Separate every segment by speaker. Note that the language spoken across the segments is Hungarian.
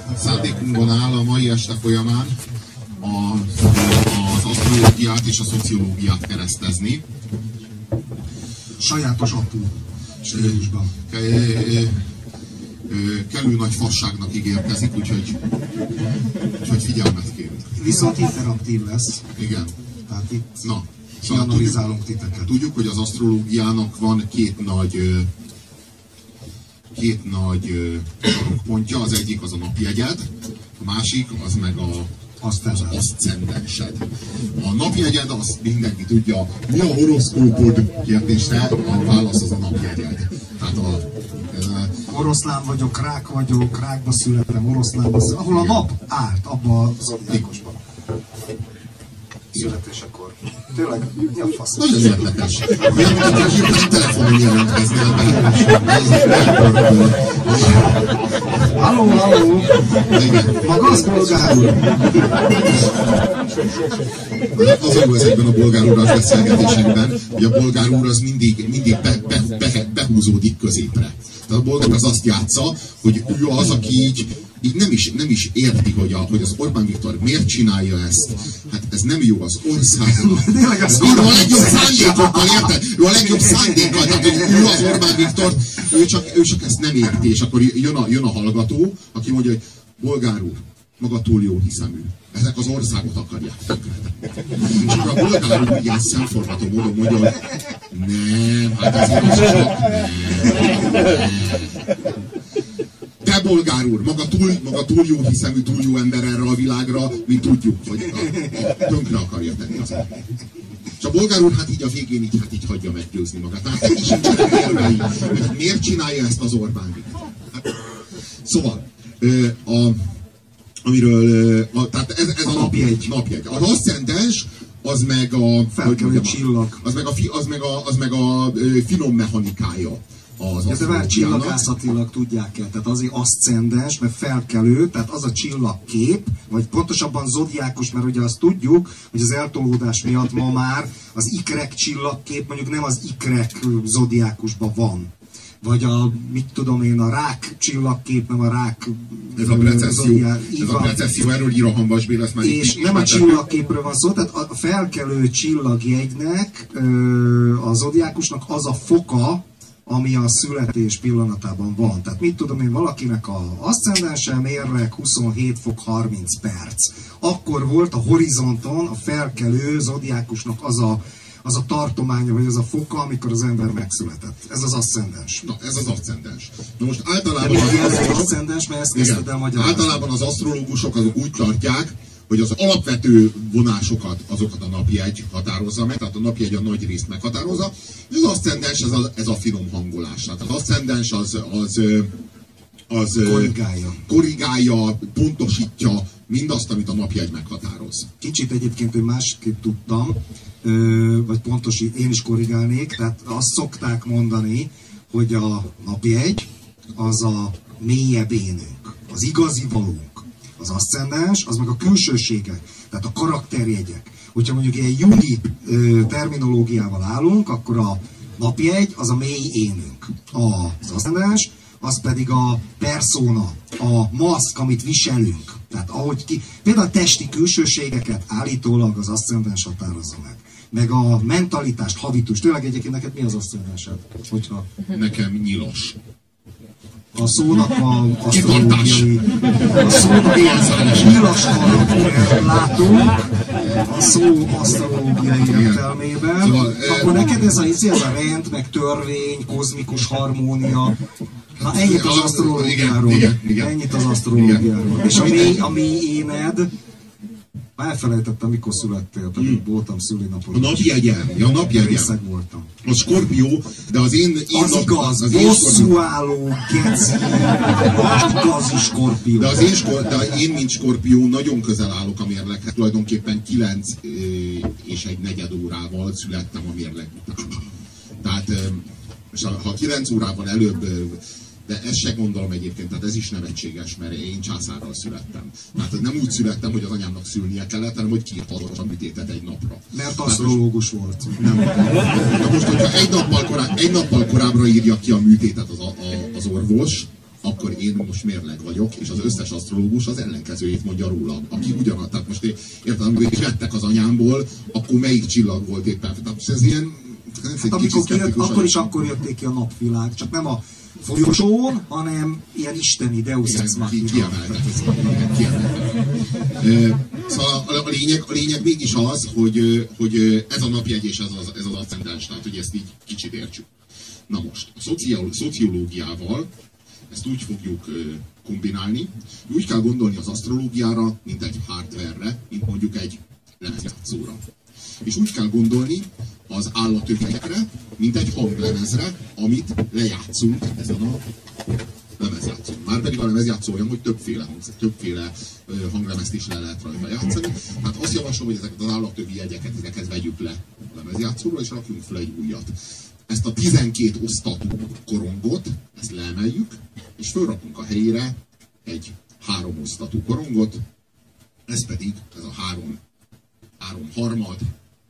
Speaker 1: Szándékunkban áll a mai este folyamán az asztrológiát és a szociológiát keresztezni.
Speaker 2: Sajátos apu stílusban.
Speaker 1: Kellő nagy fasságnak ígérkezik, úgyhogy figyelmet kérünk.
Speaker 2: Viszont interaktív lesz.
Speaker 1: Igen.
Speaker 2: Tehát itt
Speaker 1: szóval
Speaker 2: analizálunk titeket.
Speaker 1: Tudjuk, hogy az asztrológiának van két nagy pontja. Az egyik az a napjegyed, a másik az meg az aszcendensed. A napjegyed, azt mindenki tudja, mi a horoszkópod kérdésre, a válasz az a napjegyed. Tehát
Speaker 2: oroszlán vagyok, rák vagyok, rákba születtem, oroszlánba születtem, ahol a nap állt, abba a zodiákusban. Születésekor. Tényleg, mi a fasz?
Speaker 1: Nagyon érdekes. Olyan, mint hogy hirtelen telefonon jelentkeznél be.
Speaker 2: Halló! Maga az bolgár úr?
Speaker 1: Az a jó ezekben a bolgár uras beszélgetésekben, hogy a bolgár úr az mindig behúzódik középre. Tehát a bolgár az azt játsza, hogy ő az, aki így nem is érti, hogy az Orbán Viktor miért csinálja ezt. Hát ez nem jó az országnak. Ő a legjobb szándékokkal, érted? Ő a legjobb szándékkal, tehát ő az Orbán Viktor, ő csak ezt nem érti. És akkor jön a hallgató, aki mondja, hogy bolgár úr, maga túl jó hiszemű. Ezek az országot akarják tönkretenni. És akkor a bolgár úr ilyen szemforgató módon mondja, hogy nem, hát azért az csak nem. Te bolgár úr, maga túl jó hiszemű, túl jó ember erre a világra, mi tudjuk, hogy tönkre akarja tenni az embert. És a bolgár úr hát így a végén így hagyja meggyőzni magát. Tehát neki sincsenek érvei, hogy miért csinálja ezt az Orbán Viktor. Hát, szóval, tehát ez a napjegy. Az aszcendens, az meg a
Speaker 2: felkelő csillag.
Speaker 1: Az meg a finom mechanikája.
Speaker 2: De már csillagászatilag tudják el, tehát azért aszcendens, mert felkelő, tehát az a csillagkép, vagy pontosabban zodiákus, mert ugye azt tudjuk, hogy az eltolódás miatt ma már az ikrek csillagkép mondjuk nem az ikrek zodiákusban van. Vagy mit tudom én, a rák csillagkép, nem a rák...
Speaker 1: Ez a precesszió, erről ír a Hanvas Béla, ezt már
Speaker 2: és nem a csillagképről van szó, tehát a felkelő csillagjegynek, a zodiákusnak az a foka, ami a születés pillanatában van. Tehát mit tudom én, valakinek az aszcendense mérleg 27 fok 30 perc. Akkor volt a horizonton a felkelő zodiákusnak az a tartománya, vagy az a foka, amikor az ember megszületett. Ez az aszcendens.
Speaker 1: Na, ez az aszcendens. Na most általában az asztrológusok azok úgy tartják, hogy az alapvető vonásokat, azokat a napjegy határozza meg, tehát a napjegy a nagy részt meghatározza, és az aszcendens ez a finom hangolás. Tehát az aszcendens az korrigálja, pontosítja mindazt, amit a napjegy meghatároz.
Speaker 2: Kicsit egyébként én másképp tudtam, vagy én is korrigálnék, tehát azt szokták mondani, hogy a napjegy az a mélyebb énünk, az igazi valónk. Az aszcendens, az meg a külsőségek, tehát a karakterjegyek. Hogyha mondjuk ilyen jungi terminológiával állunk, akkor a napjegy az a mély énünk. Az aszcendens, az pedig a persona, a maszk, amit viselünk. Tehát például a testi külsőségeket állítólag az aszcendens határozza meg. Meg a mentalitást, habitust. Tényleg egyébként neked mi az aszcendensed?
Speaker 1: Nekem nyilas.
Speaker 2: A szónak a asztrológiai... A szónak a nyilas karakter látunk a szó asztrológiai értelmében. Szóval, akkor neked ez a rend, meg törvény, kozmikus harmónia. Na ennyit az asztrológiáról. Ennyit az asztrológiáról. És a mély éned... Elfelejtettem, mikor születtél, pedig voltam szülinapon.
Speaker 1: A napjegyem.
Speaker 2: Részeg voltam.
Speaker 1: A Skorpió, de az én
Speaker 2: az igaz, bosszúálló, geci, igazi Skorpió.
Speaker 1: De én, mint Skorpió, nagyon közel állok a mérleghez. Tulajdonképpen 9 és egy negyed órával születtem a mérleg után. Tehát, ha 9 órával előbb... De ezt se gondolom egyébként, tehát ez is nevetséges, mert én császárral születtem. Tehát nem úgy születtem, hogy az anyámnak szülnie kellett, hanem hogy kiírt a műtétet egy napra.
Speaker 2: Mert asztrológus volt.
Speaker 1: Nem. De most, hogyha egy nappal korábbra írja ki a műtétet az orvos, akkor én most mérleg vagyok, és az összes asztrológus az ellenkezőjét mondja rólam, aki ugyanaz. Tehát most érted, amikor vettek az anyámból, akkor melyik csillag volt éppen? Tehát ez ilyen...
Speaker 2: Hát amikor kijött, akkor jötték ki a napvilág, csak nem a folyosón, hanem ilyen isteni Deus Ex Machina.
Speaker 1: Szóval a lényeg mégis az, hogy ez a napjegy és ez az aszcendens, tehát hogy ezt így kicsit értsük. Na most, a szociológiával ezt úgy fogjuk kombinálni, úgy kell gondolni az asztrológiára, mint egy hardware-re, mint mondjuk egy lemezjátszóra. És úgy kell gondolni az állatövegekre, mint egy hanglemezre, amit lejátszunk ezen a lemezjátszón. Márpedig a lemezjátszó olyan, hogy többféle hanglemezt is le lehet rajta játszani. Hát azt javaslom, hogy ezeket az állatövi jegyeket, ezeket vegyük le a lemezjátszóról, és rakjunk fel egy újat. Ezt a 12 osztatú korongot, ezt leemeljük, és fölrakunk a helyére egy 3 osztatú korongot, ez pedig, ez a 3 harmad,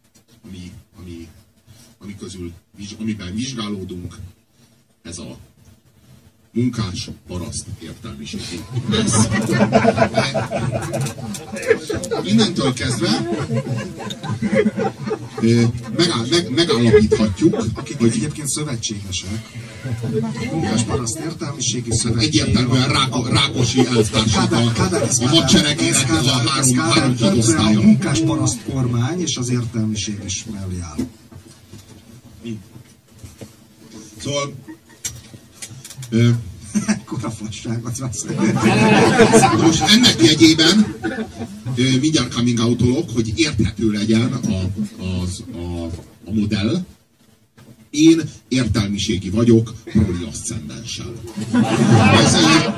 Speaker 1: amiben vizsgálódunk, ez a munkás paraszt értelmiségi lesz. Innentől kezdve megállapíthatjuk,
Speaker 2: akik egyébként szövetségesek. Munkás paraszt értelmiségi szövetség.
Speaker 1: Egyértelműen Rákosi elvtársnak a hadseregének ez a három hadosztálya.
Speaker 2: A munkás paraszt kormány és az értelmiség is mellé áll.
Speaker 1: Szóval
Speaker 2: ekkora fasságot vesz.
Speaker 1: Most ennek jegyében mindjárt coming out-olok, hogy érthető legyen a modell. Én értelmiségi vagyok, proli aszcendenssel. Ez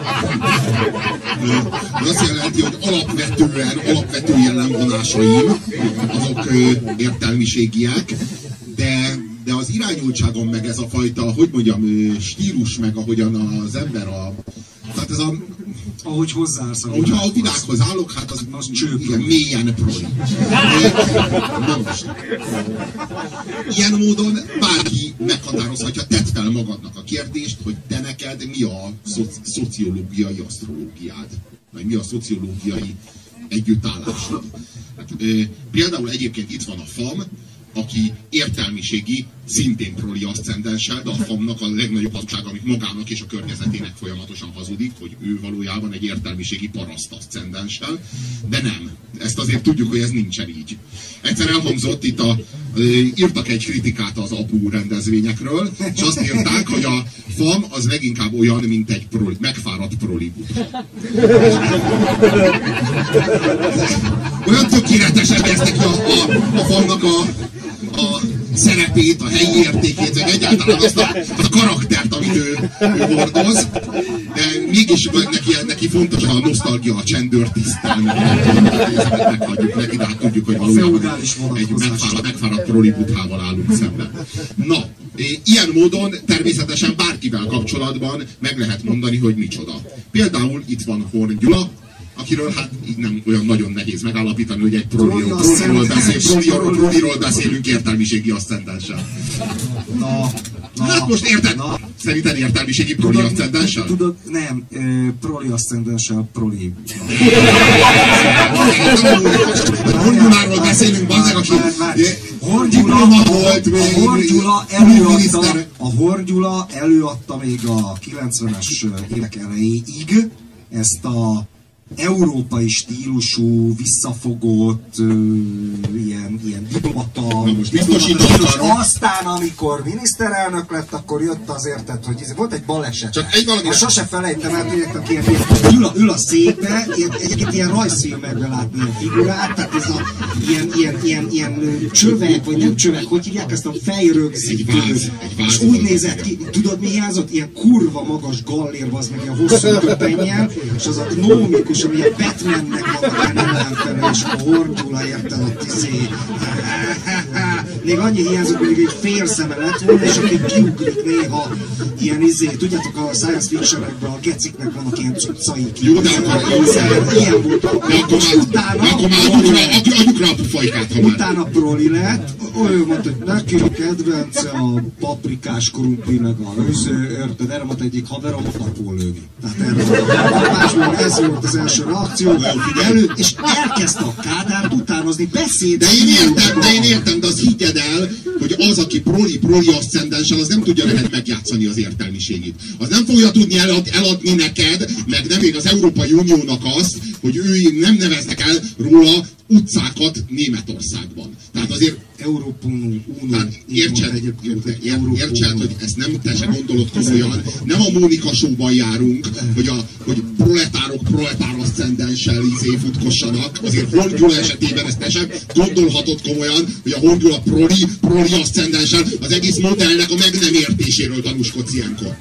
Speaker 1: azt jelenti, hogy alapvető jellemvonásaim azok értelmiségiek, de az irányultságom meg ez a fajta, hogy mondjam, stílus meg ahogyan az ember tehát ez a...
Speaker 2: Ahogy hozzáállsz a
Speaker 1: Hogyha a világhoz állok, hát az igen, mélyen proli. Ilyen módon bárki meghatározhatja, tedd fel magadnak a kérdést, hogy te neked mi a szociológiai asztrológiád, vagy mi a szociológiai együttállásod. Hát, például egyébként itt van a FAM, aki értelmiségi, szintén proli aszcendenssel, de a FAM-nak a legnagyobb hazugsága, amit magának és a környezetének folyamatosan hazudik, hogy ő valójában egy értelmiségi paraszt aszcendenssel, de nem. Ezt azért tudjuk, hogy ez nincsen így. Egyszer elhangzott itt írtak egy kritikát az APU rendezvényekről, és azt írták, hogy a FAM az leginkább olyan, mint egy megfáradt proli buddha. Olyan tökéletesen vesznek ki a FAM-nak a szerepét, a helyi értékét, meg egyáltalán azt a karaktert, amit ő hordoz, de mégis neki fontos a nosztalgia, a csendőrtisztel, meghagyjuk neki, de hát tudjuk, hogy valójában egy megfáradt proli buddhával állunk szemben. Na, ilyen módon természetesen bárkivel kapcsolatban meg lehet mondani, hogy micsoda. Például itt van Horn Gyula, akiről hát így nem olyan nagyon nehéz megállapítani, hogy egy proliról beszélünk értelmiségi aszcendenssel. Hát most érted? Szerinted értelmiségi proli aszcendenssel?
Speaker 2: Tudod, nem, proli aszcendenssel, proli.
Speaker 1: Horgyuláról beszélünk, bazdeg, aki
Speaker 2: a Horn Gyula előadta még a 90-es évek elejéig ezt a európai stílusú, visszafogott, ilyen diplomata, aztán amikor miniszterelnök lett, akkor jött az érted, hogy volt egy baleset.
Speaker 1: Csak egy valami...
Speaker 2: Sose felejtem el, hogy ül a székbe, egyébként ilyen rajzfilmekben látni ilyen figurát, tehát ez a ilyen csövek, vagy nem csövek, hogy hívják ezt a fejrögzítő. És úgy nézett ki, tudod mi hiányzott? Ilyen kurva magas gallér, az meg ilyen hosszú köpennyel, és az a gnómikus, ami ilyen Batmannek van a ellenfele, és a Horn Gyula érted a még annyi hiányzott, hogy egy fél szeme lett volna, és aki kiugrik néha. ilyen tudjátok, a science fiction-ekben a geciknek vannak ilyen cuccaik.
Speaker 1: Jó, de akkor
Speaker 2: ilyen volt.
Speaker 1: akkor már adjuk rá a pufajkát, ha már.
Speaker 2: Utána proli lett, olyan mondta, hogy neki a kedvence a paprikás krumpli, meg a érted, erre volt egyik haverom, farkból lőni. Tehát erre ez volt az első reakció, és elkezdte a Kádárt utánozni, beszéd.
Speaker 1: De én értem, de az higgyed el, hogy az, aki proli aszcendenssel, az nem tudja neked megjátszani az értelmiségét. Az nem fogja tudni eladni neked, meg nem még az Európai Uniónak azt, hogy ő nem neveznek el róla utcákat Németországban. Tehát azért értsed, hogy ezt nem te se gondolod komolyan. Nem a Mónika Show-ban járunk, hogy proletár aszcendenssel futkossanak. Azért Horn Gyula esetében ezt te sem gondolhatod komolyan, hogy a Horn Gyula proli aszcendenssel az egész modellnek a meg nem értéséről tanúskodsz ilyenkor.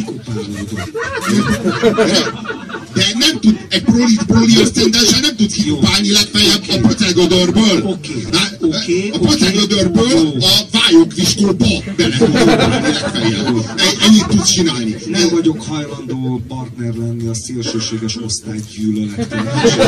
Speaker 1: De nem tud, egy proli aszcendenssel nem tudsz kikupálni legfeljebb a pöcegödörből. A pöcegödörből a vályogviskóba bele tudsz kukálni legfeljebb. Ennyit tudsz csinálni.
Speaker 2: Nem vagyok hajlandó partner lenni a szélsőséges osztálygyűlölettel.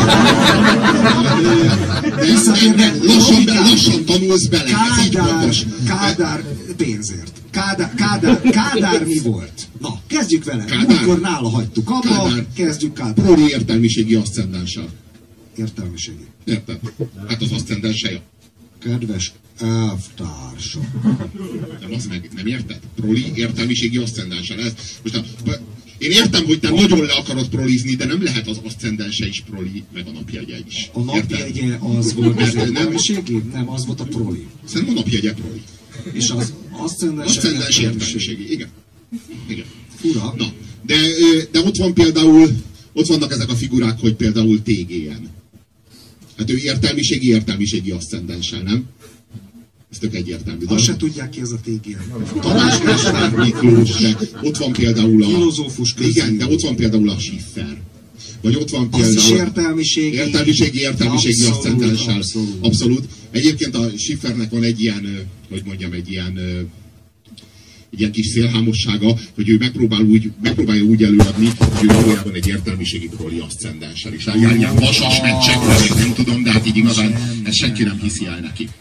Speaker 1: Lassan tanulsz bele, ez így fontos.
Speaker 2: Kádár pénzért. Kádár mi volt? Na, kezdjük vele. Múltkor nála hagytuk abba, kezdjük Kádár.
Speaker 1: Proli értelmiségi aszcendenssel.
Speaker 2: Értelmiségi.
Speaker 1: Érted? Hát az aszcendenssel.
Speaker 2: Kedves elvtársak.
Speaker 1: Nem érted? Proli értelmiségi aszcendenssel. Most én értem, hogy te nagyon le akarod prolizni, de nem lehet az aszcendense is proli, meg a napjegye is.
Speaker 2: A napjegye az volt az értelmiségi? Nem, az volt a proli.
Speaker 1: Szerintem a napjegye proli.
Speaker 2: És az
Speaker 1: aszcendens értelmiségi. Igen.
Speaker 2: Fura.
Speaker 1: Na, de ott vannak ezek a figurák, hogy például TGN. Hát ő értelmiségi aszcendenssel, nem? Ez tök egyértelmű.
Speaker 2: Azt se tudják ki ez a TGN.
Speaker 1: Tamás Kásár Miklós, de ott van például a...
Speaker 2: filozófus közül.
Speaker 1: Igen, de ott van például a Schiffer. Vagy ott van például...
Speaker 2: Az is értelmiségi
Speaker 1: aszcendenssel. Abszolút. Egyébként a Schiffernek van egy ilyen, hogy mondjam, egy ilyen kis szélhámossága, hogy ő megpróbálja úgy előadni, hogy ő valójában egy értelmiségi proli aszcendenssel is. Ilyen vasas meccsekre, nem tudom, de hát így igazán ezt senki nem hiszi el neki.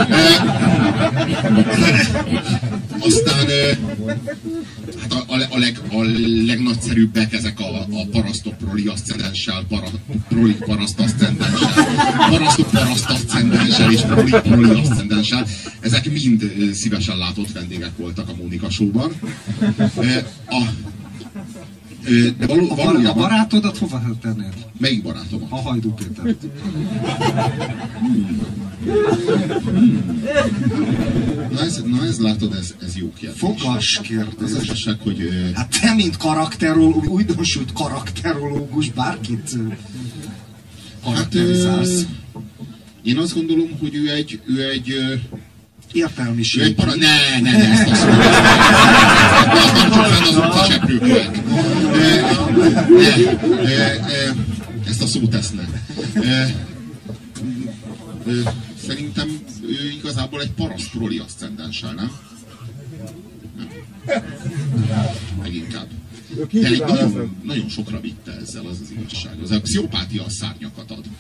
Speaker 1: Aztán hát a legnagyszerűbbek ezek a parasztok proli aszcendenssel, proli paraszt aszcendenssel, parasztok paraszt aszcendenssel és proli aszcendenssel. Ezek mind szívesen látott vendégek voltak a Mónika Show-ban. De valójában...
Speaker 2: A barátodat hova tennéd?
Speaker 1: Melyik barátomat?
Speaker 2: A Hajdú Pétert.
Speaker 1: Na ez látod, ez jó kérdés.
Speaker 2: Fogas kérdés.
Speaker 1: Az esetleg, hogy...
Speaker 2: Hát te, mint újdonsült karakterológus, bárkit karakterizálsz.
Speaker 1: Én azt gondolom, hogy ő egy
Speaker 2: értelmiség.
Speaker 1: Ne, ezt a szót. Az nem csak fenn az utcaseprőknek. Ezt a szót esznek. Szerintem ő igazából egy paraszt proli aszcendenssel, nem? Leginkább. De egy nagyon sokra vitte ezzel, az igazság. Az a pszichopátia a szárnyakat ad.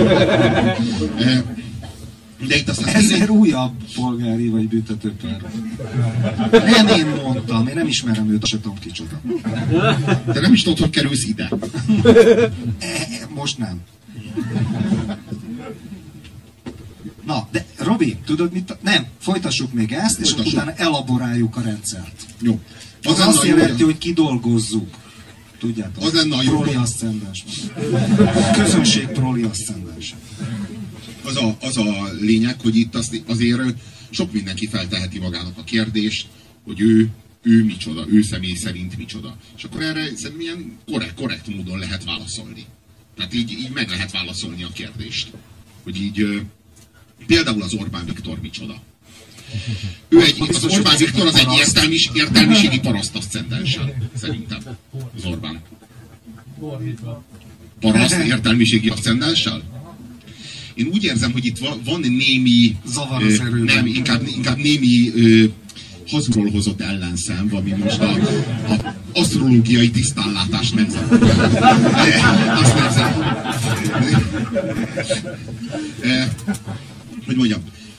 Speaker 1: De itt aztán
Speaker 2: ezért újabb polgári vagy büntetőper. Nem én mondtam, én nem ismerem őt, se tudom kicsoda.
Speaker 1: De nem is tudod, hogy kerülsz ide.
Speaker 2: Most nem. Na, de Robi, tudod mit? Nem, folytassuk még ezt, és utána elaboráljuk a rendszert.
Speaker 1: Jó.
Speaker 2: Az azt jelenti, hogy kidolgozzuk. Tudjátok?
Speaker 1: Az lenne a jó.
Speaker 2: Proli aszcendens. Közönség proli aszcendens.
Speaker 1: Az a lényeg, hogy itt azért sok mindenki felteheti magának a kérdést, hogy ő micsoda, ő személy szerint micsoda. És akkor erre szerintem ilyen korrekt módon lehet válaszolni. Tehát így meg lehet válaszolni a kérdést. Hogy így például az Orbán Viktor micsoda. Az Orbán Viktor az egy értelmiségi paraszt aszcendenssel, szerintem. Az Orbán. Paraszt értelmiségi aszcendenssel? Én úgy érzem, hogy itt van némi...
Speaker 2: Zavar az erőben.
Speaker 1: Nem, inkább némi hazugról hozott ellenszem, ami most a asztrológiai tisztánlátást megzavarja. Azt hogy mondjam,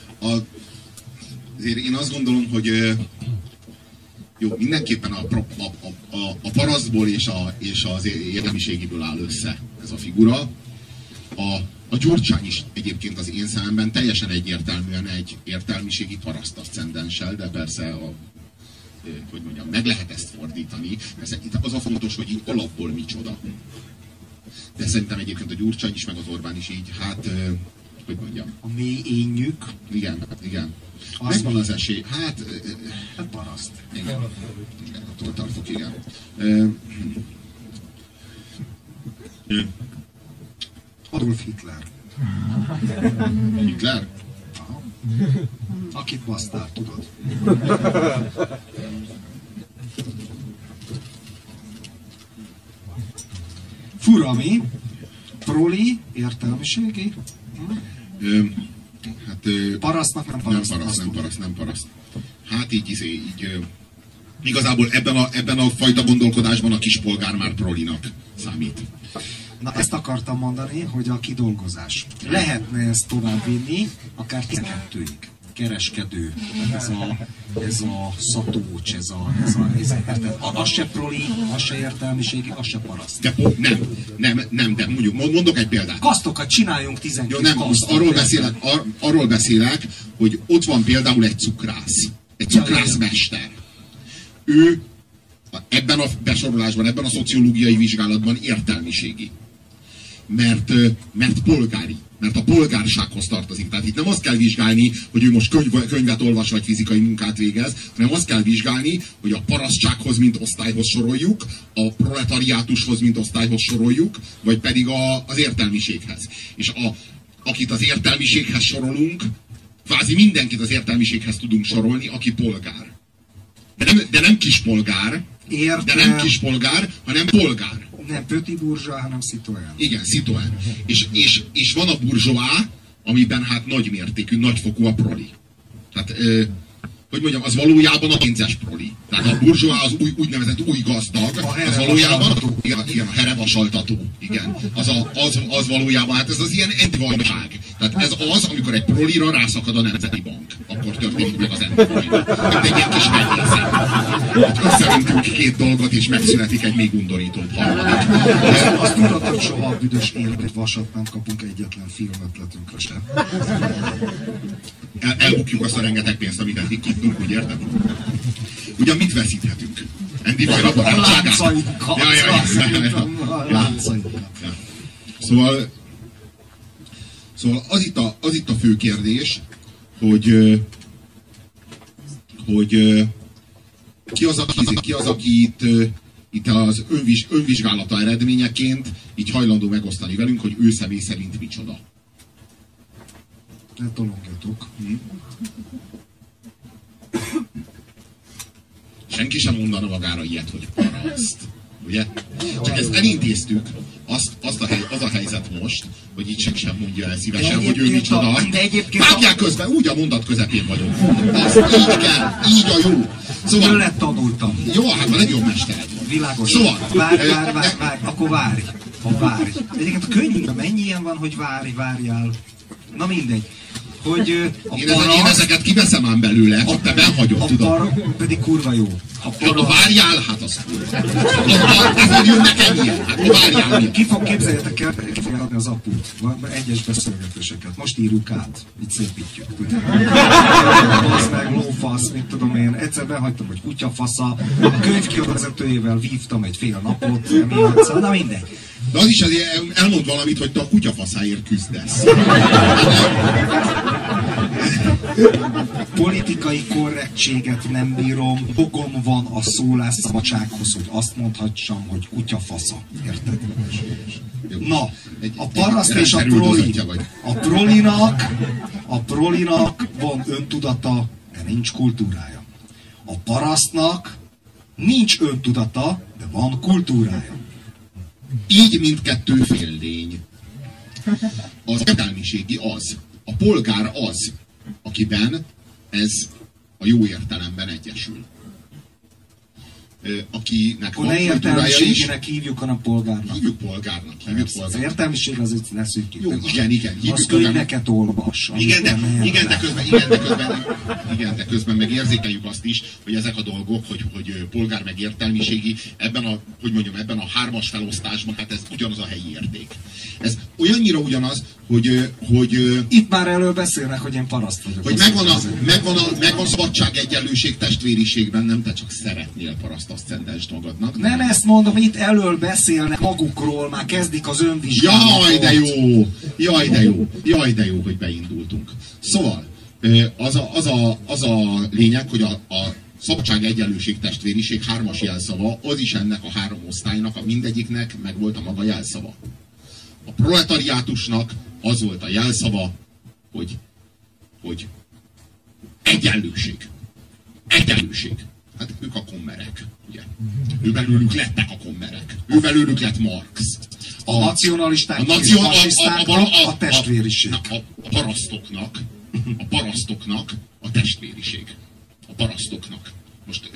Speaker 1: azért én azt gondolom, hogy jó, mindenképpen a parasztból és az értelmiségiből áll össze ez a figura. A Gyurcsány is egyébként az én szememben teljesen egyértelműen egy értelmiségi paraszt aszcendenssel, de persze hogy mondjam, meg lehet ezt fordítani. Persze itt az a fontos, hogy így alapból micsoda. De szerintem egyébként a Gyurcsány is, meg az Orbán is így, hát, hogy mondjam.
Speaker 2: A mély énjük.
Speaker 1: Igen. Megvan az esély. Hát
Speaker 2: paraszt.
Speaker 1: Igen, attól tartok, igen.
Speaker 2: Adolf Hitler.
Speaker 1: Hitler?
Speaker 2: Aha. Akit basztál, tudod. Fura mi? Proli, értelmiségi? Parasztnak
Speaker 1: nem paraszt. Hát így igazából ebben a fajta gondolkodásban a kispolgár már prolinak számít.
Speaker 2: Na, ezt akartam mondani, hogy a kidolgozás. Lehetne ezt továbbvinni, akár 12-ig. Kereskedő, ez a szatócs, az se proli, az se értelmiségi, az se paraszt.
Speaker 1: De nem, de mondok egy példát.
Speaker 2: Kasztokat csináljunk 12
Speaker 1: jó, nem,
Speaker 2: kasztot.
Speaker 1: Arról beszélek, hogy ott van például egy cukrászmester. Ő ebben a besorolásban, ebben a szociológiai vizsgálatban értelmiségi. Mert polgári. Mert a polgársághoz tartozik. Tehát itt nem azt kell vizsgálni, hogy ő most könyvet olvas, vagy fizikai munkát végez, hanem azt kell vizsgálni, hogy a parasztsághoz, mint osztályhoz soroljuk, a proletariátushoz, mint osztályhoz soroljuk, vagy pedig az értelmiséghez. És akit az értelmiséghez sorolunk, kvázi mindenkit az értelmiséghez tudunk sorolni, aki polgár. De nem kispolgár, hanem polgár.
Speaker 2: Nem petit bourgeois, hanem citoyen.
Speaker 1: Igen, citoyen. És van a bourgeois, amiben hát nagy mértékű, nagyfokú a proli. Tehát, hogy mondjam, az valójában a pénzes proli. Tehát a bourgeois az úgynevezett új gazdag, az valójában a herevasaltató. Igen. Az valójában, hát ez az ilyen antivajdaság. Tehát ez az, amikor egy prolira rászakad a Nemzeti Bank. Akkor történik meg az antivajda. Mint egy ilyen kis mennyezet. Összeöntünk két dolgot, és megszületik egy még undorítóbb harmadik.
Speaker 2: Azt tudod, hogy soha a büdös élet egy vasat nem kapunk egyetlen filmötletünkre sem.
Speaker 1: Elbukjuk azt a rengeteg pénzt, amit eddig kaptunk, úgy érted? Ugyan mit veszíthetünk? Andy Vajra barátságát? Szóval az itt a fő kérdés, hogy ki az, aki itt az önvizsgálata eredményeként így hajlandó megosztani velünk, hogy ő személy szerint micsoda.
Speaker 2: Ne tolongjatok.
Speaker 1: Senki sem mondana magára ilyet, hogy paraszt. Ugye? Csak ezt elintéztük, az a helyzet most, hogy itt senki sem mondja el szívesen, hogy ő micsoda. Vágják közben, úgy a mondat közepén vagyok. Azt így kell, így a jó.
Speaker 2: Szóval tőled tanultam.
Speaker 1: Jó, hát a legjobb mestered.
Speaker 2: Világos.
Speaker 1: Szóval,
Speaker 2: várj, akkor várj. Egyébként a könyvünkben mennyi ilyen van, hogy várjál. Na mindegy. Hogy
Speaker 1: én ezeket kiveszem ám belőle, csak te benhagyod, tudod.
Speaker 2: Pedig kurva jó.
Speaker 1: Ha várjál, hát az kurva. Ezért jön nekem ilyen, hát ha várjál mi.
Speaker 2: Ki képzeljétek el, ki fogja adni az aput. Egyes beszélgetéseket. Most írjuk át. Így szépítjük. Az meg lófasz, mit tudom én. Egyszer behagytam, hogy kutyafasza. A könyvkiadóvezetőjével vívtam egy fél napot. Szóval, na mindegy.
Speaker 1: De az is azért elmond valamit, hogy te a kutyafaszáért küzdesz.
Speaker 2: Politikai korrektséget nem bírom, jogom van a szólásszabadsághoz, hogy azt mondhassam, hogy kutyafasza. Érted? Na, a paraszt és a proli. A prolinak van öntudata, de nincs kultúrája. A parasztnak nincs öntudata, de van kultúrája.
Speaker 1: Így mindkettő féllény. Az értelmiségi az. A polgár az, akiben ez a jó értelemben egyesül. Akinek
Speaker 2: akkor ne értelmiségének hívjuk, hanem polgárnak.
Speaker 1: Hívjuk polgárnak.
Speaker 2: Az értelmiség az itt leszűkít.
Speaker 1: Jó, igen.
Speaker 2: Az könyveket olvas.
Speaker 1: Igen, de közben meg érzékeljük azt is, hogy ezek a dolgok, hogy polgár meg értelmiségi, ebben a hármas felosztásban, hát ez ugyanaz a helyi érték. Ez olyannyira ugyanaz, hogy
Speaker 2: itt már elől beszélnek, hogy én paraszt vagyok.
Speaker 1: Hogy megvan a szabadság, egyenlőség, testvériségben, nem te csak szeretnél paraszt aszcendens magadnak.
Speaker 2: Nem ezt mondom, itt elől beszélnek magukról, már kezdik az önvizsgálatot.
Speaker 1: Jaj, de jó, hogy beindultunk. Szóval, az a lényeg, hogy a szabadság, egyenlőség, testvériség hármas jelszava, az is ennek a három osztálynak, a mindegyiknek meg volt a maga jelszava. A proletariátusnak az volt a jelszava, hogy egyenlőség. Egyenlőség. Hát ők a kommerek, ugye? Őbelőlük lettek a kommerek. Őbelőlük lett Marx.
Speaker 2: A nacionalisták, a testvériség.
Speaker 1: A parasztoknak a testvériség. A parasztoknak. Most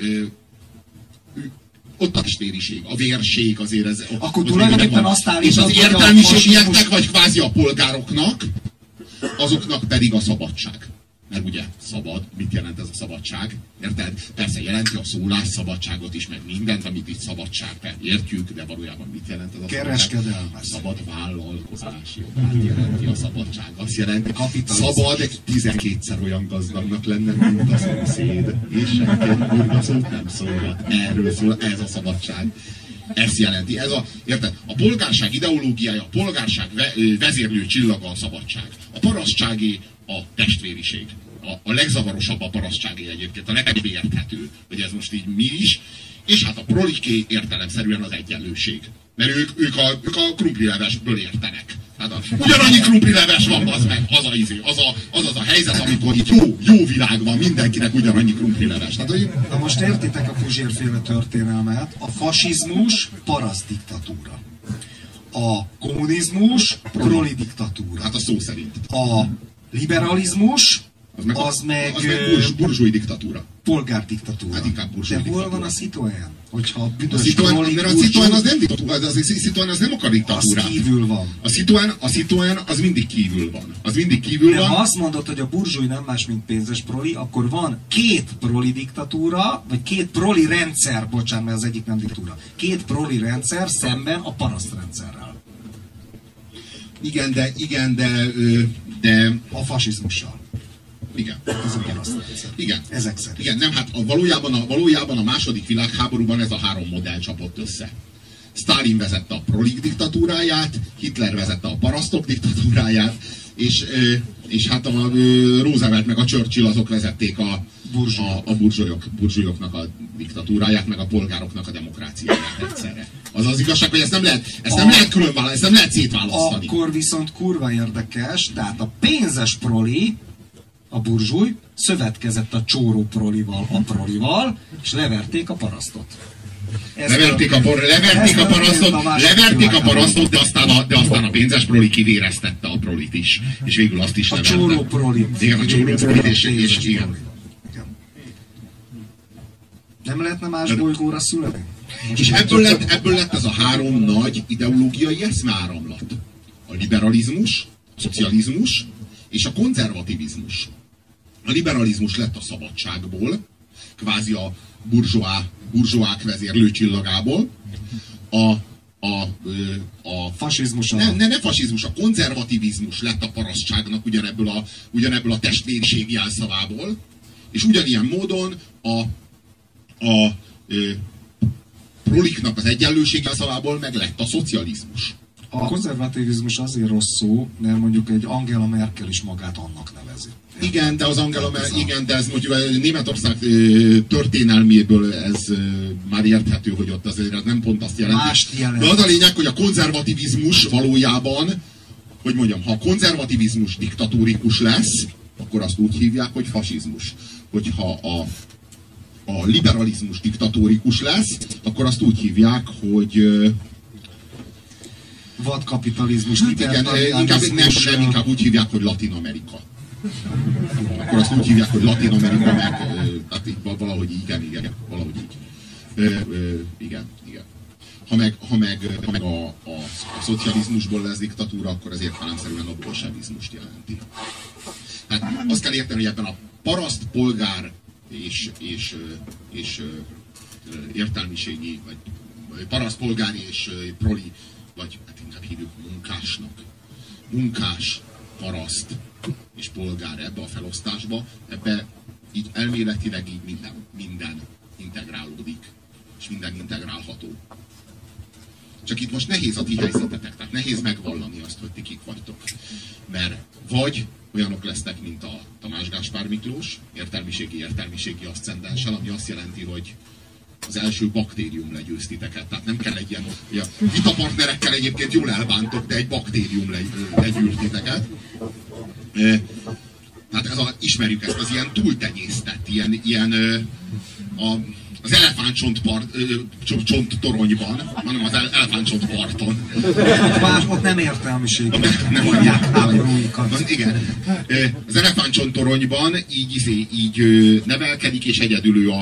Speaker 1: ott a testvériség, a vérség azért ez...
Speaker 2: Akkor tulajdonképpen azt állítod,
Speaker 1: és az értelmiségieknek, vagy kvázi a polgároknak, azoknak pedig a szabadság. Mert ugye szabad, mit jelent ez a szabadság? Érted? Persze jelenti a szólásszabadságot is, meg mindent, amit itt szabadság. Értjük, de valójában mit jelent ez a
Speaker 2: kereskedelmet.
Speaker 1: Szabad vállalkozási jogát jelenti a szabadság. Azt jelenti, szabad 12-szer olyan gazdagnak lenne, mint a szomszéd. És senki egy kurva szót nem szólhat. Erről szól, ez a szabadság. Ezt jelenti. Érted? A polgárság ideológiája, a polgárság vezérlő csillaga a szabadság. A parasztságé a testvériség. A legzavarosabb a parasztságé egyébként, a legkevésbé érthető, hogy ez most így mi is. És hát a proliké értelemszerűen az egyenlőség. Mert ők a krumplilevesből értenek. Hát ugyanannyi krumplileves van, az meg, az a helyzet, amikor itt jó világ van, mindenkinek ugyanannyi krumplileves.
Speaker 2: Na most értitek a Puzsér-féle történelmet? A fasizmus parasztdiktatúra. A kommunizmus prolidiktatúra.
Speaker 1: Hát a szó szerint.
Speaker 2: A liberalizmus az meg
Speaker 1: burzsói diktatúra.
Speaker 2: Polgárdiktatúra.
Speaker 1: Hát inkább burzsói
Speaker 2: de hol
Speaker 1: diktatúra.
Speaker 2: van a Citroën? Hogyha a
Speaker 1: Citroën az nem diktatúra, a Citroën az nem akar diktatúrát.
Speaker 2: Az kívül van.
Speaker 1: A Citroën az mindig kívül van. Az mindig kívül
Speaker 2: de
Speaker 1: van.
Speaker 2: Ha azt mondod, hogy a burzsói nem más, mint pénzes proli, akkor van két proli diktatúra, vagy két proli rendszer, bocsánat, mert az egyik nem diktatúra. Két proli rendszer szemben a parasztrendszerrel.
Speaker 1: Igen, de
Speaker 2: a fasizmussal.
Speaker 1: Igen.
Speaker 2: Ez a parasztrendszer.
Speaker 1: Igen.
Speaker 2: Ezek szerint.
Speaker 1: Igen, nem, hát valójában a második világháborúban ez a három modell csapott össze. Stalin vezette a prolik diktatúráját, Hitler vezette a parasztok diktatúráját, és hát a Roosevelt meg a Churchill azok vezették a burzsólyoknak a diktatúráját, meg a polgároknak a demokráciáját egyszerre. Az az igazság, hogy ezt nem lehet külön választani, ezt nem lehet szétválasztani.
Speaker 2: Akkor viszont kurva érdekes, tehát a pénzes proli, a burzsúj szövetkezett a csóró prolival, a prolival, és leverték a parasztot.
Speaker 1: Leverték a parasztot, de aztán a pénzes proli kivéreztette a prolit is. És végül azt is leverte.
Speaker 2: A csóró prolit.
Speaker 1: Igen, a csóró prolit, és igen.
Speaker 2: Nem lehetne más bolygóra születni?
Speaker 1: És ebből lett ez a három nagy ideológiai eszmeáramlat. A liberalizmus, a szocializmus és a konzervativizmus. A liberalizmus lett a szabadságból, kvázi a burzsóák vezérlő csillagából. A
Speaker 2: fasizmus.
Speaker 1: Ne fasizmus, a konzervativizmus lett a parasztságnak ugyanebből a testvériség jelszavából, és ugyanilyen módon a proliknak az egyenlőség jelszavából meg lett a szocializmus.
Speaker 2: A konzervativizmus azért rossz szó, mert mondjuk egy Angela Merkel is magát annak nevezi.
Speaker 1: Igen, de de ez mondjuk Németország történelméből ez már érthető, hogy ott azért nem pont azt jelenti. De az a lényeg, hogy a konzervativizmus valójában, hogy mondjam, ha a konzervativizmus diktatórikus lesz, akkor azt úgy hívják, hogy fasizmus. Hogyha a liberalizmus diktatórikus lesz, akkor azt úgy hívják, hogy
Speaker 2: vadkapitalizmus,
Speaker 1: inkább úgy hívják, hogy Latin Amerika. Akkor azt úgy hívják, hogy Latin Amerika, meg hát valahogy igen, valahogy így. Igen. Ha meg a szocializmusból lesz diktatúra, az értelemszerűen a bolsevizmust jelenti. Hát azt kell érteni, hogy ebben a paraszt, polgár és értelmiségi, vagy paraszt, polgár és proli, vagy hát inkább hívjuk munkás, paraszt és polgár ebbe a felosztásba, ebbe így elméletileg így minden integrálódik, és minden integrálható. Csak itt most nehéz a ti helyzetetek, tehát nehéz megvallani azt, hogy ti kik vagytok. Mert vagy olyanok lesznek, mint a Tamás Gáspár Miklós, értelmiségi aszcendenssel, ami azt jelenti, hogy az első baktérium legyőz titeket. Tehát nem kell egy ilyen, a vitapartnerekkel egyébként jól elbántok, de egy baktérium legyőz titeket. Tehát ismerjük ezt az ilyen túltenyésztett, az elefántcsont toronyban, hanem az elefántcsont parton.
Speaker 2: Ott nem értelmiség. Nem mondják háborúikat.
Speaker 1: Igen. Az elefántcsont toronyban így nevelkedik, és egyedül ő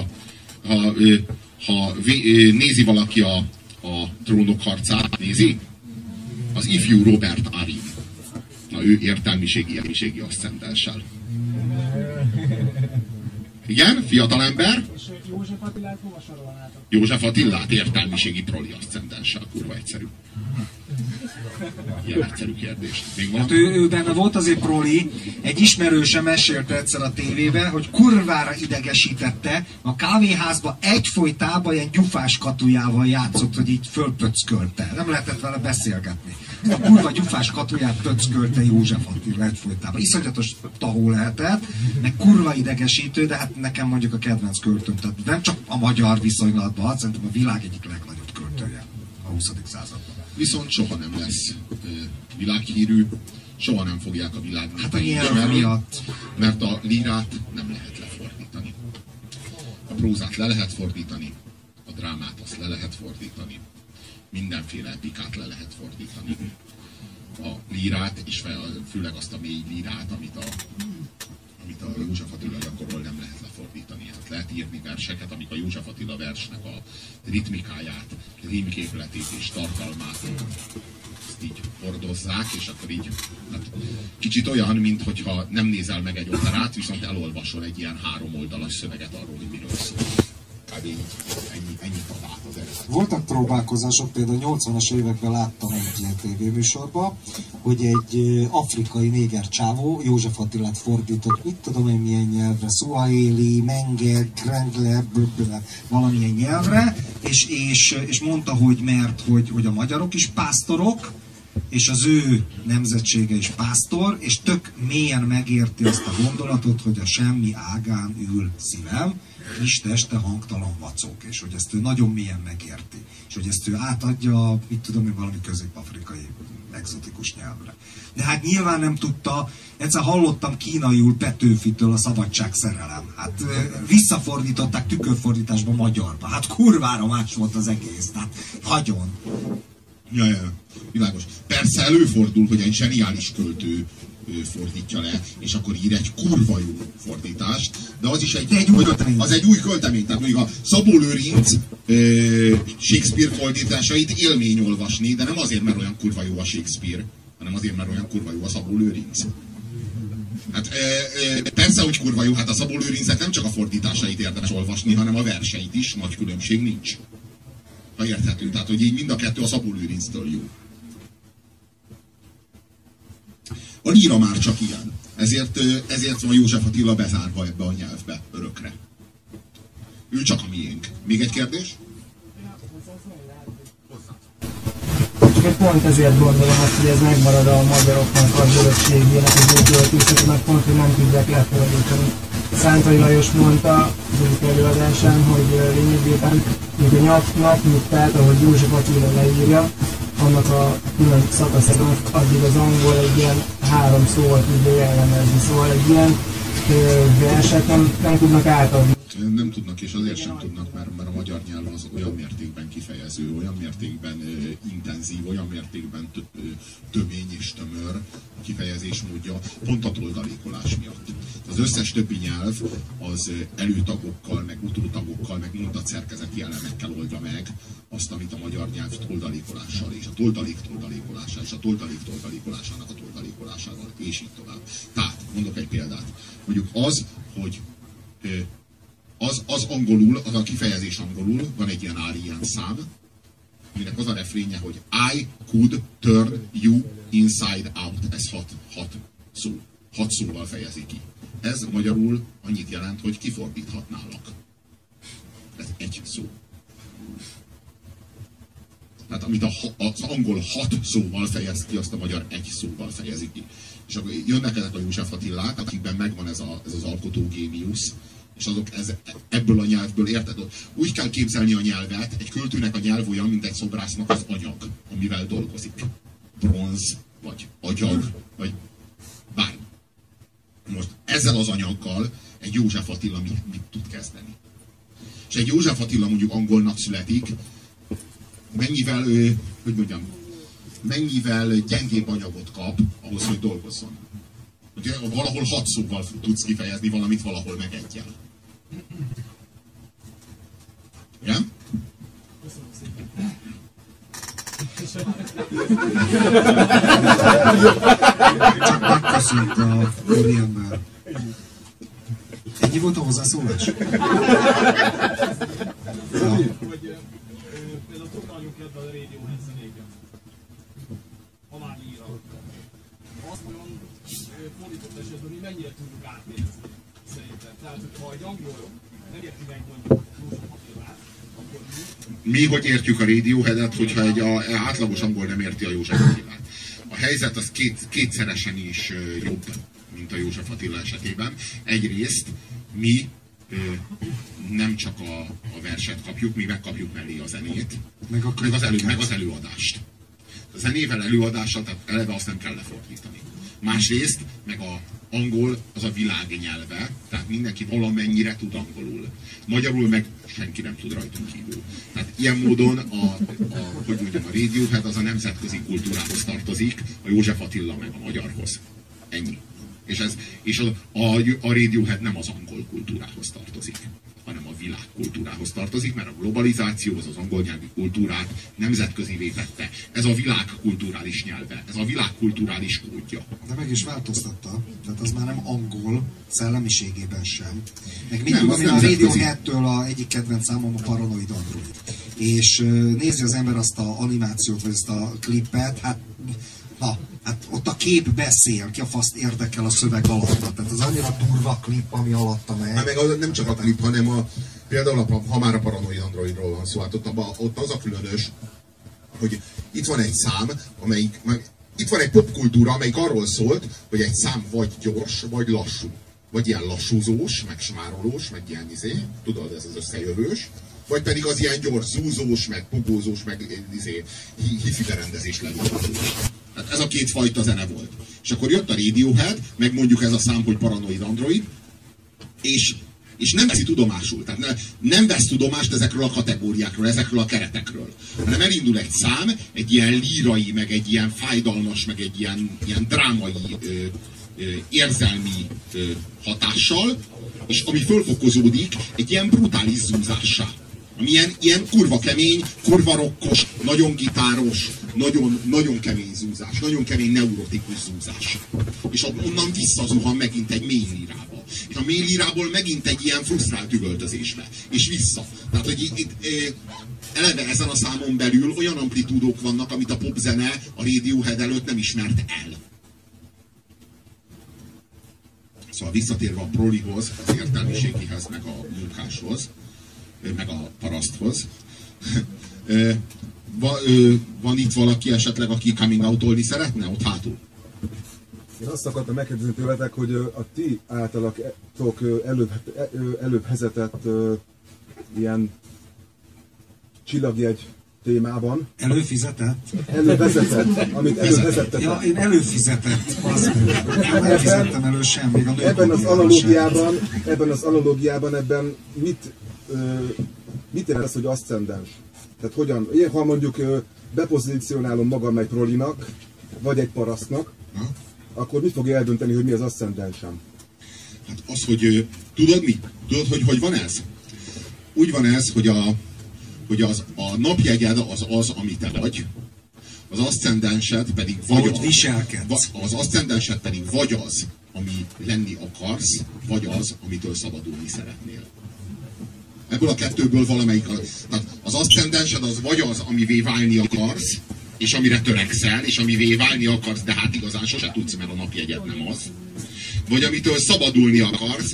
Speaker 1: ha nézi valaki a Trónok harcát, nézi? Az ifjú Robert Arin. Na, ő értelmiségi aszcendenssel. Igen, fiatalember.
Speaker 3: És József Attilát hova sorolnátok?
Speaker 1: József Attilát értelmiségi proli aszcendenssel. Kurva egyszerű. Ilyen egyszerű kérdés.
Speaker 2: Hát ő benne volt azért proli, egy ismerőse mesélte egyszer a tévében, hogy kurvára idegesítette, a kávéházba egyfolytában ilyen gyufás katujával játszott, hogy így fölpöckölte. Nem lehetett vele beszélgetni. A kurva gyufás katuját pöckölte József Attila egyfolytában. Iszonyatos tahó lehetett, meg kurva idegesítő, de hát nekem mondjuk a kedvenc költőm. Tehát nem csak a magyar viszonylatban, szerintem a világ egyik legnagyobb költője a 20. században.
Speaker 1: Viszont soha nem lesz világhírű, soha nem fogják a világ
Speaker 2: hát a nyelv miatt.
Speaker 1: Mert a lírát nem lehet lefordítani. A prózát le lehet fordítani, a drámát azt le lehet fordítani, mindenféle epikát le lehet fordítani. A lírát, és főleg azt a mély lírát, amit a József Attila gyakorol, nem lehet lefordítani. Hát lehet írni verseket, amik a József Attila versnek a ritmikáját, rímképletét és tartalmát ezt így hordozzák, és akkor így hát kicsit olyan, mintha nem nézel meg egy operát, viszont elolvasol egy ilyen 3 oldalas szöveget arról, hogy miről szól. Ennyit ad át az eredet.
Speaker 2: Voltak próbálkozások, például 80-as években láttam egy ilyen tévéműsorban, hogy egy afrikai néger csávó József Attilát fordított, mit tudom én milyen nyelvre, szuahili, menge, krengle, valamilyen nyelvre, és mondta, hogy hogy a magyarok is pásztorok, és az ő nemzetsége is pásztor, és tök mélyen megérti azt a gondolatot, hogy a semmi ágán ül szívem, kis teste hangtalan vacok, és hogy ezt ő nagyon mélyen megérti, és hogy ezt ő átadja, mit tudom én, valami közép-afrikai egzotikus nyelvre. De hát nyilván nem tudta, egyszer hallottam kínaiul Petőfitől a Szabadság szerelem. Hát visszafordították tükörfordításba magyarba. Hát kurvára más volt az egész, tehát hagyjon.
Speaker 1: Ja, világos. Persze előfordul, hogy egy zseniális költő fordítja le, és akkor ír egy kurva jó fordítást, de az is egy új költemény. Tehát mondjuk a Szabó Lőrinc Shakespeare fordításait élmény olvasni, de nem azért, mert olyan kurva jó a Shakespeare, hanem azért, mert olyan kurva jó a Szabó Lőrinc. Hát persze, hogy kurva jó, hát a Szabó Lőrincnek nem csak a fordításait érdemes olvasni, hanem a verseit is, nagy különbség nincs. Ha érthető, tehát hogy így mind a kettő a Szabó Lőrinctől jó. A líra már csak ilyen. Ezért van József Attila bezárva ebbe a nyelvbe örökre. Ő csak a miénk. Még egy kérdés?
Speaker 3: Csak pont ezért gondolom azt, hogy ez megmarad a magyaroknak az örökségének, az ő költészetnek, pont, hogy nem tudják lefordítani. Szántai Lajos mondta az egyik előadásán, hogy lényegében még a napnyugtát, ahogy József Attila leírja, annak a külön szakaszát, addig az angol egy ilyen 3 szóval tudja jellemezni. Szóval egy ilyen verset nem tudnak átadni.
Speaker 1: Nem tudnak, és azért sem tudnak, mert a magyar nyelv az olyan mértékben kifejező, olyan mértékben intenzív, olyan mértékben tömény és tömör, kifejezésmódja pont a toldalékolás miatt. Az összes többi nyelv az előtagokkal, meg utótagokkal, meg mondatszerkezeti elemekkel oldja meg azt, amit a magyar nyelv toldalékolással, és a toldalékolással, és a toldalékolásának a toldalékolásával, és így tovább. Tehát, mondok egy példát. Mondjuk az, hogy az angolul, az a kifejezés angolul, van egy ilyen árien szám, aminek az a refrénye, hogy I could turn you inside out. Ez 6 szó. 6 szóval fejezi ki. Ez magyarul annyit jelent, hogy kifordíthatnálak. Ez egy szó. Tehát amit az angol 6 szóval fejez ki, azt a magyar egy szóval fejezi ki. És akkor jönnek ezek a József Attilák, akikben megvan ez az alkotógéniusz, és azok ebből a nyelvből, érted? Úgy kell képzelni a nyelvet, egy költőnek a nyelv olyan, mint egy szobrásznak az anyag, amivel dolgozik. Bronz, vagy agyag, vagy bármi. Most ezzel az anyaggal egy József Attila mit tud kezdeni? És egy József Attila mondjuk angolnak születik, mennyivel gyengébb anyagot kap ahhoz, hogy dolgozzon. Ugye, valahol 6 szóval tudsz kifejezni valamit, valahol meg egyel. Igen?
Speaker 3: Köszönöm szépen.
Speaker 2: Csak megköszönt a úriember. Ennyi volt a hozzászólás?
Speaker 4: Hogy például tudnáljuk ebben a Radiohead zenéken. Aláírja. Azt mondom, fordított esetben mi mennyire tudjuk átnézni szerintem. Tehát, hogyha egy angol nem érti meg mondjuk József Attilát, akkor
Speaker 1: mi hogy értjük a Radioheadet, hogyha egy átlagos angol nem érti a József Attilát? A helyzet az kétszeresen is jobb, mint a József Attila esetében. Egyrészt mi nem csak a verset kapjuk, mi megkapjuk mellé a zenét, meg az előadást. A zenével, előadással, tehát eleve azt nem kell lefordítani. Másrészt, meg a angol az a világ nyelve, tehát mindenki valamennyire tud angolul. Magyarul meg senki nem tud rajtunk kívül. Tehát ilyen módon a Radiohead az a nemzetközi kultúrához tartozik, a József Attila meg a magyarhoz. Ennyi. És a Radiohead nem az angol kultúrához tartozik, hanem a világ kultúrához tartozik, mert a globalizáció az angol nyelvi kultúrát nemzetközivé tette. Ez a világ kulturális nyelve, ez a világ kulturális kódja.
Speaker 2: De meg is változtatta, tehát az már nem angol szellemiségében sem. Meg mindig, ami a Radioheadtől egyik kedvenc számom a Paranoid Android. És nézi az ember azt a animációt, vagy ezt a klippet, hát ott a kép beszél, ki a faszt érdekel a szöveg alatt. Tehát az annyira durva klip, ami alatta megy.
Speaker 1: Hát meg nem csak a klip, hanem például ha már a Paranoid Androidról van szó, hát ott az a különös, hogy itt van egy szám, itt van egy popkultúra, amelyik arról szólt, hogy egy szám vagy gyors, vagy lassú. Vagy ilyen lassúzós, meg smárolós, meg ilyen tudod, ez az összejövős. Vagy pedig az ilyen gyors, zúzós, meg pogózós, meg hifi berendezés lelúzós. Hát ez a két fajta zene volt. És akkor jött a Radiohead, meg mondjuk ez a szám, hogy Paranoid Android, és nem veszi tudomásul. Tehát nem vesz tudomást ezekről a kategóriákról, ezekről a keretekről. Hanem elindul egy szám, egy ilyen lírai, meg egy ilyen fájdalmas, meg egy ilyen drámai, érzelmi hatással, és ami fölfokozódik egy ilyen brutális zúzássá. Ami ilyen kurva kemény, kurva rokkos, nagyon gitáros, nagyon kemény zúzás, nagyon kemény neurotikus zúzás. És onnan visszazuhan megint egy mély lírába. És a mély lírából megint egy ilyen frusztrált üvöltözésbe. És vissza. Tehát, hogy eleve ezen a számon belül olyan amplitúdók vannak, amit a popzene a Radiohead előtt nem ismert el. Szóval visszatérve a prolihoz, az értelmiségihez, meg a munkáshoz, meg a paraszthoz. Van itt valaki esetleg, aki coming out-olni szeretne ott hátul?
Speaker 5: Én azt akartam megkérdezni tőletek, hogy a ti általatok előbb vezetett ilyen csillagjegy témában.
Speaker 2: Előfizetett?
Speaker 5: Elővezetett, amit elővezettetek.
Speaker 2: Ja, én előfizetett. Nem fizettem elő semmit.
Speaker 5: Ebben az analógiában mit jelent az, hogy aszcendens? Tehát hogyan, ha mondjuk bepozícionálom magam egy prolinak, vagy egy parasztnak, akkor mit fogja eldönteni, hogy mi az aszcendensem?
Speaker 1: Hát az, hogy tudod mi? Tudod, hogy van ez? Úgy van ez, hogy a napjegyed az, ami te vagy, az aszcendensed pedig az aszcendensed pedig vagy az, ami lenni akarsz, vagy az, amitől szabadulni szeretnél. Ebből a kettőből valamelyik. Tehát az aszcendensed az vagy az, amivé válni akarsz, és amire törekszel, és amivé válni akarsz, de hát igazán sose tudsz, mert a napjegyed nem az. Vagy amitől szabadulni akarsz,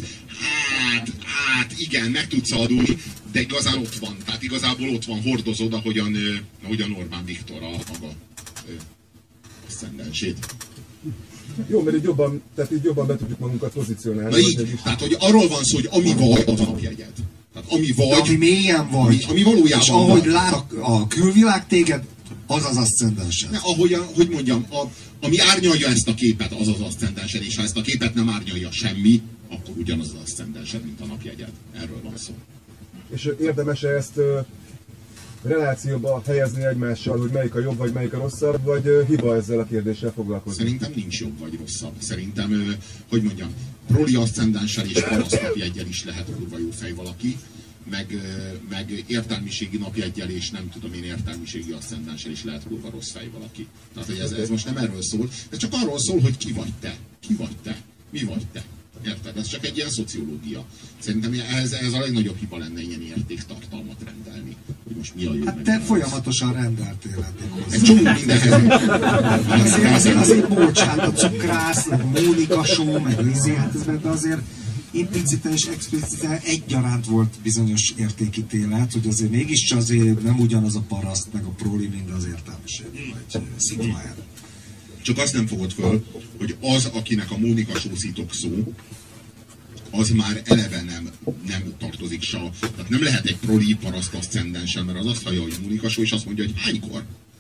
Speaker 1: hát igen, meg tudsz szabadulni, de igazán ott van. Tehát igazából ott van, hordozod, ahogyan Orbán Viktor a maga aszcendensét.
Speaker 5: Jó, mert így jobban be tudjuk magunkat pozícionálni.
Speaker 1: Na így, tehát hogy arról van szó, hogy ami vagy, az a napjegyed. Tehát ami vagy,
Speaker 2: ami mélyen vagy,
Speaker 1: ami valójában
Speaker 2: és ahogy
Speaker 1: vagy.
Speaker 2: lát a külvilág téged, az az aszcendensed.
Speaker 1: Hogy mondjam, ami árnyalja ezt a képet, az az aszcendensed, és ha ezt a képet nem árnyalja semmi, akkor ugyanaz az aszcendensed, mint a napjegyed. Erről van szó.
Speaker 5: És érdemes-e ezt relációba helyezni egymással, hogy melyik a jobb, vagy melyik a rosszabb, vagy hiba ezzel a kérdéssel foglalkozni?
Speaker 1: Szerintem nincs jobb vagy rosszabb. Szerintem, hogy mondjam, proli aszcendenssel és paraszt napjeggyel is lehet kurva jó fej valaki, meg értelmiségi napjeggyel és nem tudom én értelmiségi aszcendenssel is lehet kurva rossz fej valaki. Tehát hogy ez most nem erről szól, ez csak arról szól, hogy ki vagy te. Ki vagy te? Mi vagy te? Érted? Ez csak egy ilyen szociológia. Szerintem ez a legnagyobb hiba lenne ilyen értéktartalmat rendelni. Hogy most mi a jó,
Speaker 2: hát te folyamatosan rendeltél eddig hozzá.
Speaker 1: egy csomó mindenhez.
Speaker 2: Azért bocsánat, a cukrász, meg a Mónika show, meg hát de azért impliciten és expliciten egyaránt volt bizonyos értékítélet, hogy azért mégiscsak azért nem ugyanaz a paraszt, meg a proli, mint az értelmiség, vagy szigma erre.
Speaker 1: Csak azt nem fogod föl, hogy az, akinek a Mónika show szó, az már eleve nem tartozik se. Tehát nem lehet egy proli paraszt aszcendenssel, mert az azt hallja, hogy Mónika show, és azt mondja, hogy hánykor?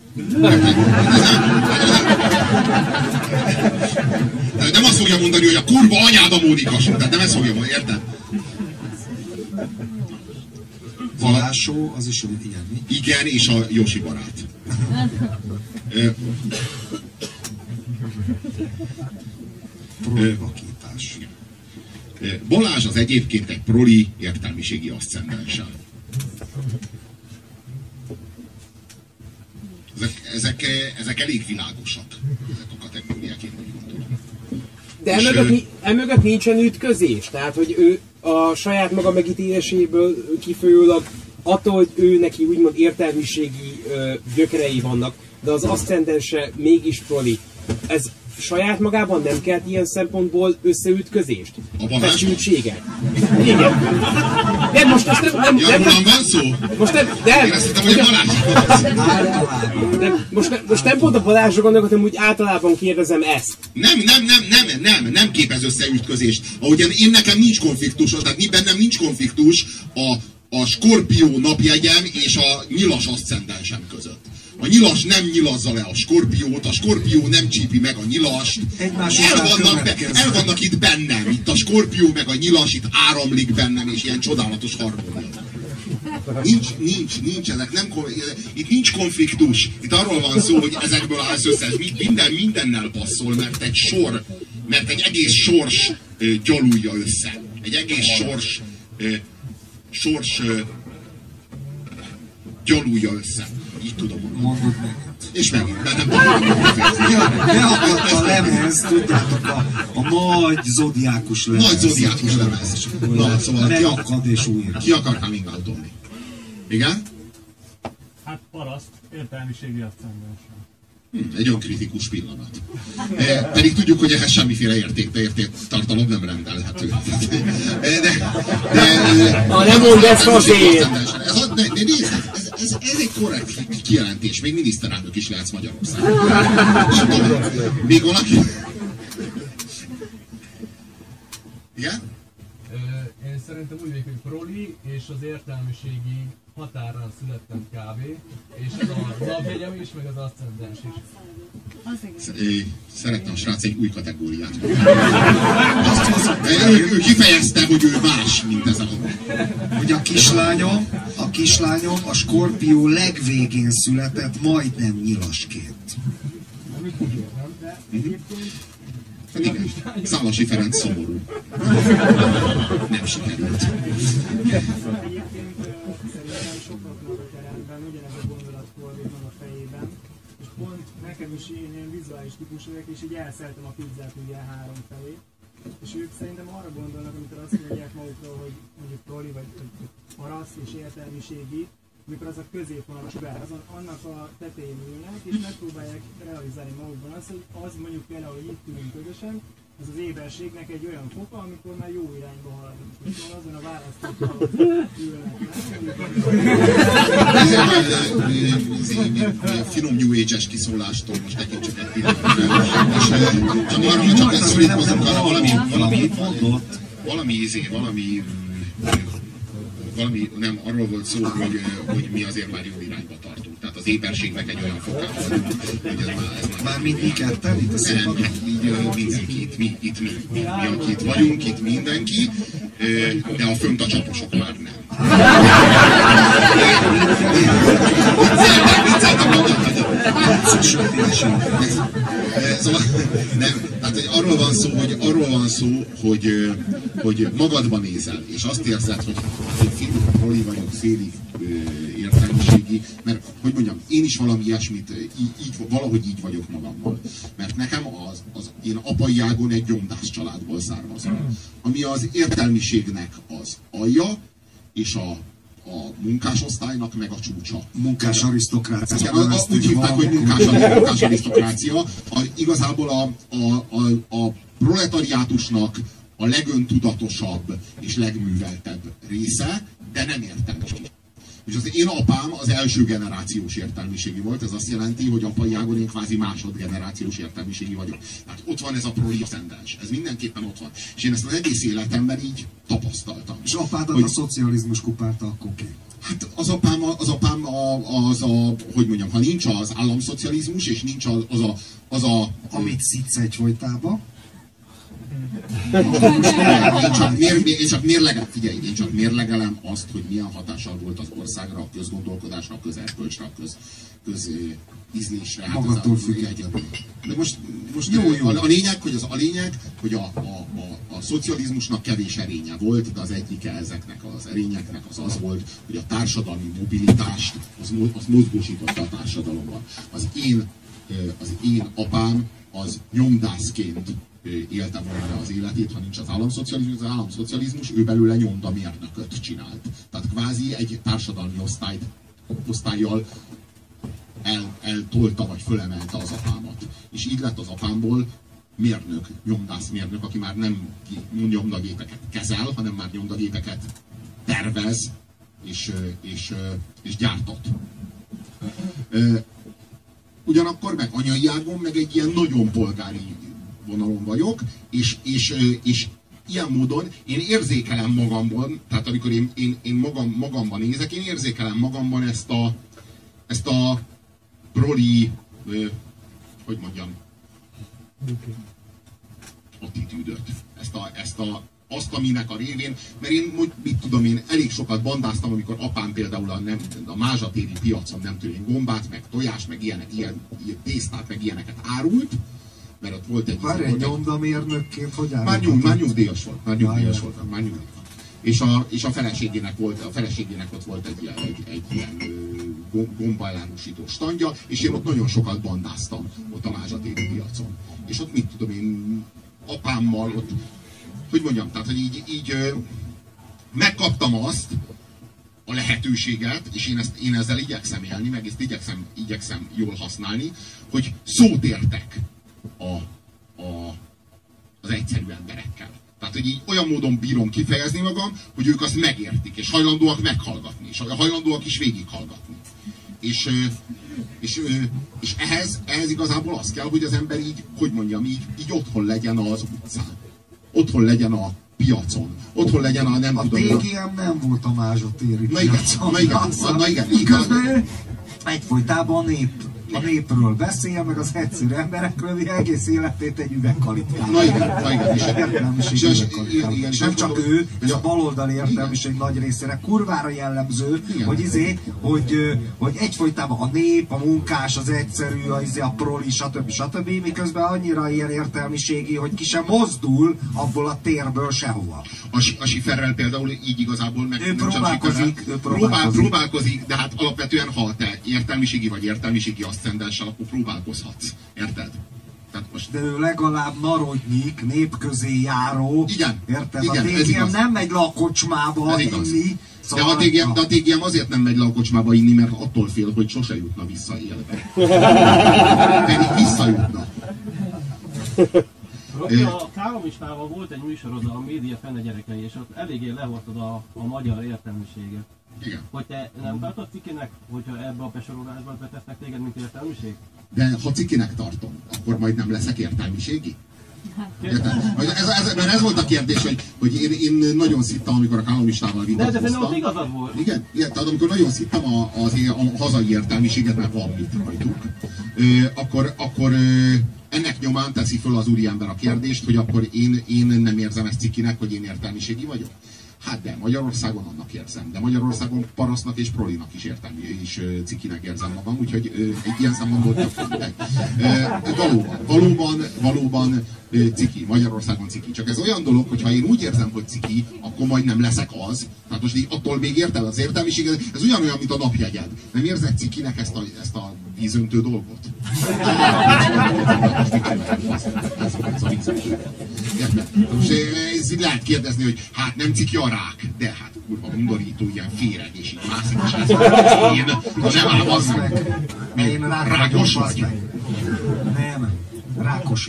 Speaker 1: Nem azt fogja mondani, hogy a kurva anyád a Mónika show. Tehát nem ezt fogja mondani, érted?
Speaker 2: Balázs show, az is olyan ilyen, mi?
Speaker 1: Igen, és a Jósi barát.
Speaker 2: Prolivakítás.
Speaker 1: Balázs az egyébként egy proli értelmiségi aszcendenssel. Ezek elég világosak, ezek a kategóriák, én úgy gondolom.
Speaker 6: De emögött nincsen ütközés, tehát hogy ő a saját maga megítéléséből kifolyólag attól, hogy ő neki úgymond értelmiségi gyökerei vannak, de az aszcendense mégis proli. Ez saját magában nem kelt ilyen szempontból összeütközést? Feszültséget? Igen. De most nem
Speaker 1: van szó?
Speaker 6: Most nem,
Speaker 1: én azt hittem, hogy a Balázs.
Speaker 6: Most nem pont a Balázsra gondolok, hanem úgy általában kérdezem ezt.
Speaker 1: Nem képez összeütközést. Ahogyan én nekem nincs konfliktus, tehát bennem nincs konfliktus a Skorpió napjegyem és a nyilas aszcendensem között. A nyilas nem nyilazza le a Skorpiót, a Skorpió nem csípi meg a nyilast. El vannak itt bennem, itt a Skorpió meg a nyilas, itt áramlik bennem, és ilyen csodálatos harmónia. Nincs ezek, itt nincs konfliktus. Itt arról van szó, hogy ezekből állsz össze, mindennel passzol, mert egy egész sors gyalulja össze. Egy egész sors gyalulja össze. Így tudom mondani.
Speaker 2: Mondod meg.
Speaker 1: És megint, mert nem tudom.
Speaker 2: Beakadt a lemez, tudjátok, a nagy zodiákus lemez.
Speaker 1: Nagy zodiákus lemez. Na, szóval
Speaker 2: beakad és újra.
Speaker 1: Ki akar coming out-olni? Igen?
Speaker 7: Hát paraszt, értelmiségi aszcendenssel.
Speaker 1: Egy önkritikus pillanat. Pedig tudjuk, hogy ehhez semmiféle értéktartalom nem rendelhető.
Speaker 6: Nem mondd ezt azért!
Speaker 1: Ez egy korrekt kijelentés. Még miniszterelnök is lehetsz Magyarországon. Még valaki... Igen?
Speaker 4: Én szerintem úgy vagyok, hogy proli és az értelmiségi határán születtem kb. És ez a napjegyem is, meg az aszcendens is.
Speaker 1: Szeretne a srác egy új kategóriát. Ő kifejezte, hogy ő más, mint ez a...
Speaker 2: Hogy a kislányom a Skorpió legvégén született, majdnem nyilasként.
Speaker 3: Egyébként
Speaker 1: Hát igen, Szálasi Ferenc szomorú. Nem sikerült.
Speaker 3: Egyébként szerintem sokaknak a teremben ugyanez a gondolat fordítva a fejében, és pont nekem is én ilyen vizuális típus vagyok, és így elszeltem a pizzát ugye három felé, és ők szerintem arra gondolnak, amikor azt mondják magukról, hogy mondjuk proli vagy paraszt és értelmiségi, amikor az a középvonal sugár, annak a tetején ülnek, és megpróbálják realizálni magukban azt, hogy az mondjuk például, hogy itt ülünk közösen, az az éberségnek egy olyan foka, amikor már jó irányba haladunk. Szóval azon a választókkal ülnek.
Speaker 1: Finom New Age-es kiszólástól most nekünk csak egy pillanat. Csak arra, csak ezt szorítkozunk arra, valami nem, arról volt szó, hogy mi azért már jó irányba tartunk. Tehát az éberségnek egy olyan fokán vagyunk, hogy ez már...
Speaker 2: Mármint mi ketten itt a színpadon?
Speaker 1: Nem, így mindenki, itt mi. Mi, akik itt vagyunk, itt mindenki, de a fönt a csaposok már nem. Szóval, nem, tehát arról van szó, hogy magadban nézel, és azt érzed, hogy én félig proli vagyok, félig értelmiségi, mert, hogy mondjam, én is valami ilyesmit, valahogy így vagyok magammal. Mert nekem én apai ágon egy gyomdás családból származom, ami az értelmiségnek az alja, és a munkásosztálynak meg a csúcsa.
Speaker 2: Munkás arisztokrácia.
Speaker 1: Úgy hívták, hogy munkás arisztokrácia. Igazából a proletariátusnak a legöntudatosabb és legműveltebb része, de nem értelmiség. És az én apám az első generációs értelmiségi volt, ez azt jelenti, hogy apai ágon én kvázi másodgenerációs értelmiségi vagyok. Tehát ott van ez a proli aszcendens, ez mindenképpen ott van. És én ezt az egész életemben így tapasztaltam. És
Speaker 2: apádat a szocializmus kupárta akkor ki?
Speaker 1: Hát az apám hogy mondjam, ha nincs az államszocializmus, és nincs
Speaker 2: amit szitsz egyfolytában.
Speaker 1: Én csak mérlegelem azt, hogy milyen hatással volt az országra, a közgondolkodásra, a közerkölcsre, a közízlésre.
Speaker 2: Magattól függetlenül.
Speaker 1: De most jó. A lényeg, hogy a szocializmusnak kevés erénye volt, de az egyike ezeknek az erényeknek az volt, hogy a társadalmi mobilitást az mozgósította a társadalomban. Az én apám az nyomdászként élte volna az életét, ha nincs az államszocializmus, ő belőle nyomdamérnököt csinált. Tehát kvázi egy társadalmi osztályjal eltolta vagy fölemelte az apámat. És így lett az apámból mérnök, nyomdászmérnök, aki már nem nyomdagépeket kezel, hanem már nyomdagépeket tervez és gyártott. Ugyanakkor meg anyai ágon meg egy ilyen nagyon polgári vonalon vagyok, és ilyen módon én érzékelem magamban, tehát amikor én magamban nézek, én érzékelem magamban ezt a proli, hogy mondjam, attitűdöt. Azt, aminek a révén, mert én, mit tudom én, elég sokat bandáztam, amikor apám például a mázsatéri piacon nem tudom én gombát, meg tojást, meg ilyen tésztát, meg ilyeneket árult, mert ott volt egy...
Speaker 2: Már egy nyomdamérnökként, hogy
Speaker 1: Már nyugdíjas volt. És a feleségének ott volt egy ilyen gombaelárusító standja, és én ott nagyon sokat bandáztam ott a mázsatéri piacon. És ott mit tudom én, apámmal ott, hogy mondjam, tehát hogy így megkaptam azt, a lehetőséget, és én ezzel igyekszem élni, meg ezt igyekszem jól használni, hogy szót értek az egyszerű emberekkel. Tehát, hogy így olyan módon bírom kifejezni magam, hogy ők azt megértik, és hajlandóak meghallgatni, és hajlandóak is végighallgatni. És ehhez igazából az kell, hogy az ember így, hogy mondjam, így otthon legyen az utcán. Otthon legyen a piacon. Otthon legyen a nem tudom...
Speaker 2: A TGM nem volt a mázsatéri piacon.
Speaker 1: Na igen.
Speaker 2: Miközben egyfolytában a népről beszél, meg az egyszerű emberekről, hogy egész életét egy üvegkalitkával.
Speaker 1: Na igen.
Speaker 2: És nem csak ő, ez a baloldali értelmiség nagy részére kurvára jellemző, hogy egyfolytában a nép, a munkás, az egyszerű, a proli, stb. Miközben annyira ilyen értelmiségi, hogy ki sem mozdul abból a térből sehova.
Speaker 1: A Schifferrel például így igazából meg
Speaker 2: ő
Speaker 1: próbálkozik, de hát alapvetően ha te értelmiségi vagy értelmiségi aszcendenssel, akkor próbálkozhatsz. Érted? Most...
Speaker 2: De ő legalább narodnyik, népközé járó.
Speaker 1: Igen.
Speaker 2: Érted?
Speaker 1: Igen,
Speaker 2: a TGM nem megy le a kocsmába inni.
Speaker 1: Szóval de a TGM azért nem megy le a kocsmába inni, mert attól fél, hogy sose jutna vissza élve. Pedig visszajutna.
Speaker 8: Robi, a Kálomistával volt egy műsorod, a Média fenne gyerekei, és ott eléggé lehortad a magyar értelmiséget.
Speaker 1: Igen.
Speaker 8: Hogy te nem tartod cikinek, hogyha ebbe a besorolásban betesznek téged, mint értelmiség?
Speaker 1: De ha cikinek tartom, akkor majd nem leszek értelmiségi? Ez volt a kérdés, hogy én nagyon szittam, amikor a Kálomistával vitatkoztam.
Speaker 8: De szerintem igazad volt.
Speaker 1: Igen, tehát amikor nagyon szittam a hazai értelmiséget, mert van mit rajtuk, akkor ennek nyomán teszi föl az úriember a kérdést, hogy akkor én nem érzem ezt cikinek, hogy én értelmiségi vagyok. Hát de Magyarországon annak érzem, de Magyarországon parasztnak és prolinak is cikinek érzem magam, úgyhogy egy ilyen szempontból több. Valóban ciki, Magyarországon ciki. Csak ez olyan dolog, hogy ha én úgy érzem, hogy ciki, akkor majd nem leszek az. Tehát most így attól még érted az értelmiség, ez ugyanolyan, mint a napjegyed. Nem érzed cikinek ezt a vízöntő dolgot? Ez a vízöntő. Most ez lehet kérdezni, hogy hát nem ciki a rák, de hát kurva undorító, ilyen féreg, és így mászik, és ez nem ám az meg.
Speaker 2: Én
Speaker 1: rákos vagy?
Speaker 2: Nem, rákosi.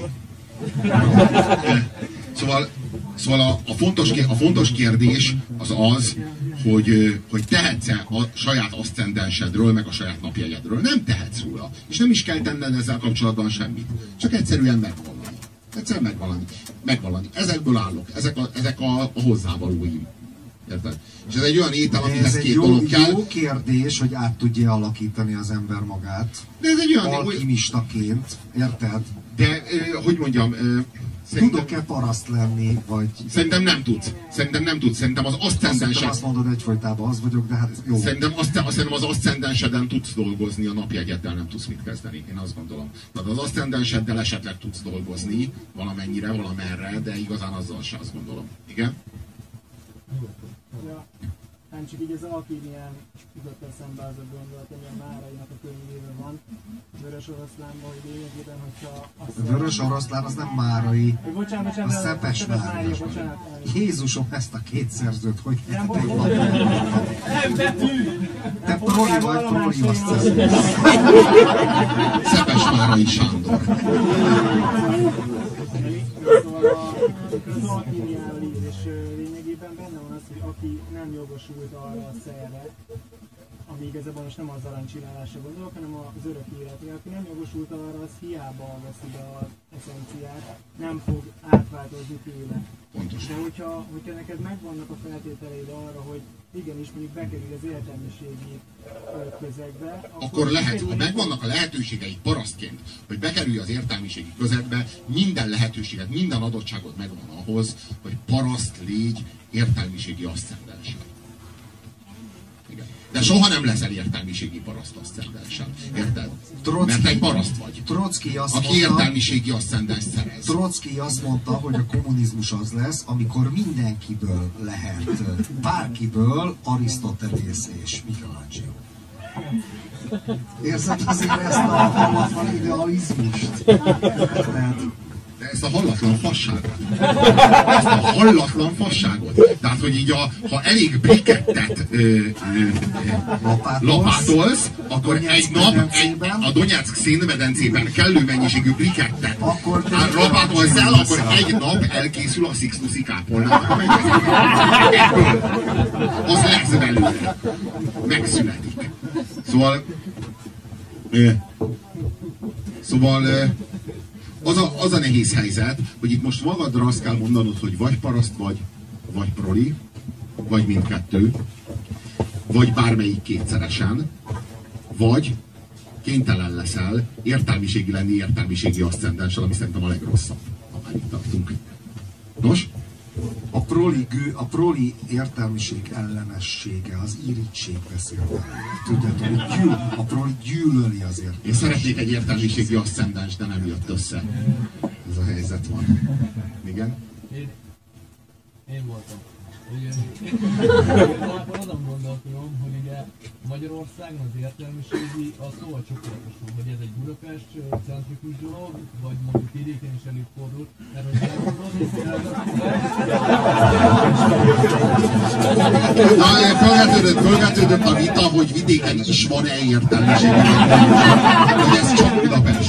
Speaker 1: Szóval a fontos kérdés az, hogy tehetsz-e a saját aszcendensedről, meg a saját napjegyedről. Nem tehetsz róla. És nem is kell tenned ezzel kapcsolatban semmit. Csak egyszerűen megvallani. Egyszerűen megvallani. Ezekből állok. Ezek a hozzávalóim. Érted? És ez egy olyan étel, amihez két dolog kell.
Speaker 2: Jó kérdés, hogy át tudja alakítani az ember magát.
Speaker 1: De ez egy olyan...
Speaker 2: alkimistaként, érted?
Speaker 1: De, hogy mondjam...
Speaker 2: Tudok-e paraszt lenni, vagy...
Speaker 1: Szerintem nem tudsz. Szerintem az aszcendensed...
Speaker 2: Azt mondod egyfolytában, az vagyok, de hát jó.
Speaker 1: Szerintem az aszcendenseden tudsz dolgozni, a napjegyeddel nem tudsz mit kezdeni. Én azt gondolom. Tehát az aszcendenseddel esetleg tudsz dolgozni valamennyire, valamerre, de igazán azzal se azt gondolom. Igen?
Speaker 3: Ja, nem csak így az alkímián jutott eszembe az a gondolat, hogy a Márainak a könyvében van, Vörös Oroszlánban, hogy lényegében, hogyha...
Speaker 2: A Vörös Oroszlán az nem Márai,
Speaker 3: bocsánat,
Speaker 2: a Szepes Mária. Jézusom, ezt a két szerzőt, hogy
Speaker 3: nem
Speaker 2: egy
Speaker 3: nem betű!
Speaker 2: Te proli vagy, proli azt hiszem.
Speaker 1: Szepes Márai Sándor.
Speaker 3: Szóval az alkímián ír, és lényegében benne van az, hogy aki nem jogosult arra a szerre, ami igazából most nem az aranycsinálásra gondolok, hanem az örök életre. Aki nem jogosult arra, az hiába veszi be az eszenciát, nem fog átváltozni tőle.
Speaker 1: Pontos.
Speaker 3: De hogyha neked megvannak a feltételeid arra, hogy igenis mondjuk bekerül az értelmiségi közegbe,
Speaker 1: akkor lehet, ha megvannak a lehetőségeid parasztként, hogy bekerülj az értelmiségi közegbe, minden lehetőséget, minden adottságot megvan ahhoz, hogy paraszt légy értelmiségi aszcendenssel. De soha nem leszel értelmiségi paraszt aszcendenssel. Érted? Mert egy paraszt vagy. Aki értelmiségi aszcendenst szerez.
Speaker 2: Trotzki azt mondta, hogy a kommunizmus az lesz, amikor mindenkiből lehet, bárkiből Arisztotelész és Michelangelo. Érzed azért ezt a hallatlan idealizmust?
Speaker 1: De ezt a hallatlan fasságot. Ezt a hallatlan fasságot. Tehát, hogy így ha elég brikettet lapátolsz, akkor egy nap a Donyeck szénmedencében kellő mennyiségű brikettet lapátolsz el, akkor egy nap elkészül a Sixtusi kápolnának a ebből. Az lesz belőle. Megszületik. Szóval az a nehéz helyzet, hogy itt most magadra azt kell mondanod, hogy vagy paraszt vagy proli, vagy mindkettő, vagy bármelyik kétszeresen, vagy kénytelen leszel értelmiségi lenni értelmiségi aszcendenssel, ami szerintem a legrosszabb, ha már itt tartunk. Nos?
Speaker 2: A proli értelmiség ellenessége, az irigység beszélt. Tudjátok, hogy a proli gyűlöli az értelmiség.
Speaker 1: Én szeretnék egy értelmiségi aszcendens, de nem jött össze. Ez a helyzet van. Igen?
Speaker 4: Én voltam. Azon gondoltam, hogy ugye Magyarországon az értelmiségi az szóval csoportosul, hogy ez egy Budapest centrikus dolog, vagy mondjuk vidéken is előfordul, mert hogy
Speaker 1: fölvetődött a vita, hogy vidéken is van-e értelmiségi, hogy ez csak Budapest.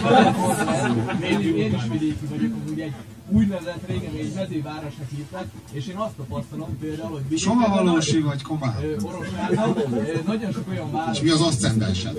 Speaker 4: Én is vidéki vagyok, amúgy egy úgynevezett régen egy mezővárosnak hívták, és én azt tapasztalom például, hogy vidéken...
Speaker 2: Somavalósi vagy komár?
Speaker 4: Orosháza, nagyon sok olyan város...
Speaker 1: És mi az aszcendensed?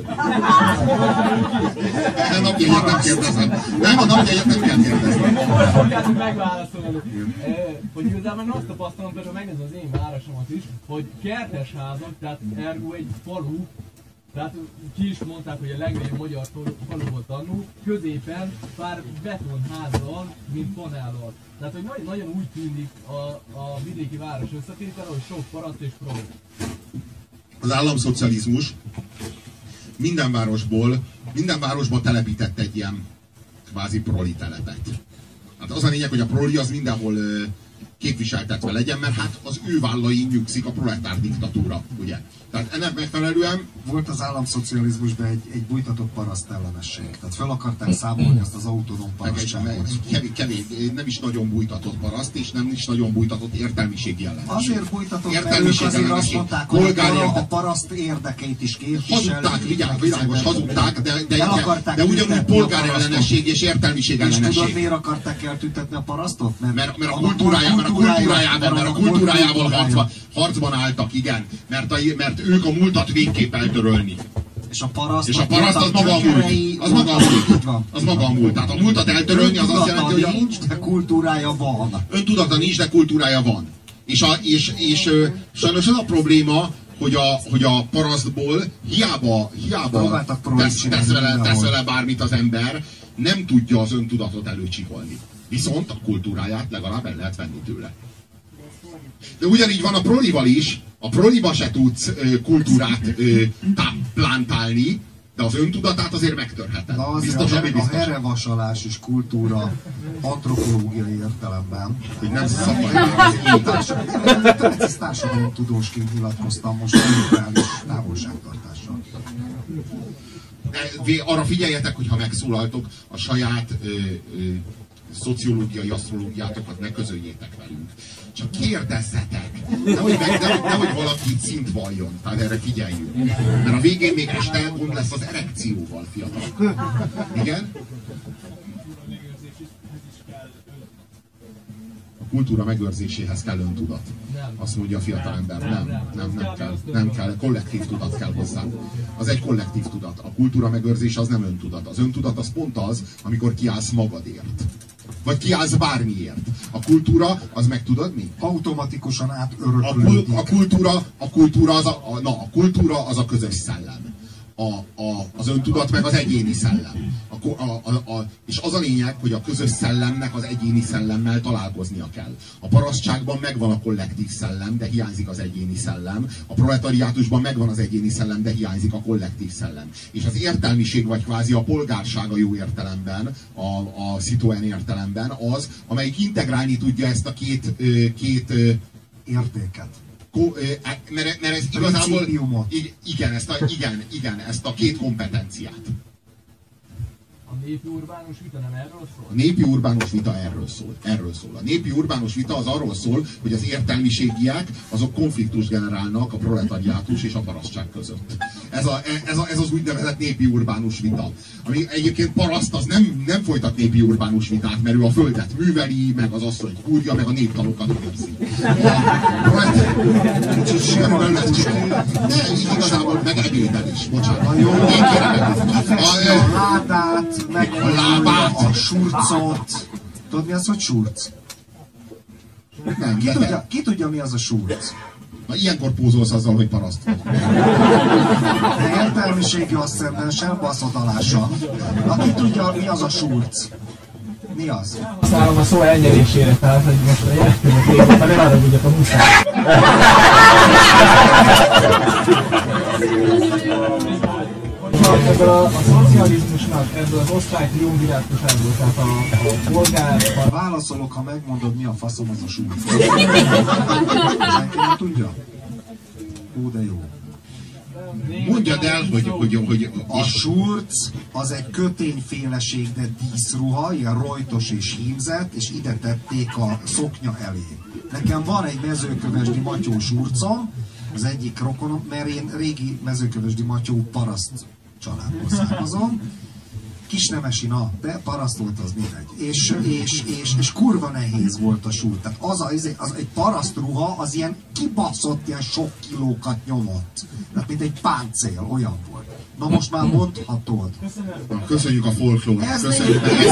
Speaker 1: Nem napjegyet nem kérdezem. Nem, a napjegyet nem kell kérdezni.
Speaker 4: Most fogjátok megválaszolni. Hogy igazából én azt tapasztalom, például megnézem az én városomat is, hogy kertes házak, tehát ergo egy falu, tehát ki is mondták, hogy a legnagyobb magyar falu volt annó, középen pár betonházzal, mint panállal. Tehát, hogy nagyon úgy tűnik a vidéki város összetétele, hogy sok paraszt és proli.
Speaker 1: Az államszocializmus minden városba telepített egy ilyen kvázi proli telepet. Hát az a lényeg, hogy a proli az mindenhol képviseltetve legyen, mert hát az ő vállain nyugszik a proletár diktatúra, ugye? Tehát ennek megfelelően...
Speaker 2: Volt az államszocializmusban egy bújtatott paraszt ellenesség. Tehát fel akarták számolni azt az autonóm parasztságot.
Speaker 1: Nem is nagyon bújtatott paraszt, és nem is nagyon bújtatott értelmiségi ellenség.
Speaker 2: Azért bújtatott, mert ők azért azt mondták, hogy a paraszt érdekeit is képvisel.
Speaker 1: Hazudták, világos, hazudták, de ugyanúgy polgárellenesség és értelmiség ellenesség. És
Speaker 2: tudod, miért akarták eltüntetni a parasztot?
Speaker 1: Mert a kultúrájával harcban álltak, igen. Mert ők a múltat végképp eltörölni.
Speaker 2: És a paraszt
Speaker 1: az maga a múlt. Az maga a múlt. Tehát a múltat eltörölni az azt jelenti, hogy
Speaker 2: nincs, de kultúrája van.
Speaker 1: Öntudata nincs, de kultúrája van. És sajnos az a probléma, hogy a parasztból hiába tesz vele bármit az ember, nem tudja az öntudatot előcsiholni. Viszont a kultúráját legalább el lehet venni tőle. De ugyanígy van a prolival is. A proliba se tudsz kultúrát plántálni, de az öntudatát azért megtörheted.
Speaker 2: Na azért a herrevasalás és kultúra antropológiai értelemben, hogy nem szabad. Ez társadalomtudósként nyilatkoztam most a távolságtartással.
Speaker 1: Arra figyeljetek, hogy ha megszólaltok, a saját szociológiai asztrológiátokat ne közöljétek velünk. Csak kérdezzetek, nehogy valaki szint valljon, tehát erre figyeljünk. Mert a végén még este gond lesz az erekcióval, fiatal. Igen? A kultúra megőrzéséhez kell öntudat. Azt mondja a fiatalember. Nem kell. Kollektív tudat kell hozzá. Az egy kollektív tudat. A kultúra megőrzése az nem öntudat. Az öntudat az pont az, amikor kiállsz magadért. Vagy kiállsz bármiért. A kultúra, az meg tudod mi?
Speaker 2: Automatikusan átöröklődik.
Speaker 1: A kultúra az a közös szellem. Az öntudat meg az egyéni szellem. És az a lényeg, hogy a közös szellemnek az egyéni szellemmel találkoznia kell. A parasztságban megvan a kollektív szellem, de hiányzik az egyéni szellem. A proletariátusban megvan az egyéni szellem, de hiányzik a kollektív szellem. És az értelmiség, vagy kvázi a polgárság a jó értelemben, a Citroën értelemben az, amelyik integrálni tudja ezt a két
Speaker 2: értéket.
Speaker 1: Mert ez igazából... Igen, ezt a két kompetenciát.
Speaker 4: A népi urbánus vita nem erről szól?
Speaker 1: A népi urbánus vita erről szól. A népi urbánus vita az arról szól, hogy az értelmiségiek azok konfliktus generálnak a proletariátus és a parasztság között. Ez az úgynevezett népi urbánus vita. Ami egyébként paraszt az nem folytat népi urbánus vitát, mert ő a földet műveli, meg az asszonyt kúrja, meg a néptalokat őrzi. Igazából meg ebédel is, bocsánat.
Speaker 2: A ládát, meg a lábát, a surcot. Tudod mi az, hogy surc?
Speaker 1: Nem,
Speaker 2: ki tudja mi az a surc?
Speaker 1: Na, ilyenkor pózolsz azzal, hogy paraszt vagy.
Speaker 2: De értelmiségi asszendensen baszodalása. Aki tudja, mi az a surc? Mi az?
Speaker 3: Használom a szó elnyerésére, tehát hogy most a gyerekkönyvet végül, ha nem haragudjak a muszáj. Ebből a szocializmusnak, ebből az osztály triumvirátusából, tehát a polgár...
Speaker 2: Válaszolok, ha megmondod, mi a faszom az a surc. Senki nem tudja? Hú, de jó.
Speaker 1: Mondjad el, hogy
Speaker 2: A surc az egy kötényféleség, de díszruha, ilyen rojtos és hímzett, és ide tették a szoknya elé. Nekem van egy Mezőkövesdi Matyó surcom, az egyik rokonom, mert én régi Mezőkövesdi Matyó paraszt családból származom. Kisnemesi, na, de paraszt volt az mindegy. És kurva nehéz volt a súly. Tehát az egy paraszt ruha, az ilyen kibaszott, ilyen sok kilókat nyomott. Tehát mint egy páncél, olyan volt. Na most már mondhatod.
Speaker 1: köszönjük a folklórt.
Speaker 2: Ez
Speaker 1: Köszönjük.
Speaker 2: még-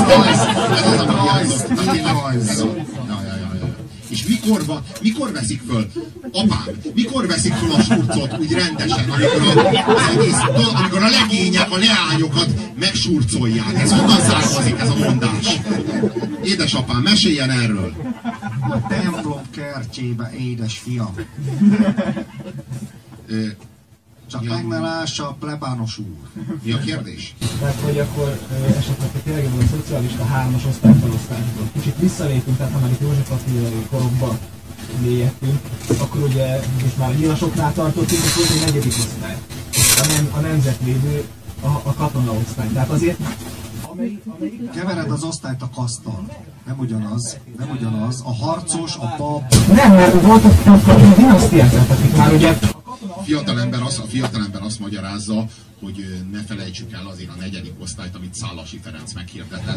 Speaker 1: Ez rajz. És mikor veszik föl, apám, mikor veszik föl a surcot úgy rendesen, amikor a legények, a leányokat megsurcolják. Ez honnan származik ez a mondás? Édesapám, meséljen erről.
Speaker 2: A templom kertjébe, édes fiam. Csak meg ne lássa a plebános úr.
Speaker 1: Mi a kérdés?
Speaker 3: Tehát, hogy akkor esetleg tényleg ebből a szocialista 3-as osztályfelosztásból kicsit visszalépünk, tehát ha már itt József Attila korokba mélyedtünk, akkor ugye most már a nyilasoknál tartottunk, akkor volt egy 4. osztály. A nemzetvédő, a katonaosztály. Tehát azért
Speaker 2: Kevered az osztályt a kaszttal. Nem ugyanaz. A harcos, a pap.
Speaker 3: nem, mert voltak a dinasztiák, akik már ugye...
Speaker 1: A fiatalember azt magyarázza, hogy ne felejtsük el azért a 4. osztályt, amit Szálasi Ferenc meghirdetett.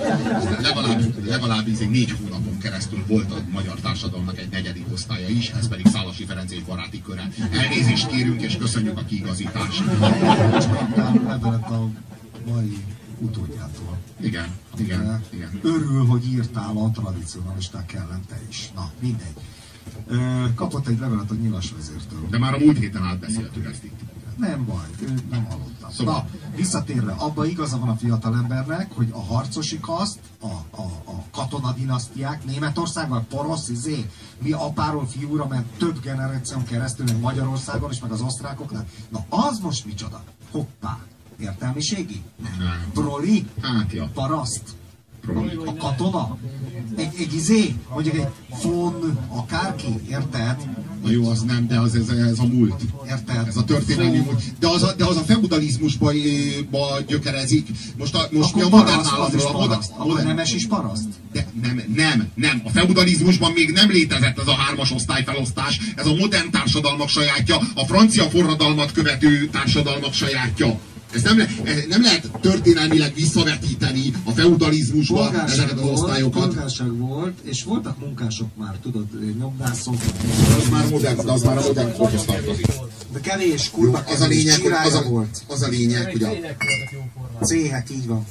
Speaker 1: Legalább 4 hónapon keresztül volt a magyar társadalomnak egy 4. osztálya is, ez pedig Szálasi Ferenc és baráti köre. Elnézést kérünk és köszönjük a kiigazítást.
Speaker 2: Levelet a mai utódjától.
Speaker 1: Igen.
Speaker 2: Örül, hogy írtál a tradicionalisták ellen te is. Na, mindegy. Kapott egy levelet a nyilas vezértől.
Speaker 1: De már a múlt héten átbeszéltük ezt itt.
Speaker 2: Nem baj, nem hallottam.
Speaker 1: Szóval.
Speaker 2: Na, visszatérve, abban igaza van a fiatalembernek, hogy a harcosi kaszt, a katonadinasztiák, Németországban porosz, mi apáról fiúra ment több generáción keresztül, meg Magyarországon is, meg az osztrákoknál. Na, az most micsoda? Hoppá! Értelmiségi?
Speaker 1: Nem.
Speaker 2: Proli?
Speaker 1: Hát, ja.
Speaker 2: Paraszt? A katona? Egy mondjuk egy von akárki, érted?
Speaker 1: Na jó, az nem, de ez a múlt.
Speaker 2: Érted?
Speaker 1: Ez a történelmi múlt. De az a feudalizmusba gyökerezik. Most mi a modern államról?
Speaker 2: A nemes is paraszt?
Speaker 1: De nem. A feudalizmusban még nem létezett ez a 3-as osztályfelosztás. Ez a modern társadalmak sajátja, a francia forradalmat követő társadalmak sajátja. Ez nem lehet történelmileg visszavetíteni a feudalizmusba ezeket az osztályokat.
Speaker 2: Polgárság volt, és voltak munkások már, tudod, nyomdászok.
Speaker 1: Az már a modern korhoz tartozik.
Speaker 2: De kevés, kurva
Speaker 1: Az a lényeg,
Speaker 2: csirája volt.
Speaker 1: az a lényeg, hogy a...
Speaker 2: Céhek, így van.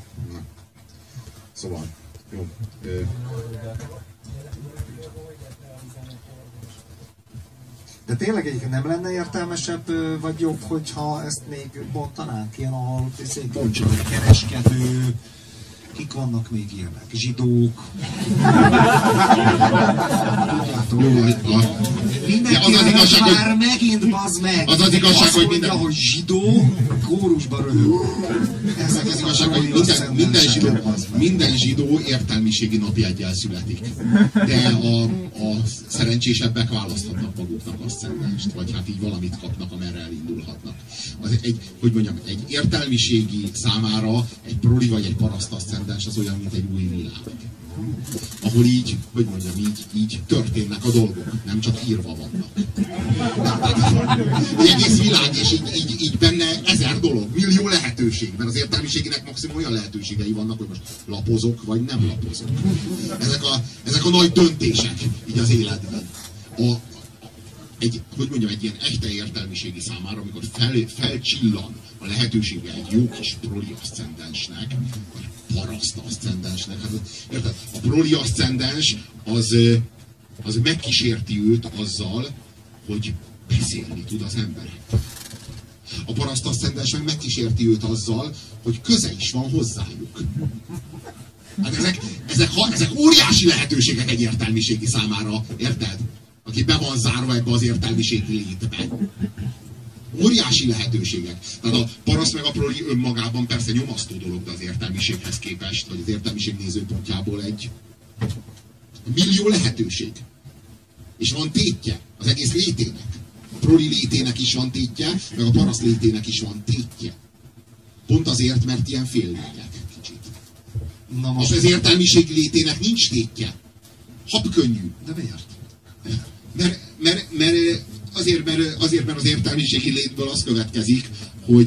Speaker 1: Szóval, jó.
Speaker 2: De tényleg egyébként nem lenne értelmesebb, vagy jobb, hogyha ezt még bontanánk, ilyen ahol kereskedő, kik vannak még ilyenek? Zsidók. Mindenki már megint bazd meg.
Speaker 1: Az az igazság, hogy
Speaker 2: mondja, hogy zsidó, kórusba röhög.
Speaker 1: Ez az igazság, hogy minden zsidó értelmiségi napjeggyel születik. De a szerencsésebbek választhatnak maguknak asszendenst, vagy hát így valamit kapnak, amerre elindulhatnak. Egy értelmiségi számára egy proli vagy egy paraszt asszendens az olyan, mint egy új világ. Ahol így történnek a dolgok, nem csak írva vannak. Egy egész világ, és így benne 1000 dolog, millió lehetőség, mert az értelmiségének maximum olyan lehetőségei vannak, hogy most lapozok, vagy nem lapozok. Ezek a nagy döntések így az életben. Egy ilyen echte értelmiségi számára, amikor felcsillan a lehetősége egy jó kis proli aszcendensnek, vagy paraszt aszcendensnek. Hát, érted? A proli aszcendens az megkísérti őt azzal, hogy beszélni tud az ember. A paraszt aszcendens meg megkísérti őt azzal, hogy köze is van hozzájuk. Hát ezek óriási lehetőségek egy értelmiségi számára, érted? Aki be van zárva ebbe az értelmiségi létbe. Óriási lehetőségek. Tehát a paraszt meg a proli önmagában persze nyomasztó dolog, de az értelmiséghez képest, vagy az értelmiség nézőpontjából egy millió lehetőség. És van tétje az egész létének. A proli létének is van tétje, meg a paraszt létének is van tétje. Pont azért, mert ilyen félmények kicsit. Na most az értelmiség létének nincs tétje. Habkönnyű.
Speaker 2: De miért?
Speaker 1: Azért, mert az értelmiségi létből az következik, hogy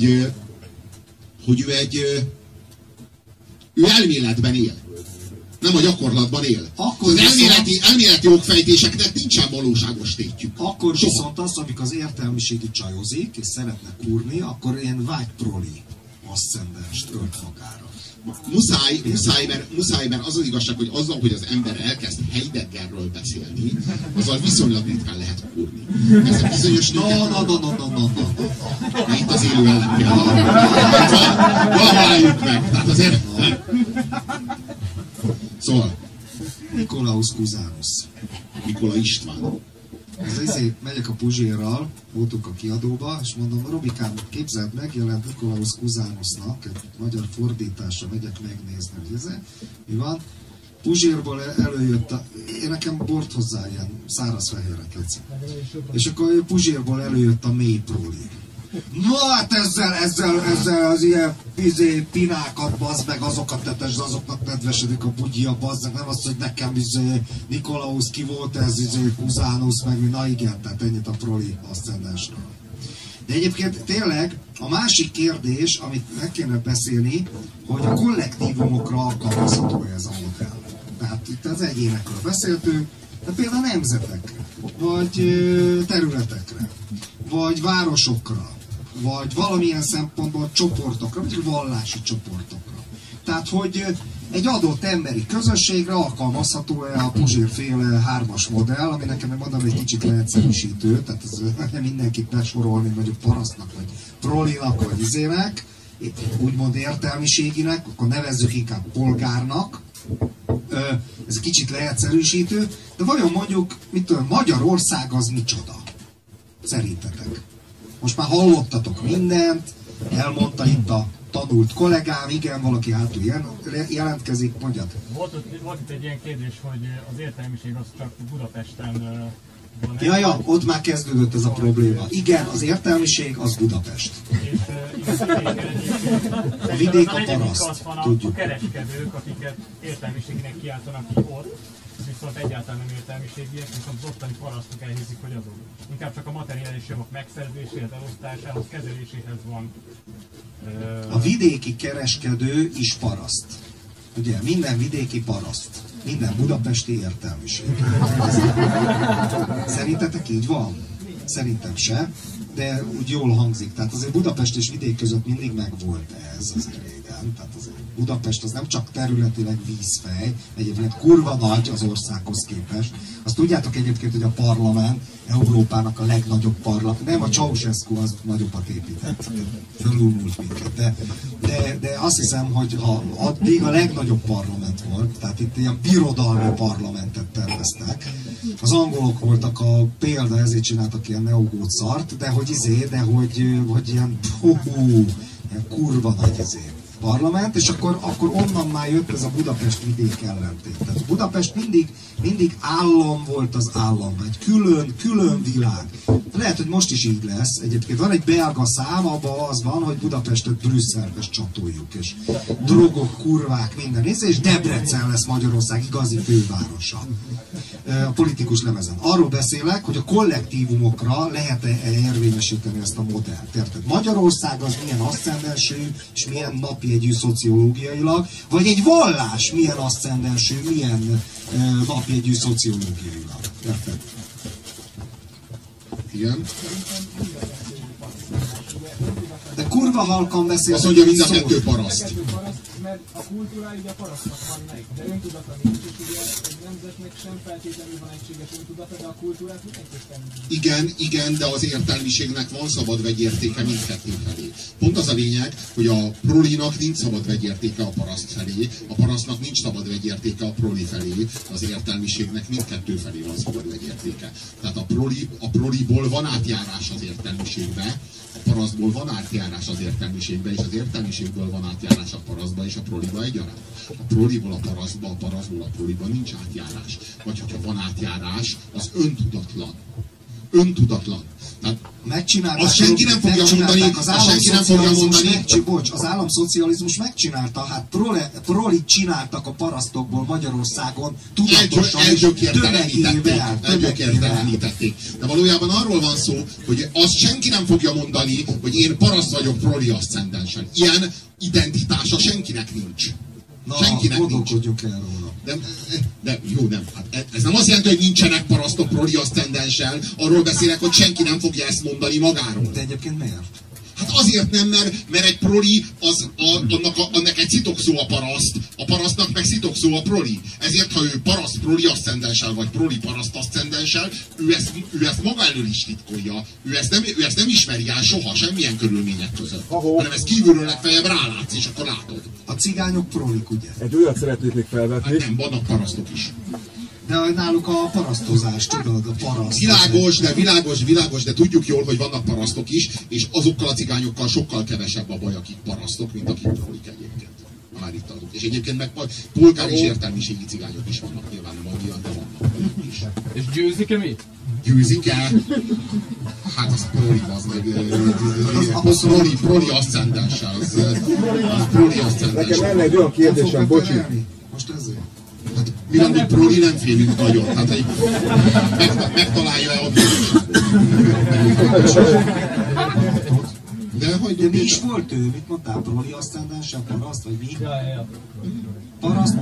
Speaker 1: ő elméletben él. Nem a gyakorlatban él.
Speaker 2: Akkor
Speaker 1: az elméleti okfejtéseknek nincsen valóságos tétjük.
Speaker 2: Akkor viszont az, amikor az értelmiségi csajozik, és szeretne kurni, akkor ilyen vágyproli aszcendenst ölt magára.
Speaker 1: Muszáj, mert az az igazság, hogy azzal, hogy az ember elkezd Heideggerről beszélni, azzal viszonylag ritkán lehet kurni. Ezek bizonyos itt az élő ellenpélda. Valahol meg. Tehát azért... Szóval...
Speaker 2: Nikolaus Cusanus.
Speaker 1: Nikola István.
Speaker 2: Megyek a Puzsérral, voltunk a kiadóba, és mondom, Robikám, képzeld, megjelent Nikolaus Cusanusnak egy magyar fordítása, megyek megnézni, hogy ez mi van. Puzsérból előjött, én nekem bort hozzá ilyen száraz fehérre tetszik. És akkor Puzsérból előjött a mély proli. Na hát ezzel az ilyen pinákat, bazd meg, azokat tetesd, azoknak nedvesedik a bugyja, bazd meg, nem az, hogy nekem Nikolaus ki volt ez, Cusanus, meg na igen, tehát ennyit a proli aszcendensről. De egyébként tényleg a másik kérdés, amit meg kéne beszélni, hogy a kollektívumokra alkalmazható ez a modell. Tehát itt az egyénekről beszéltünk, de például nemzetekre, vagy területekre, vagy városokra, vagy valamilyen szempontból csoportokra, vagy vallási csoportokra. Tehát, hogy egy adott emberi közösségre alkalmazható-e a Puzsér-féle 3-as modell, ami nekem megmondom egy kicsit leegyszerűsítő, tehát ez nem mindenkit besorolni, mondjuk parasztnak, vagy prolinak, vagy izének, úgymond értelmiséginek, akkor nevezzük inkább polgárnak. Ez kicsit leegyszerűsítő, de vajon mondjuk, Magyarország az micsoda? Szerintetek? Most már hallottatok mindent, elmondta itt a tanult kollégám, igen, valaki hátul jelentkezik, mondjad.
Speaker 7: Volt itt egy ilyen kérdés, hogy az értelmiség az csak Budapesten van.
Speaker 2: Ja, ott már kezdődött ez a probléma. Igen, az értelmiség az Budapest.
Speaker 7: És
Speaker 2: a vidék a paraszt,
Speaker 7: tudjuk. A kereskedők, akiket értelmiségnek kiáltanak ki ott, viszont egyáltalán nem értelmiségiek, viszont az ottani parasztok elhízik, hogy azok. Inkább csak a materiális javak megszerzéséhez, elosztásához, kezeléséhez van.
Speaker 2: A vidéki kereskedő is paraszt. Ugye, minden vidéki paraszt. Minden budapesti értelmiség. Szerintetek így van? Szerintem se, de úgy jól hangzik. Tehát azért Budapest és vidék között mindig megvolt ez azért régen. Tehát azért Budapest az nem csak területileg vízfej, egyébként kurva nagy az országhoz képest. Azt tudjátok egyébként, hogy a parlament Európának a legnagyobb parlament. Nem, a Ceausescu az nagyobbat épített. Fölülmúlt minket. De azt hiszem, hogy addig a legnagyobb parlament volt. Tehát itt ilyen birodalmi parlamentet terveztek. Az angolok voltak a példa, ezért csináltak ilyen neogót szart, de hogy ilyen kurva nagy parlament, és akkor onnan már jött ez a Budapest vidék ellentét. Tehát Budapest mindig állam volt az állam, egy külön világ. Lehet, hogy most is így lesz. Egyébként van egy belga szám, abban az van, hogy Budapestet Brüsszelbe csatoljuk, és drogok, kurvák, minden és Debrecen lesz Magyarország igazi fővárosa. A politikus lemezen. Arról beszélek, hogy a kollektívumokra lehet-e érvényesíteni ezt a modellt. Érted? Magyarország az milyen aszcendensű, és milyen napjegyű szociológiailag, vagy egy vallás milyen aszcendensű, milyen napjegyű szociológiailag. Érted?
Speaker 1: Igen.
Speaker 2: De kurva halkan beszélsz.
Speaker 1: Azt mondja, mind a kettő paraszt.
Speaker 3: Mert a
Speaker 4: kultúrája ugye a parasztnak van meg, de öntudata nincs, és ugye egy nemzetnek sem feltétlenül van egységes öntudata, de a kultúrát mindenképpen.
Speaker 1: Igen, de az értelmiségnek van szabad vegyértéke mindkettő felé. Pont az a lényeg, hogy a prolinak nincs szabad vegyértéke a paraszt felé, a parasztnak nincs szabad vegyértéke a proli felé, az értelmiségnek mindkettő felé van szabad vegyértéke. Tehát a proliból van átjárás az értelmiségbe, a parasztból van átjárás az értelmiségbe, és az értelmiségből van átjárás a parasztba és a proliba egyaránt. A proliból a parasztba, a parasztból a proliba nincs átjárás. Vagy hogyha van átjárás, az öntudatlan. Öntudatlan. Tehát
Speaker 2: megcsinálták,
Speaker 1: azt senki nem fogja mondani,
Speaker 2: az államszocializmus megcsinálta, hát prolit csináltak a parasztokból Magyarországon tudatosan,
Speaker 1: elgyökértelenítették. De valójában arról van szó, hogy azt senki nem fogja mondani, hogy én paraszt vagyok proli aszcendensen. Ilyen identitása senkinek nincs. Senkinek
Speaker 2: gondolkodjunk el róla.
Speaker 1: De jó, nem. Hát ez nem azt jelenti, hogy nincsenek parasztok proli aszcendenssel. Arról beszélek, hogy senki nem fogja ezt mondani magáról.
Speaker 2: De egyébként miért?
Speaker 1: Hát azért nem, mert egy proli, annak egy szitokszó a parasztnak meg szitokszó a proli. Ezért, ha ő paraszt proli aszcendenssel, vagy proli paraszt aszcendenssel, ő ezt maga elől is titkolja. Ő ezt nem ismeri el soha, semmilyen körülmények között. Hanem ezt kívülről legfeljebb rálátsz, és akkor látod.
Speaker 2: A cigányok prolik, ugye?
Speaker 5: Egy olyat szeretnék még felvetni.
Speaker 1: Hát nem, vannak parasztok is.
Speaker 2: De náluk a parasztozás, tudod, a paraszt.
Speaker 1: Világos, de tudjuk jól, hogy vannak parasztok is, és azokkal a cigányokkal sokkal kevesebb a baj, akik parasztok, mint akik prolik egyébként. Már itt adunk. És egyébként meg polgár és értelmiségi cigányok is vannak, nyilván nem olyan, de vannak is.
Speaker 4: És győzik-e mit?
Speaker 1: Győzik-e? Hát az proli, az proli aszcendenssel, az proli aszcendenssel.
Speaker 5: Nekem lenne egy olyan kérdésem, bocsi.
Speaker 2: Most ezért.
Speaker 1: Hát mi van, hogy proli nem félünk nagyon. Hát egy megtalálja a
Speaker 2: De mi is volt ő? Mit mondtál? Proli aszcendensen, paraszt, vagy mi? Paraszt,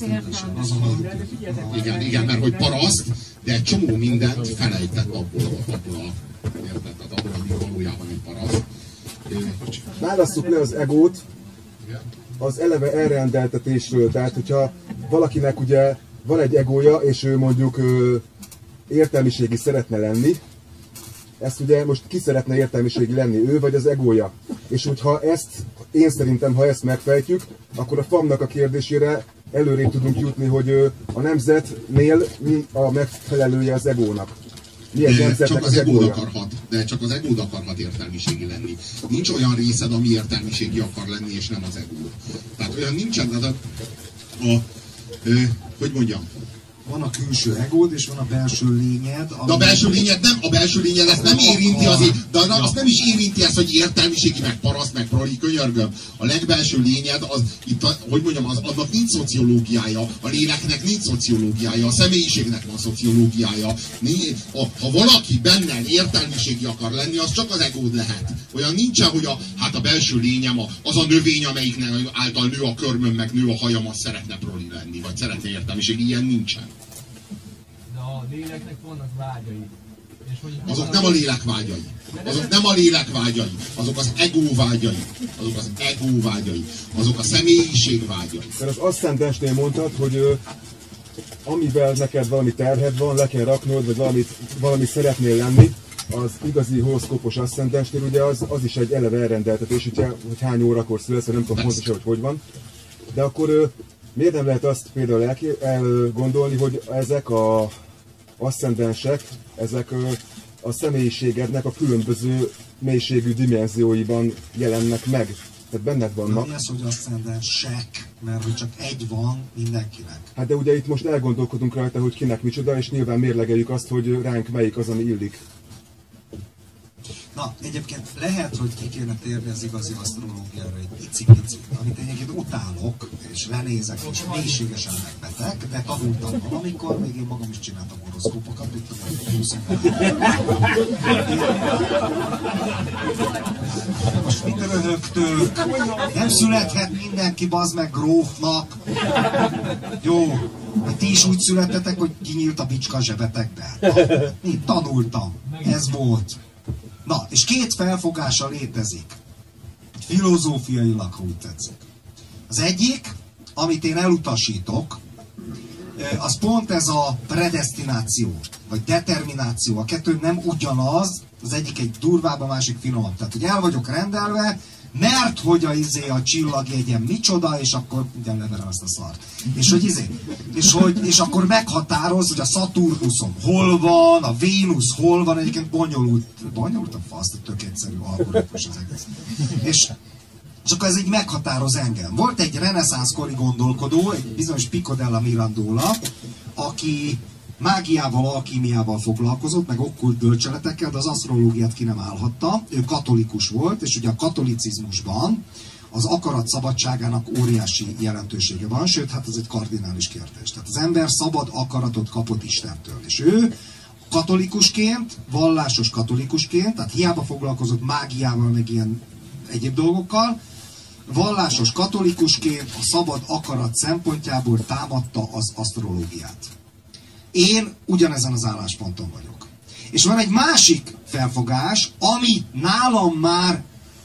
Speaker 1: igen, mert hogy paraszt, de egy csomó mindent felejtett abból ami valójában egy paraszt.
Speaker 5: Válasszuk le az egót az eleve elrendeltetésről. Tehát, hogyha valakinek ugye van egy egója, és ő mondjuk értelmiségi szeretne lenni, ezt ugye most ki szeretne értelmiségi lenni, ő vagy az egója? És hogyha én szerintem, ha ezt megfejtjük, akkor a FAM-nak a kérdésére előrébb tudunk jutni, hogy a nemzetnél mi a megfelelője az egónak.
Speaker 1: Csak az egód akarhat értelmiségi lenni. Nincs olyan részed, ami értelmiségi akar lenni, és nem az egó. Tehát olyan nincsen, hogy mondjam?
Speaker 2: Van a külső egód, és van a belső lényed.
Speaker 1: De a belső lényed ezt nem érinti de azt nem is érinti ezt, hogy értelmiségi, meg paraszt, meg proli, könyörgöm. A legbelső lényed, annak nincs szociológiája, a léleknek nincs szociológiája, a személyiségnek van szociológiája. Ha valaki benne értelmiségi akar lenni, az csak az egód lehet. Olyan nincsen, hogy a belső lényem az a növény, amelyik által nő a körmöm, meg nő a hajam, az szeretne proli lenni, vagy szeretne értelmiségi, ilyen nincsen.
Speaker 4: De a léleknek vannak vágyai.
Speaker 1: Azok nem a lélek vágyai. Azok az ego vágyai. Azok a személyiség vágyai.
Speaker 5: Mert az aszcendensnél mondtad, hogy amivel neked valami terhed van, le kell raknod, vagy valami szeretnél lenni, az igazi horoszkópos aszcendensnél ugye az is egy eleve elrendeltetés, ugye, hogy hány órakor születsz, nem tudom pontosan, hogy van. De akkor miért nem lehet azt például elgondolni, hogy ezek az aszcendensek, ezek a személyiségednek a különböző mélységű dimenzióiban jelennek meg. Tehát benned vannak.
Speaker 2: Mi az, hogy aszcendensek? Mert hogy csak egy van mindenkinek.
Speaker 5: Hát de ugye itt most elgondolkodunk rajta, hogy kinek micsoda, és nyilván mérlegeljük azt, hogy ránk melyik az, ami illik.
Speaker 2: Na, egyébként lehet, hogy ki kéne térni az igazi asztrológiára egy pici-pici, amit egyébként utálok, és lenézek, és mélységesen megbetek, de tanultam valamikor, még én magam is csináltam horoszkópokat, mit tudom, 20 Most mit röhögtök? Nem születhet mindenki, bazd meg, grófnak. Jó, hát ti is úgy születtetek, hogy kinyílt a bicska a zsebetekbe. Tanultam, ez volt. Na, és két felfogása létezik. Filozófiailag, ha úgy tetszik. Az egyik, amit én elutasítok, az pont ez a predestináció, vagy determináció. A kettő nem ugyanaz, az egyik egy durvább, a másik finomabb. Tehát, hogy el vagyok rendelve, mert hogy a csillagjegyen micsoda, és akkor ugyan leverem ezt a szart. És akkor meghatároz, hogy a Szaturnuszom hol van, a Vénusz hol van, egyébként bonyolult a fasz, tök egyszerű algoritmus az egész. És akkor ez így meghatároz engem. Volt egy reneszánszkori gondolkodó, egy bizonyos Pico della Mirandola, aki mágiával, alkímiával foglalkozott, meg okkult bölcseletekkel, de az asztrológiát ki nem állhatta. Ő katolikus volt, és ugye a katolicizmusban az akarat szabadságának óriási jelentősége van, sőt, hát ez egy kardinális kérdés. Tehát az ember szabad akaratot kapott Istentől, és ő katolikusként, vallásos katolikusként, tehát hiába foglalkozott mágiával, meg ilyen egyéb dolgokkal, vallásos katolikusként a szabad akarat szempontjából támadta az asztrológiát. Én ugyanezen az állásponton vagyok. És van egy másik felfogás, ami nálam már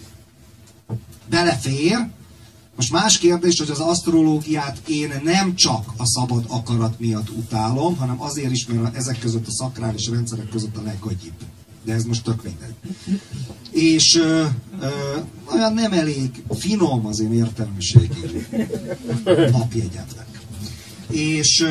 Speaker 2: belefér. Most más kérdés, hogy az asztrológiát én nem csak a szabad akarat miatt utálom, hanem azért is, mert ezek között a szakrális rendszerek között a leggagyibb. De ez most tök mindegy. És olyan nem elég finom az én értelmiségi napjegyemnek. És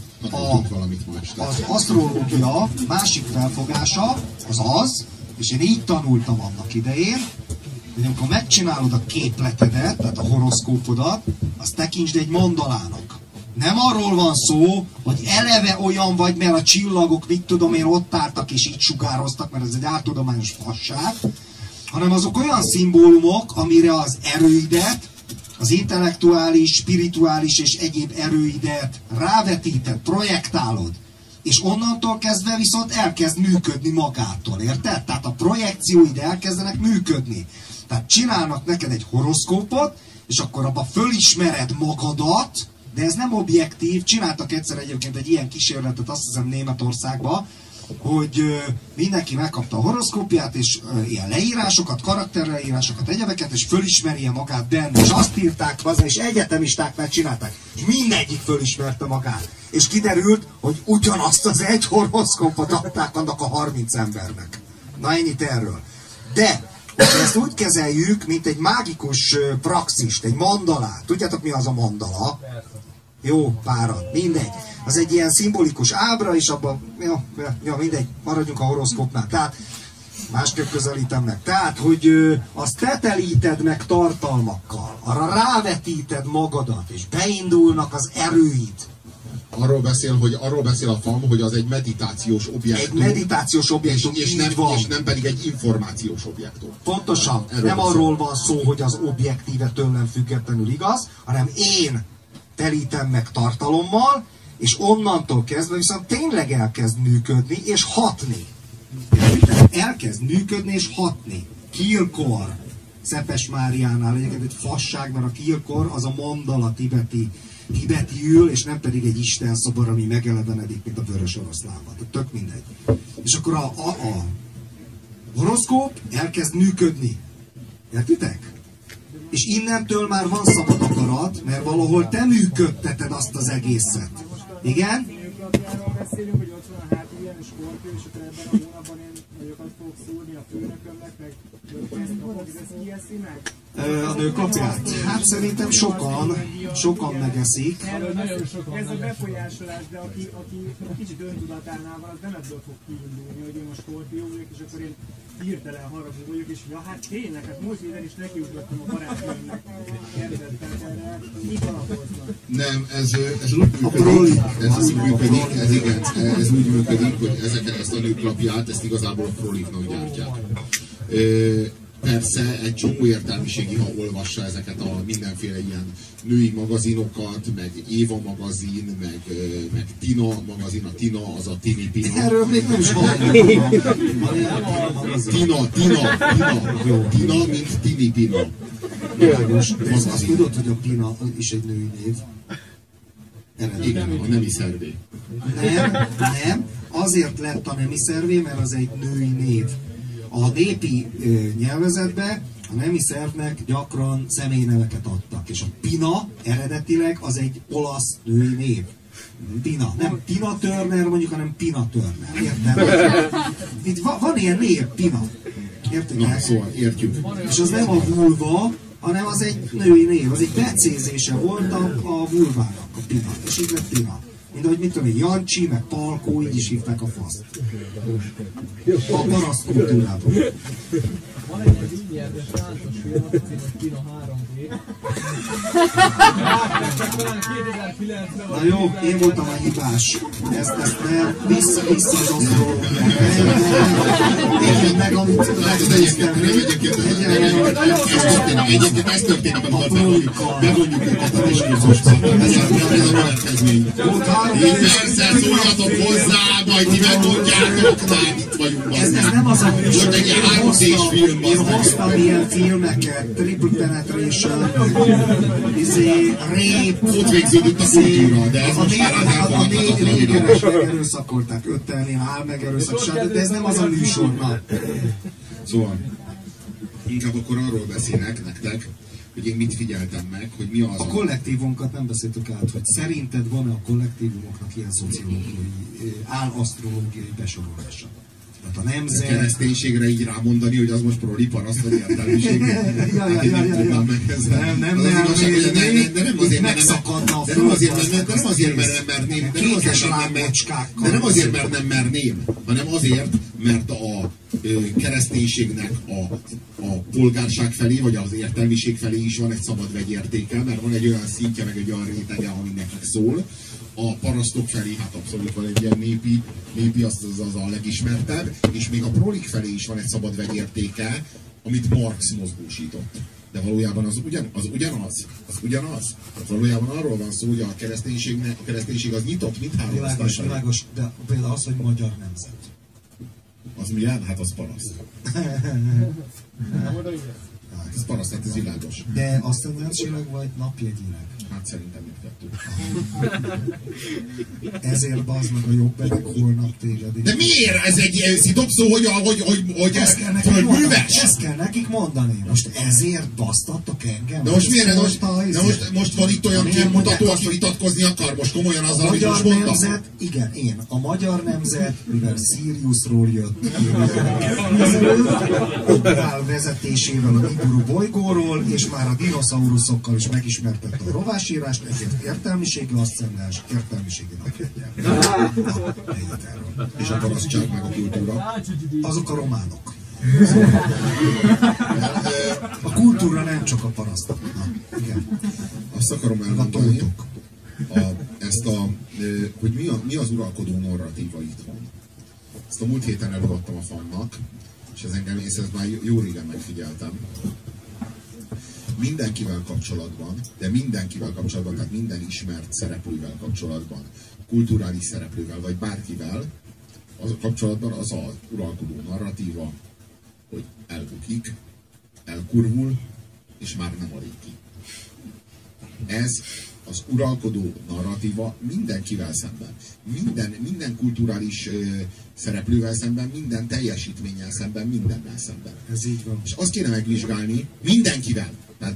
Speaker 2: az asztrológia másik felfogása az, és én így tanultam annak idején, hogy amikor megcsinálod a képletedet, tehát a horoszkópodat, azt tekintsd egy mandalának. Nem arról van szó, hogy eleve olyan vagy, mert a csillagok, mit tudom én, ott álltak és így sugároztak, mert ez egy áltudományos fasság, hanem azok olyan szimbólumok, amire az erőidet, az intellektuális, spirituális és egyéb erőidet rávetíted, projektálod, és onnantól kezdve viszont elkezd működni magától, érted? Tehát a projekcióid elkezdenek működni. Tehát csinálnak neked egy horoszkópot, és akkor abba fölismered magadat, de ez nem objektív. Csináltak egyszer egyébként egy ilyen kísérletet, azt hiszem Németországban, hogy mindenki megkapta a horoszkópját, és ilyen leírásokat, karakterleírásokat, egyebeket, és fölismerje magát benne. És azt írták haza, és egyetemisták megcsinálták. És mindegyik fölismerte magát. És kiderült, hogy ugyanazt az egy horoszkópot adták annak a 30 embernek. Na ennyit erről. De hogyha ezt úgy kezeljük, mint egy mágikus praxist, egy mandalát. Tudjátok, mi az a mandala? Jó, párat, mindegy. Az egy ilyen szimbolikus ábra, és abban, ja, mindegy, maradjunk a horoszkópnál. Tehát, másképp közelítem meg. Tehát, hogy azt tetelíted meg tartalmakkal, arra rávetíted magadat, és beindulnak az erőid.
Speaker 1: Arról beszél a FAM, hogy az egy meditációs objektum.
Speaker 2: Egy meditációs objektum,
Speaker 1: és nem pedig egy információs objektum.
Speaker 2: Pontosan. Nem arról van szó, hogy az objektíve tőlem függetlenül igaz, hanem én telítem meg tartalommal, és onnantól kezdve viszont tényleg elkezd működni és hatni. Elkezd működni és hatni. Kirkor, Szepes Máriánál egyébként egy fasság, mert a kirkor az a mandala tibetiül, és nem pedig egy Isten szobor, ami megelevenedik, mint a vörös oroszlánban. Tök mindegy. És akkor a horoszkóp elkezd működni. Értitek? És innentől már van szabad akarat, mert valahol te működteted azt az egészet. Igen?
Speaker 3: Arról beszélünk, hogy ott van a hátul ilyen skorpió, és akkor ebben a hónapban én nagyokat fogok szúrni a főnökömnek, meg ezt kieszi meg?
Speaker 2: A nőklapját? Hát szerintem sokan megeszik.
Speaker 3: Ez a befolyásolás, de aki kicsit öntudatánál van, az nem ebből fog kiindulni, hogy én a skorpió vagyok, és akkor én hirtelen haragú vagyok, és ja, hát tényleg, hát múlt héten is nekiugrottam a barátnőmnek. Érzettem erre, mit alapoznak?
Speaker 1: Nem, ez úgy működik, hogy ezt a nőklapját, ezt igazából a Frolifnak gyártják. Persze egy csomó értelmiségi, ha olvassa ezeket a mindenféle ilyen női magazinokat, meg Éva magazin, meg Tina magazin, a Tina az a Tini Pina.
Speaker 2: Erről még nem is van.
Speaker 1: Tina, mint Tini Pina.
Speaker 2: Most azt tudod, hogy a Pina is egy női név?
Speaker 1: Igen, a nemi szervé.
Speaker 2: Nem. Azért lett a nemi szervé, mert az egy női név. A népi nyelvezetben A nemi szervnek gyakran személyneveket adtak, és a Pina eredetileg az egy olasz női név. Pina. Nem Tina Turner mondjuk, hanem Pina Turner. Érted? Itt van ilyen név, Pina. Érted?
Speaker 1: Na, szóval értjük.
Speaker 2: És az nem a vulva, hanem az egy női név, az egy becézése volt a vulvának, a Pina. És így lett Pina. Mint ahogy mit tudom én, Jancsi, meg Palkó, így is hívták a faszt. A paraszt kultúrában.
Speaker 4: Van egy ígyérdes táncos film, azt hiszem, hogy Pina 3D. Talán 2009-ben
Speaker 2: Na jó, én voltam a hibás. Ezt nem, vissza az asztrológiát. Én meg, amit megnéztem.
Speaker 1: Egyébként ez történik a Prolikkal. Bevonjuk őket a diskurszusba. Ez a következmény. Persze, szóljatok hozzá, majd ti megmondjátok, már itt vagyunk.
Speaker 2: Ez nem az a műsor,
Speaker 1: én
Speaker 2: hoztam ilyen filmeket, Triple Penetration, Rape,
Speaker 1: ott végződött a kultúra, de ez most már
Speaker 2: a négyeres megerőszakolták, 5-tel áll megerőszakolták, de ez nem az a műsornak.
Speaker 1: Szóval, inkább akkor arról beszélek nektek, hogy én mit figyeltem meg, hogy mi az
Speaker 2: a kollektívunkat nem beszéltük át, hogy szerinted van-e a kollektívumoknak ilyen szociológiai, állasztrológiai besorolása? Tehát a nemzet...
Speaker 1: A kereszténységre így rámondani, hogy az most proli paraszt vagy értelmiség. Hát én nem tudnám meg ezzel.
Speaker 2: Nem,
Speaker 1: de nem azért,
Speaker 2: megszakadna a
Speaker 1: de nem azért, mert nem merném. De nem azért, mert nem merném, hanem azért, mert a kereszténységnek a polgárság felé, vagy az értelmiség felé is van egy szabad vegyértéke, mert van egy olyan szintje, meg egy olyan rétege, ami nekik szól. A parasztok felé, hát abszolút van egy ilyen népi az a legismertebb, és még a prolik felé is van egy szabad vegyértéke, amit Marx mozgósított. De valójában az ugyanaz. Hát valójában arról van szó, hogy a kereszténység az nyitott mindhárom osztásra.
Speaker 2: Világos, de például az, hogy magyar nemzet.
Speaker 1: Az milyen? Hát az paraszt. Hát ez paraszt, hát ez világos.
Speaker 2: De aszcendensileg vagy napjegyileg?
Speaker 1: Hát szerintem mindkettő.
Speaker 2: Ezért bazd meg a jobbelek holnap téged.
Speaker 1: De miért? Ez egy szitopszó, hogy ez földműves?
Speaker 2: Ezt kell nekik mondani. Most ezért basztattok engem?
Speaker 1: De most miért? Most van itt olyan képmutató, aki vitatkozni akar, most komolyan azzal, hogy most mondtam.
Speaker 2: Nemzet, igen, én. A magyar nemzet, mivel Siriusról jött, Obrál vezetésével a Niguru bolygóról, és már a dinoszauruszokkal is megismertette a rovásírást, ezért értelmiségi aszcendens, értelmiségi napjegyen.
Speaker 1: És a parasztság meg a kultúra.
Speaker 2: Azok a románok. A kultúra nem csak a parasztok. Igen.
Speaker 1: Azt akarom elmondani, hogy mi az uralkodó narratíva itthon. Ezt a múlt héten előadtam a fannak, és ez engem, és ezt már jó régen megfigyeltem. Mindenkivel kapcsolatban, tehát minden ismert szereplővel kapcsolatban, kulturális szereplővel, vagy bárkivel, az a kapcsolatban az az uralkodó narratíva, hogy elbukik, elkurvul, és már nem alig ki. Ez az uralkodó narratíva mindenkivel szemben. Minden kulturális szereplővel szemben, minden teljesítménnyel szemben, mindennel szemben.
Speaker 2: Ez így van.
Speaker 1: És azt kéne megvizsgálni mindenkivel. Tehát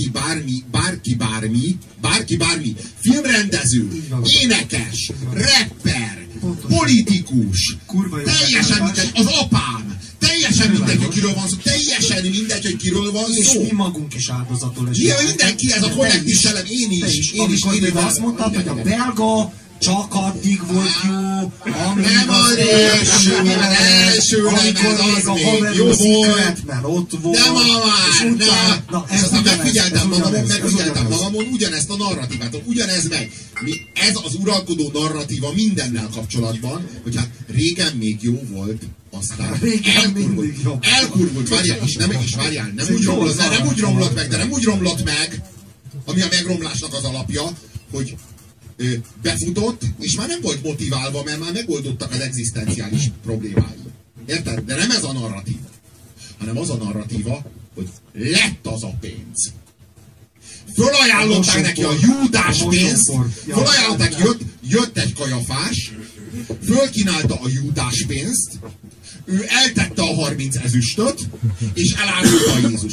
Speaker 1: bárki bármi, filmrendező, énekes, rapper, politikus, teljesen mindegy, az apám, teljesen mindegy, hogy kiről van szó, teljesen mindegy, hogy kiről van szó.
Speaker 2: És mi magunk is áldozatul esünk.
Speaker 1: Ja, mindenki, ez a kollektív szellem, én is.
Speaker 2: Amikor azt mondtad, hogy a belga csak addig volt jó, amíg
Speaker 1: nem az első lemez, az még jó volt,
Speaker 2: mert ott volt.
Speaker 1: De ma már,
Speaker 2: nem.
Speaker 1: És aztán megfigyeltem magamon ugyanezt a narratívát, ugyanez meg. Ez az uralkodó narratíva mindennel kapcsolatban, hogy hát régen még jó volt, aztán elkurvult, várjál, nem úgy romlott meg, ami a megromlásnak az alapja, hogy befutott, és már nem volt motiválva, mert már megoldottak az egzisztenciális problémái. Érted? De nem ez a narratíva, hanem az a narratíva, hogy lett az a pénz. Fölajánlották neki a Júdás pénzt, fölajánlották, jött egy kajafás, fölkínálta a Júdás pénzt, ő eltette a 30 ezüstöt, és elárulta a Jézus Krisztust.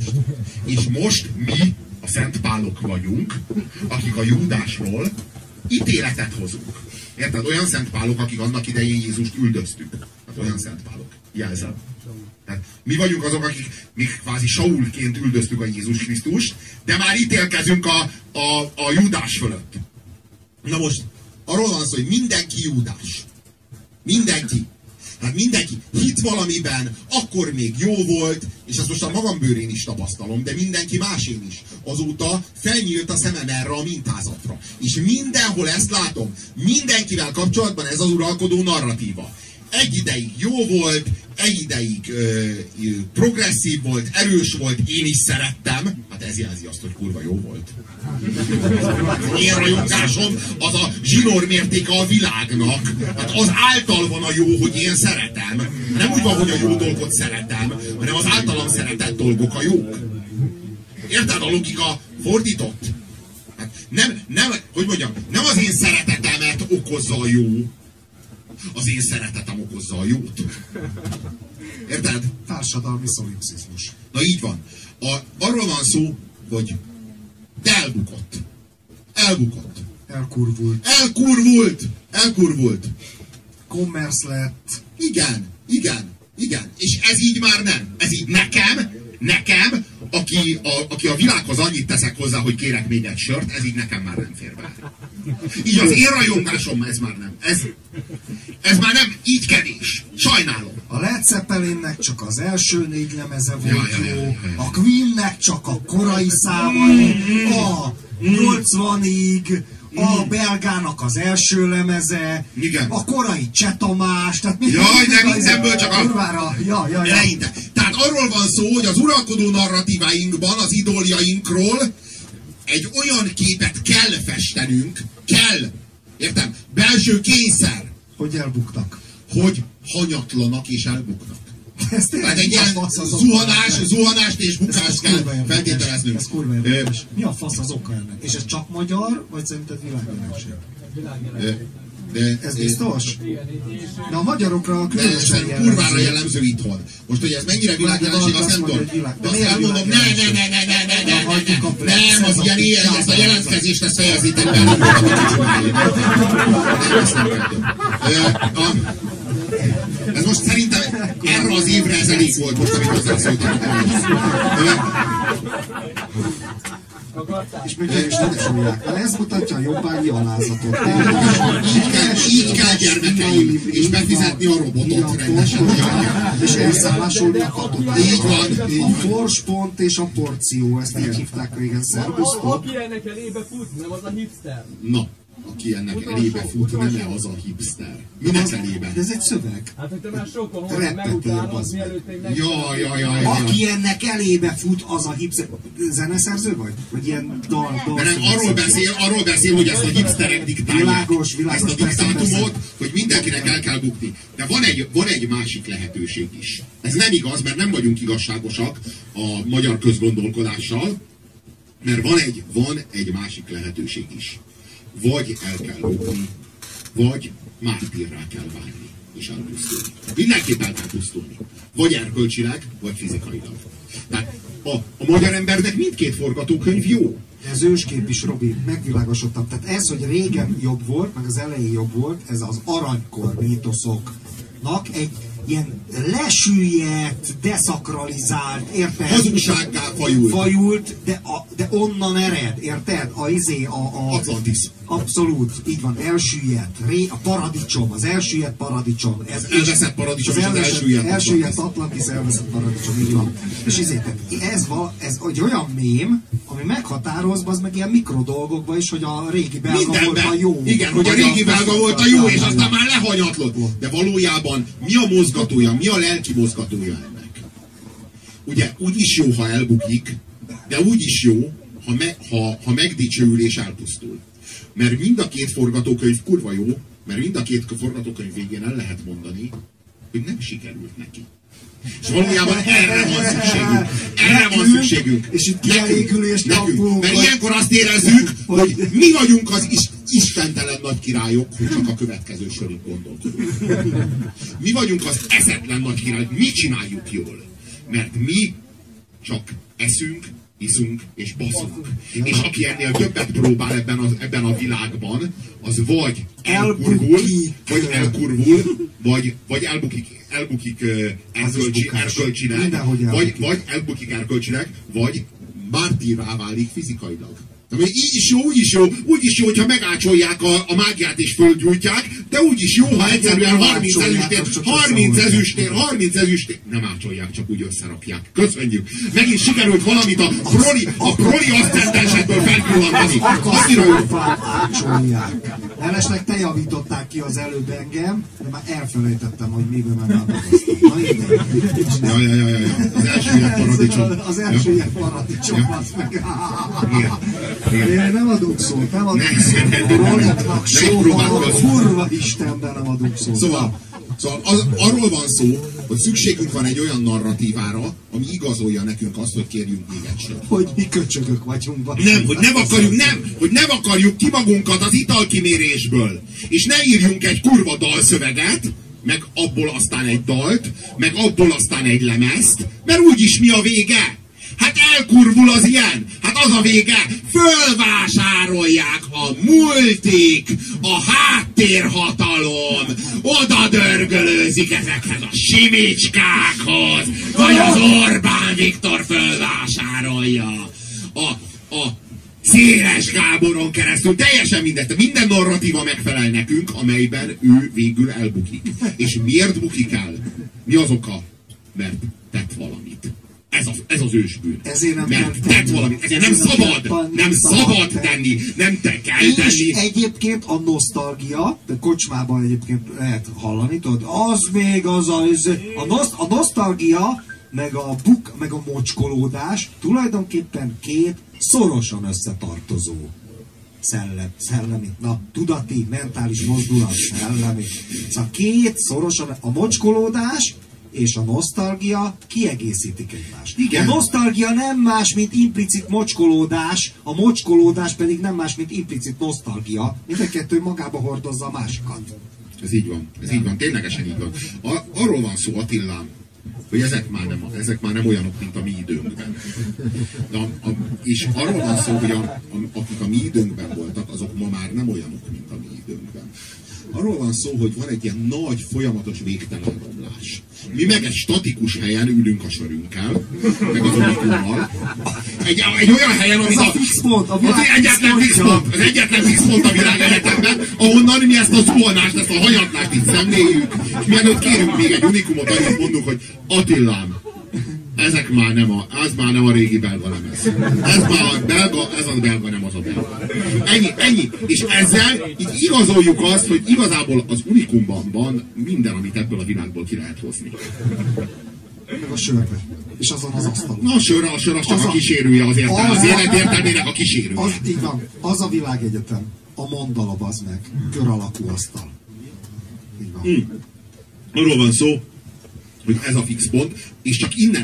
Speaker 1: És most mi, a Szent Pálok vagyunk, akik a Júdásról ítéletet hozunk. Érted? Olyan Szent Pálok, akik annak idején Jézust üldöztük. Hát olyan Szent Pálok. Jelzem. Tehát mi vagyunk azok, akik mi kvázi Saulként üldöztük a Jézus Krisztust, de már ítélkezünk a Júdás fölött. Na most, arról van szó, hogy mindenki Júdás. Mindenki. Hát mindenki hitt valamiben, akkor még jó volt, és ezt most a magam bőrén is tapasztalom, de mindenki másén is. Azóta felnyílt a szemem erre a mintázatra. És mindenhol ezt látom. Mindenkivel kapcsolatban ez az uralkodó narratíva. Egy ideig jó volt, egy ideig progresszív volt, erős volt, én is szerettem. Hát ez jelzi azt, hogy kurva jó volt. Én rajongásom az a zsinór mértéke a világnak. Hát az által van a jó, hogy én szeretem. Nem úgy van, hogy a jó dolgot szeretem, hanem az általam szeretett dolgok a jók. Érted, a logika fordított? Hát nem az én szeretetemet okozza a jó, az én szeretetem okozza a jót. Érted?
Speaker 2: Társadalmi szolipszizmus.
Speaker 1: Na így van. Arról van szó, hogy elbukott. Elbukott.
Speaker 2: Elkurvult.
Speaker 1: Elkurvult.
Speaker 2: Commerce lett.
Speaker 1: Igen. És ez így már nem. Ez így nekem, aki a világhoz annyit teszek hozzá, hogy kérek még egy sört, ez így nekem már nem fér be. Így az én rajongásom, ez már nem. Ez már nem, így kevés. Sajnálom.
Speaker 2: A Led Zeppelinnek csak az első 4 lemeze volt jó, a Queennek csak a korai számai, a 80-ig, a Belgának az első lemeze,
Speaker 1: igen.
Speaker 2: A korai Cseh Tamás, tehát
Speaker 1: de mindenből csak a
Speaker 2: kurvára.
Speaker 1: Eleinte. Tehát arról van szó, hogy az uralkodó narratíváinkban, az idóljainkról egy olyan képet kell festenünk, értem, belső kényszer,
Speaker 2: hogy elbuktak.
Speaker 1: Hogy hanyatlanak és elbuknak.
Speaker 2: Tehát
Speaker 1: egy ilyen zuhanást és bukást kell feltételeznünk.
Speaker 2: Ez kurva érdekes. Mi a fasz az oka ennek? És ez csak magyar, vagy szerinted világjelenség? Ez biztos? De a magyarokra különösen jellemző.
Speaker 1: Kurvára jellemző itthon. Most, hogy ez mennyire világjelenség, azt nem tudom. De azt elmondom, nem, az ilyen ilyen, ezt a jelentkezést, ezt fejezzétek be. Nem, ezt nem tudom. Ez most szerintem erre az évre ez elég volt most, amit hozzászóltam.
Speaker 2: És még is nem súlyák. Ez mutatja a jobbágyi alázatot.
Speaker 1: Így kell gyermekeim, és befizetni a robotot rendesen.
Speaker 2: És elszállásolni a katonát.
Speaker 1: Így van.
Speaker 2: A forspont és a porció, ezt így hívták régen, szervusztok.
Speaker 4: Aki ennek elébe fut, nem az a hipster.
Speaker 1: Na, aki ennek elébe fut, nem az a hipster. Minek elébe?
Speaker 2: De ez egy szöveg.
Speaker 4: Hát, hogy te már sokkal hozzá megutálod, mielőtt még meg...
Speaker 1: Jaj.
Speaker 2: Aki ennek elébe fut, az a hipster. Zeneszerző vagy? Vagy ilyen dal...
Speaker 1: De nem, arról beszél, hogy ezt a hipsterek diktálják.
Speaker 2: Világos,
Speaker 1: ezt a diktátumot, hogy mindenkinek el kell bukni. De van egy másik lehetőség is. Ez nem igaz, mert nem vagyunk igazságosak a magyar közgondolkodással, mert van egy másik lehetőség is. Vagy el kell bukni, vagy mártírrá kell válni, és elpusztulni. Mindenképp el kell pusztulni. Vagy erkölcsileg, vagy fizikailag. Tehát a magyar embernek mindkét forgatókönyv jó.
Speaker 2: Ez őskép is, Robi, megvilágosodtam. Tehát ez, hogy régen jobb volt, meg az elején jobb volt, ez az aranykor mítoszoknak egy ilyen lesüllyedt, deszakralizált, érted?
Speaker 1: Hazugsággá
Speaker 2: fajult, de onnan ered, érted?
Speaker 1: Atlantis.
Speaker 2: Abszolút, így van, elsüllyedt. A paradicsom, az elsüllyedt paradicsom.
Speaker 1: Elveszett paradicsom, és az
Speaker 2: elsüllyedt Atlantis, elveszett paradicsom, így van. És ez egy olyan mém, ami meghatároz, az meg ilyen mikrodolgokban is, hogy a régi belga volt a jó.
Speaker 1: Igen, hogy a régi belga volt a jó, és aztán már lehanyatlott. De valójában mi a mozgatója, mi a lelki mozgatója ennek? Ugye, úgy is jó, ha elbukik, de úgy is jó, ha megdicsőül és elpusztul. Mert mind a két forgatókönyv kurva jó, mert mind a két forgatókönyv végén el lehet mondani, hogy nem sikerült neki. És valójában erre van szükségünk.
Speaker 2: És itt kielégülést kapunk.
Speaker 1: Mert ilyenkor azt érezzük, hogy mi vagyunk az istentelen nagy királyok, hogy csak a következő sorig gondolkodunk. Mi vagyunk az eszetlen nagy királyok, mi csináljuk jól. Mert mi csak eszünk, iszunk és baszunk. És aki ennél többet próbál ebben a világban, az vagy elkurvul, vagy elbukik erkölcsileg, vagy elbukik erkölcsileg, vagy mártírrá válik fizikailag. Így is jó, hogyha megácsolják a mágiát és földgyújtják, de úgy is jó, ha egyszerűen 30 ezüstér, nem ácsolják, csak úgy összerakják. Köszönjük! Megint sikerült valamit a proli aszcendensetből felpillantani. Annyira jó!
Speaker 2: Ácsolják. Mellesleg te javították ki az előbb engem, de már elfelejtettem, hogy miben megállapodoztam. Na
Speaker 1: Ja. Az első ilyen paradicsom.
Speaker 2: Az első ilyen paradicsom, az meg. Én nem adok szót. Rolitnak soha, kurva Istenben nem adok szót.
Speaker 1: Szóval arról van szó, hogy szükségünk van egy olyan narratívára, ami igazolja nekünk azt, hogy kérjünk még egy sört.
Speaker 2: Hogy mi köcsögök vagyunk.
Speaker 1: Hogy nem akarjuk ki magunkat az italkimérésből. És ne írjunk egy kurva dalszöveget, meg abból aztán egy dalt, meg abból aztán egy lemezt, mert úgyis mi a vége? Hát elkurvul az ilyen. Hát az a vége, fölvásárolják a multik, a háttérhatalom, oda dörgölőzik ezekhez a simicskákhoz, vagy az Orbán Viktor fölvásárolja a Széles Gáboron keresztül, teljesen minden narratíva megfelel nekünk, amelyben ő végül elbukik. És miért bukik el? Mi az oka? Mert tett valamit. Ez az ősbűn. Mert tett valamit. Ezért nem szabad tenni. Nem te kell tenni.
Speaker 2: És egyébként a nosztalgia, de kocsmában egyébként lehet hallani, tudod, az még az a nosztalgia, meg a mocskolódás tulajdonképpen két szorosan összetartozó szellemi, tudati, mentális mozdulat, szellemi. Szóval két szorosan, a mocskolódás és a nosztalgia kiegészítik egymást. Igen. A nosztalgia nem más, mint implicit mocskolódás, a mocskolódás pedig nem más, mint implicit nosztalgia. Mind a kettő magába hordozza a másikat.
Speaker 1: Ez így van, ténylegesen így van. Arról van szó, Attilám, hogy ezek már nem olyanok, mint a mi időnkben. És arról van szó, hogy akik a mi időnkben voltak, azok ma már nem olyanok, mint a mi időnkben. Arról van szó, hogy van egy ilyen nagy, folyamatos, végtelen romlás. Mi meg egy statikus helyen ülünk a sörünkkel, meg az unikummal. Egy olyan helyen, amit az egyetlen fix pont a világegyetemben, ahonnan mi ezt a zuhanást, ezt a hanyatlást itt szemléljük, és mielőtt kérünk még egy unikumot, annyit mondunk, hogy Attilám, ez már nem a régi belga lemez. Ez a belga nem az a belga. Ennyi. És ezzel így igazoljuk azt, hogy igazából az unikumban van minden, amit ebből a világból ki lehet hozni.
Speaker 2: Meg a sörbe. És azon az asztalon.
Speaker 1: Na a sör az csak a kísérője az élet értelmének a kísérője.
Speaker 2: Így van. Az a világegyetem. A mandala, bazd meg. Kör alakú asztal. Így van.
Speaker 1: Arról van szó, hogy ez a fix pont, és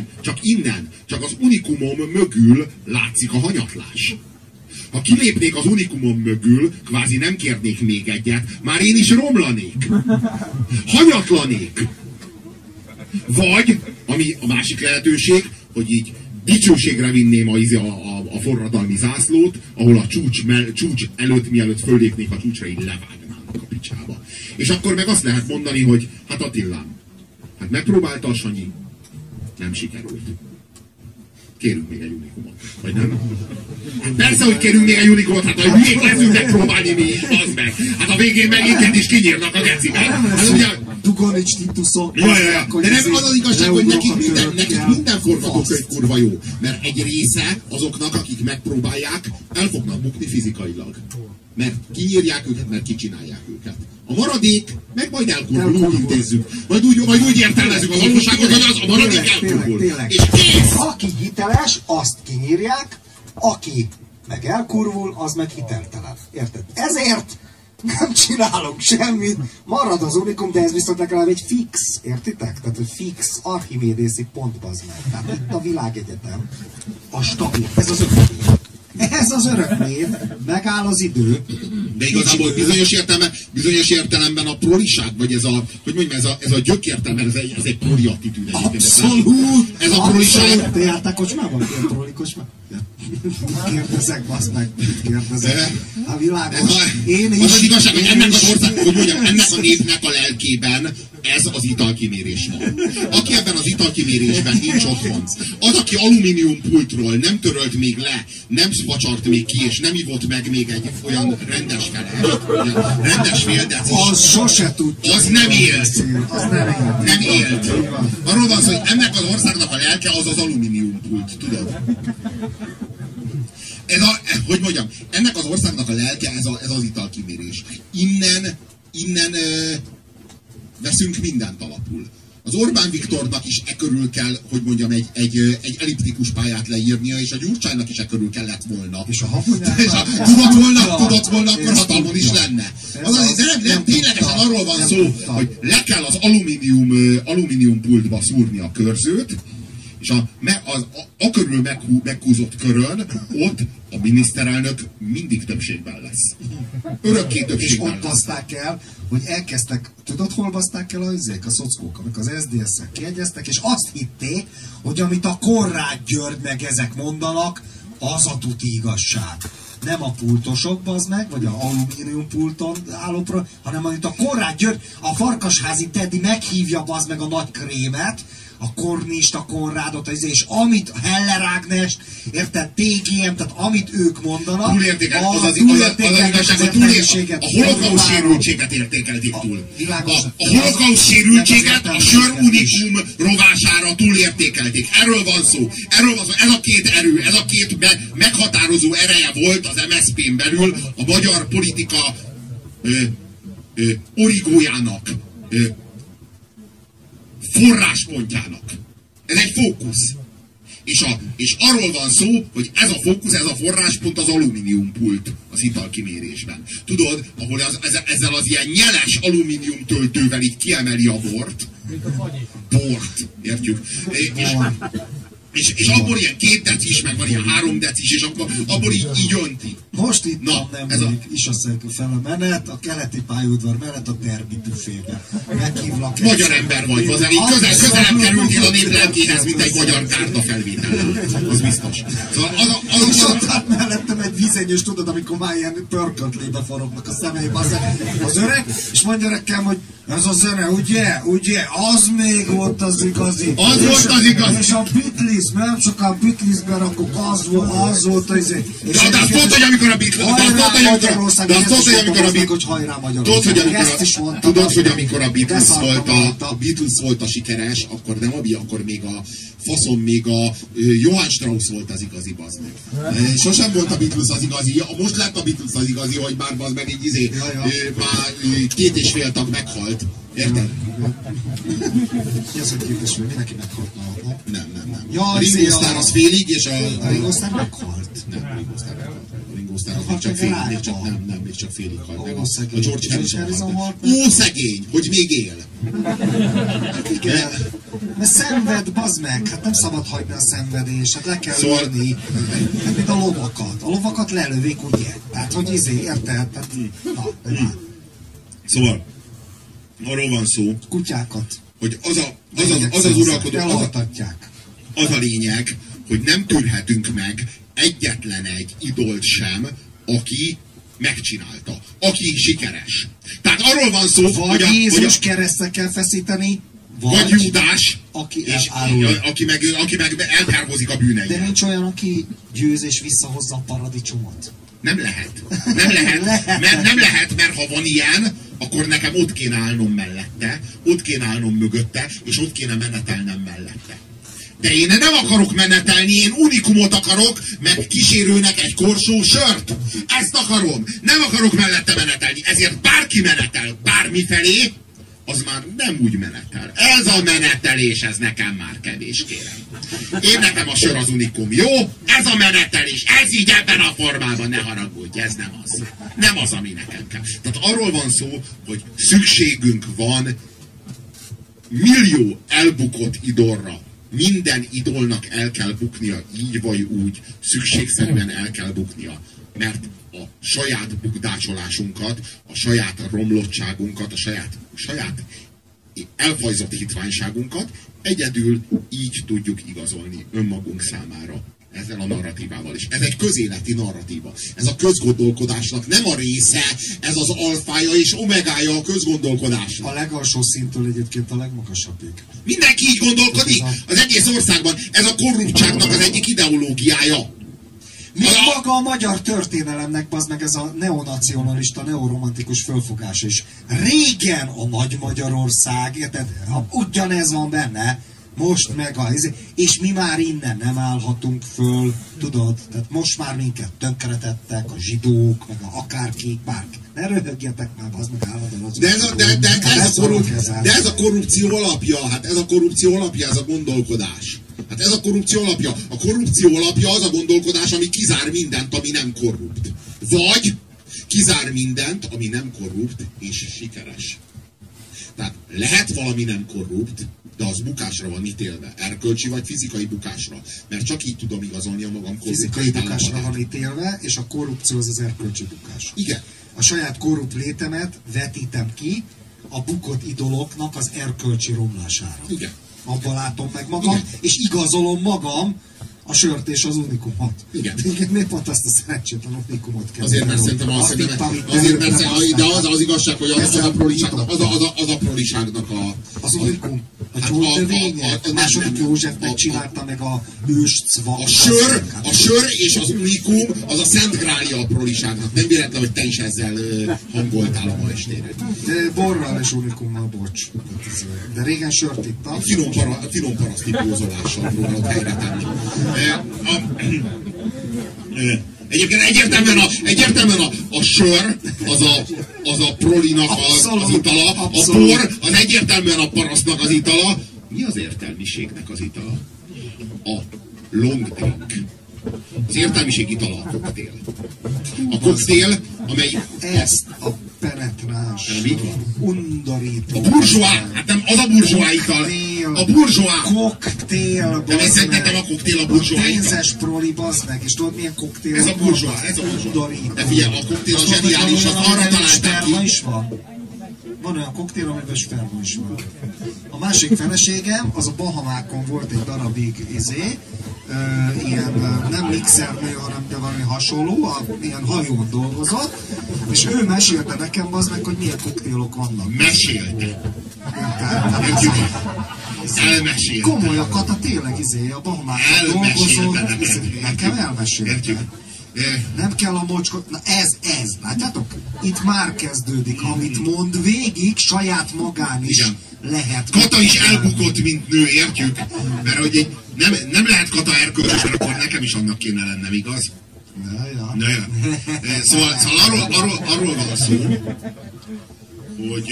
Speaker 1: csak az unikumom mögül látszik a hanyatlás. Ha kilépnék az unikumom mögül, kvázi nem kérnék még egyet, már én is romlanék. Hanyatlanék. Vagy, ami a másik lehetőség, hogy így dicsőségre vinném a forradalmi zászlót, ahol a csúcs előtt, mielőtt föllépnék a csúcsra, így levágnánk a picsába. És akkor meg azt lehet mondani, hogy hát Attilám, hát megpróbálta a Sanyi, nem sikerült. Kérünk még egy unikumot. Vagy nem? Persze, hogy kérünk még egy unikumot, hát a hülyék leszünk megpróbálni mi is, az meg. Hát a végén meg minket is kinyírnak a gecibe.
Speaker 2: Dugonics Tituszok.
Speaker 1: De nem az az igazság, hogy nekik minden forgatókönyv kurva jó. Mert egy része azoknak, akik megpróbálják, el fognak bukni fizikailag. Mert kinyírják őket, mert kicsinálják őket. A maradék, meg majd elkurvul, úgy intézzük. Majd úgy értelmezzük a valóságot, hogy az a maradék elkurvul. És kész!
Speaker 2: Aki hiteles, azt kinyírják, aki meg elkurvul, az meg hiteltelen. Érted? Ezért nem csinálunk semmit, marad az unikum, de ez viszont legalább egy fix, értitek? Tehát, hogy fix, archimédészi pont, bazd meg. Tehát itt a világegyetem, a stabil, ez az örökmény. Ez az örökmény, megáll az idő,
Speaker 1: De igazából bizonyos értelemben a proliság, vagy ez a, hogy mondjam, ez a gyökértelme, ez egy proli attitűd.
Speaker 2: Abszolút!
Speaker 1: Ez a proliság.
Speaker 2: Te jártál kocsmában? Ilyen proli kocsmában? Kérdezek, bassz meg, kérdezek. A világos. Én is.
Speaker 1: Az igazság, hogy ennek az ország, hogy mondjam, ennek a népnek a lelkében ez az italkimérés van. Aki ebben az italkimérésben nincs otthon, az, aki alumínium pultról nem törölt még le, nem szvacsart még ki, és nem ivott meg még egy olyan rendes felest, rendes féldecis,
Speaker 2: az sose tudja.
Speaker 1: Az nem élt.
Speaker 2: Az nem élt.
Speaker 1: Nem élt. Arról van szó, hogy ennek az országnak a lelke az az alumínium pult, tudod? Hogy mondjam, ennek az országnak a lelke ez az italkimérés. Innen veszünk mindent alapul. Az Orbán Viktornak is körül kell, hogy mondjam, egy elliptikus pályát leírnia, és a Gyurcsánynak is körül kellett volna.
Speaker 2: És a Habonyának...
Speaker 1: tudott volna, akkor hatalmon is lenne. Nem, ténylegesen arról van szó, hogy le kell az alumínium pultba szúrni a körzőt, és a körül meghúzott körön ott a miniszterelnök mindig többségben lesz. Örökké többségben lesz.
Speaker 2: És ott baszták el, hogy elkezdtek, tudod, hol baszták el a szockók, amik az SZDSZ-en kiegyeztek, és azt hitték, hogy amit a Konrád György meg ezek mondanak, az a tuti igazság. Nem a pultosok, bazd meg, vagy a alumínium pulton állópra, hanem amit a Konrád György, a Farkasházi Teddy meghívja, bazd meg a nagy krémet, a Kornist, a Konrádot, és amit Heller Ágnest, érted, TGM, tehát amit ők mondanak,
Speaker 1: az igazság, hogy a holokauszt sérültséget értékelték túl. A holokauszt sérültséget a sör unikum rovására túlértékelték. Erről van szó. Ez a két erő, ez a két meghatározó ereje volt az MSZP-n belül a magyar politika origójának, forráspontjának. Ez egy fókusz. És arról van szó, hogy ez a fókusz, ez a forráspont az alumíniumpult az italkimérésben. Tudod, ahol ezzel az ilyen nyeles alumínium töltővel így kiemeli a bort. Bort, értjük. És abból ilyen 2 decis, meg van ilyen 3 decis, és akkor abból így önti.
Speaker 2: Most itt nemrég Isaszeg fel a menet, a keleti pályaudvar mellett a Derby büfébe. Meghívlak.
Speaker 1: Magyar ember vagy, az elég közelebb kerültél a nép lelkéhez, mint egy magyar kárta felvétel. Az biztos.
Speaker 2: És ott hát mellettem egy vízenyős, tudod, amikor már ilyen pörköntlébe forognak a szemeibe az öreg, és mondja nekem, hogy ez a zene, ugye, az még volt az igazi.
Speaker 1: Az volt az igazi.
Speaker 2: És a Beatles, nem csak a Beatlesben, akkor az volt az izé.
Speaker 1: De azt tudod, hogy amikor a Beatles... Tudod, hogy amikor a Beatles volt a sikeres, akkor nem akkor még a faszom, még a Johann Strauss volt az igazi, bazd meg. Sosem volt a Beatles az igazi, most lett a Beatles az igazi, hogy már bazd meg egy már 2,5 tag meghalt. Érted?
Speaker 2: Mi az, hogy 2,5? Mindenki meghalt ma?
Speaker 1: Nem. A Ringo Starr az félig, és
Speaker 2: a Ringo Starr meghalt.
Speaker 1: Nem, a Ringo Starr meghalt. A Ringo Starr az még csak félig, még csak félig halt meg. A George Harrison halt. Ó, szegény, hogy még él.
Speaker 2: Hát igen. Mert szenved, bazd meg, hát nem szabad hagyni a szenvedést, hát le kell ülni. Hát mint a lovakat. A lovakat lelövik, ugye? Tehát, hogy érted? Tehát,
Speaker 1: Szóval, arról van szó,
Speaker 2: kutyákat,
Speaker 1: hogy az az uralkodó, az a lényeg, hogy nem tűrhetünk meg egyetlen egy idolt sem, aki megcsinálta, aki sikeres. Tehát arról van szó,
Speaker 2: vagy
Speaker 1: hogy
Speaker 2: Jézus keresztre kell feszíteni,
Speaker 1: vagy Júdás, aki meg elkárhozik a bűnei.
Speaker 2: De nincs olyan, aki győz és visszahozza a paradicsomot.
Speaker 1: Nem lehet. Nem lehet, mert ha van ilyen, akkor nekem ott kéne állnom mellette, ott kéne állnom mögötte, és ott kéne menetelnem mellette. De én nem akarok menetelni, én unikumot akarok, meg kísérőnek egy korsó sört. Ezt akarom. Nem akarok mellette menetelni. Ezért bárki menetel bármifelé, az már nem úgy menetel. Ez a menetelés, ez nekem már kevés, kérem. Én nekem a sör az unikum, jó? Ez a menetelés, ez így ebben a formában, ne haragudj, ez nem az. Nem az, ami nekem kell. Tehát arról van szó, hogy szükségünk van millió elbukott idolra. Minden idolnak el kell buknia, így vagy úgy. Szükségszerűen el kell buknia. Mert a saját bukdácsolásunkat, a saját romlottságunkat, a saját elfajzott hitványságunkat egyedül így tudjuk igazolni önmagunk számára. Ezzel a narratívával is. Ez egy közéleti narratíva. Ez a közgondolkodásnak nem a része, ez az alfája és omegája a közgondolkodásnak.
Speaker 2: A legalsó szintől egyébként a legmagasabbig.
Speaker 1: Mindenki így gondolkodik az egész országban. Ez a korruptságnak az egyik ideológiája.
Speaker 2: Maga a magyar történelemnek az meg ez a neonacionalista, neoromantikus fölfogás is. Régen a Nagy Magyarország, érted? Ugyanez van benne. Most meg és mi már innen nem állhatunk föl, tudod? Tehát most már minket tönkretettek a zsidók, meg a akárkik, bárki. Ne röhögjetek már, az meg állandóan az.
Speaker 1: De ez a korrupció alapja, hát ez a korrupció alapja, ez a gondolkodás. Hát ez a korrupció alapja. A korrupció alapja az a gondolkodás, ami kizár mindent, ami nem korrupt. Vagy kizár mindent, ami nem korrupt és sikeres. Tehát lehet valami nem korrupt, de az bukásra van ítélve. Erkölcsi vagy fizikai bukásra. Mert csak így tudom igazolni a magam korrupt.
Speaker 2: Fizikai bukásra van ítélve, és a korrupció az erkölcsi bukás.
Speaker 1: Igen.
Speaker 2: A saját korrupt létemet vetítem ki a bukott idoloknak az erkölcsi romlására.
Speaker 1: Igen.
Speaker 2: Abban látom meg magam, igen. És igazolom magam a sört és az unikumot.
Speaker 1: Igen.
Speaker 2: Miért pont azt a szerencsétlen unikumot kell?
Speaker 1: Azért, mert szerintem de az igazság, hogy az a proliságnak a...
Speaker 2: Az unikum. A gyógynövénye. A második Józsefnek csinálta meg a ős cvak.
Speaker 1: A sör és az unikum az a szent grálja a proliságnak. Nem véletlen, hogy te is ezzel hangoltál a ma estére.
Speaker 2: De borral és unikummal, bocs. De régen sört ittam.
Speaker 1: Finom paraszti pózolással próbálod helyre tenni. Egyébként egyértelműen a sör az a prolinak az itala, a bor az egyértelműen a parasztnak az itala. Mi az értelmiségnek az itala? A long drink. Az értelmiség itala a koktél. A koktél, amely...
Speaker 2: Ezt a penetráns, undorító...
Speaker 1: A burzsóá! Hát nem, az a burzsóá ital! A burzsóá!
Speaker 2: Koktél,
Speaker 1: bazd meg! Nem a koktél, a burzsóá ital!
Speaker 2: Pénzes proli, bazd meg! És tudod milyen koktél?
Speaker 1: Ez a burzsóá, ez a burzsóá! De figyelj, a koktél a zseniális, az arra találták ki!
Speaker 2: Is van. Van olyan koktél, amiben sperma is van. A másik feleségem, az a Bahamákon volt egy darabig ilyen nem mixernő, hanem de valami hasonló, ilyen hajón dolgozott, és ő mesélte nekem az meg, hogy milyen koktélok vannak.
Speaker 1: Mesélte? Elmesélte.
Speaker 2: Komolyakat, a tényleg a Bahamákon dolgozott. Nekem elmesélte. Nem kell a mocskot. Na ez. Látjátok? Itt már kezdődik. Amit mond végig, saját magán is igen. Lehet.
Speaker 1: Kata is elbukott, mint nő, értjük? Mert hogy nem lehet Kata erkölcsös, mert akkor nekem is annak kéne lennem, igaz? Na ja. Szóval arról van szó, hogy...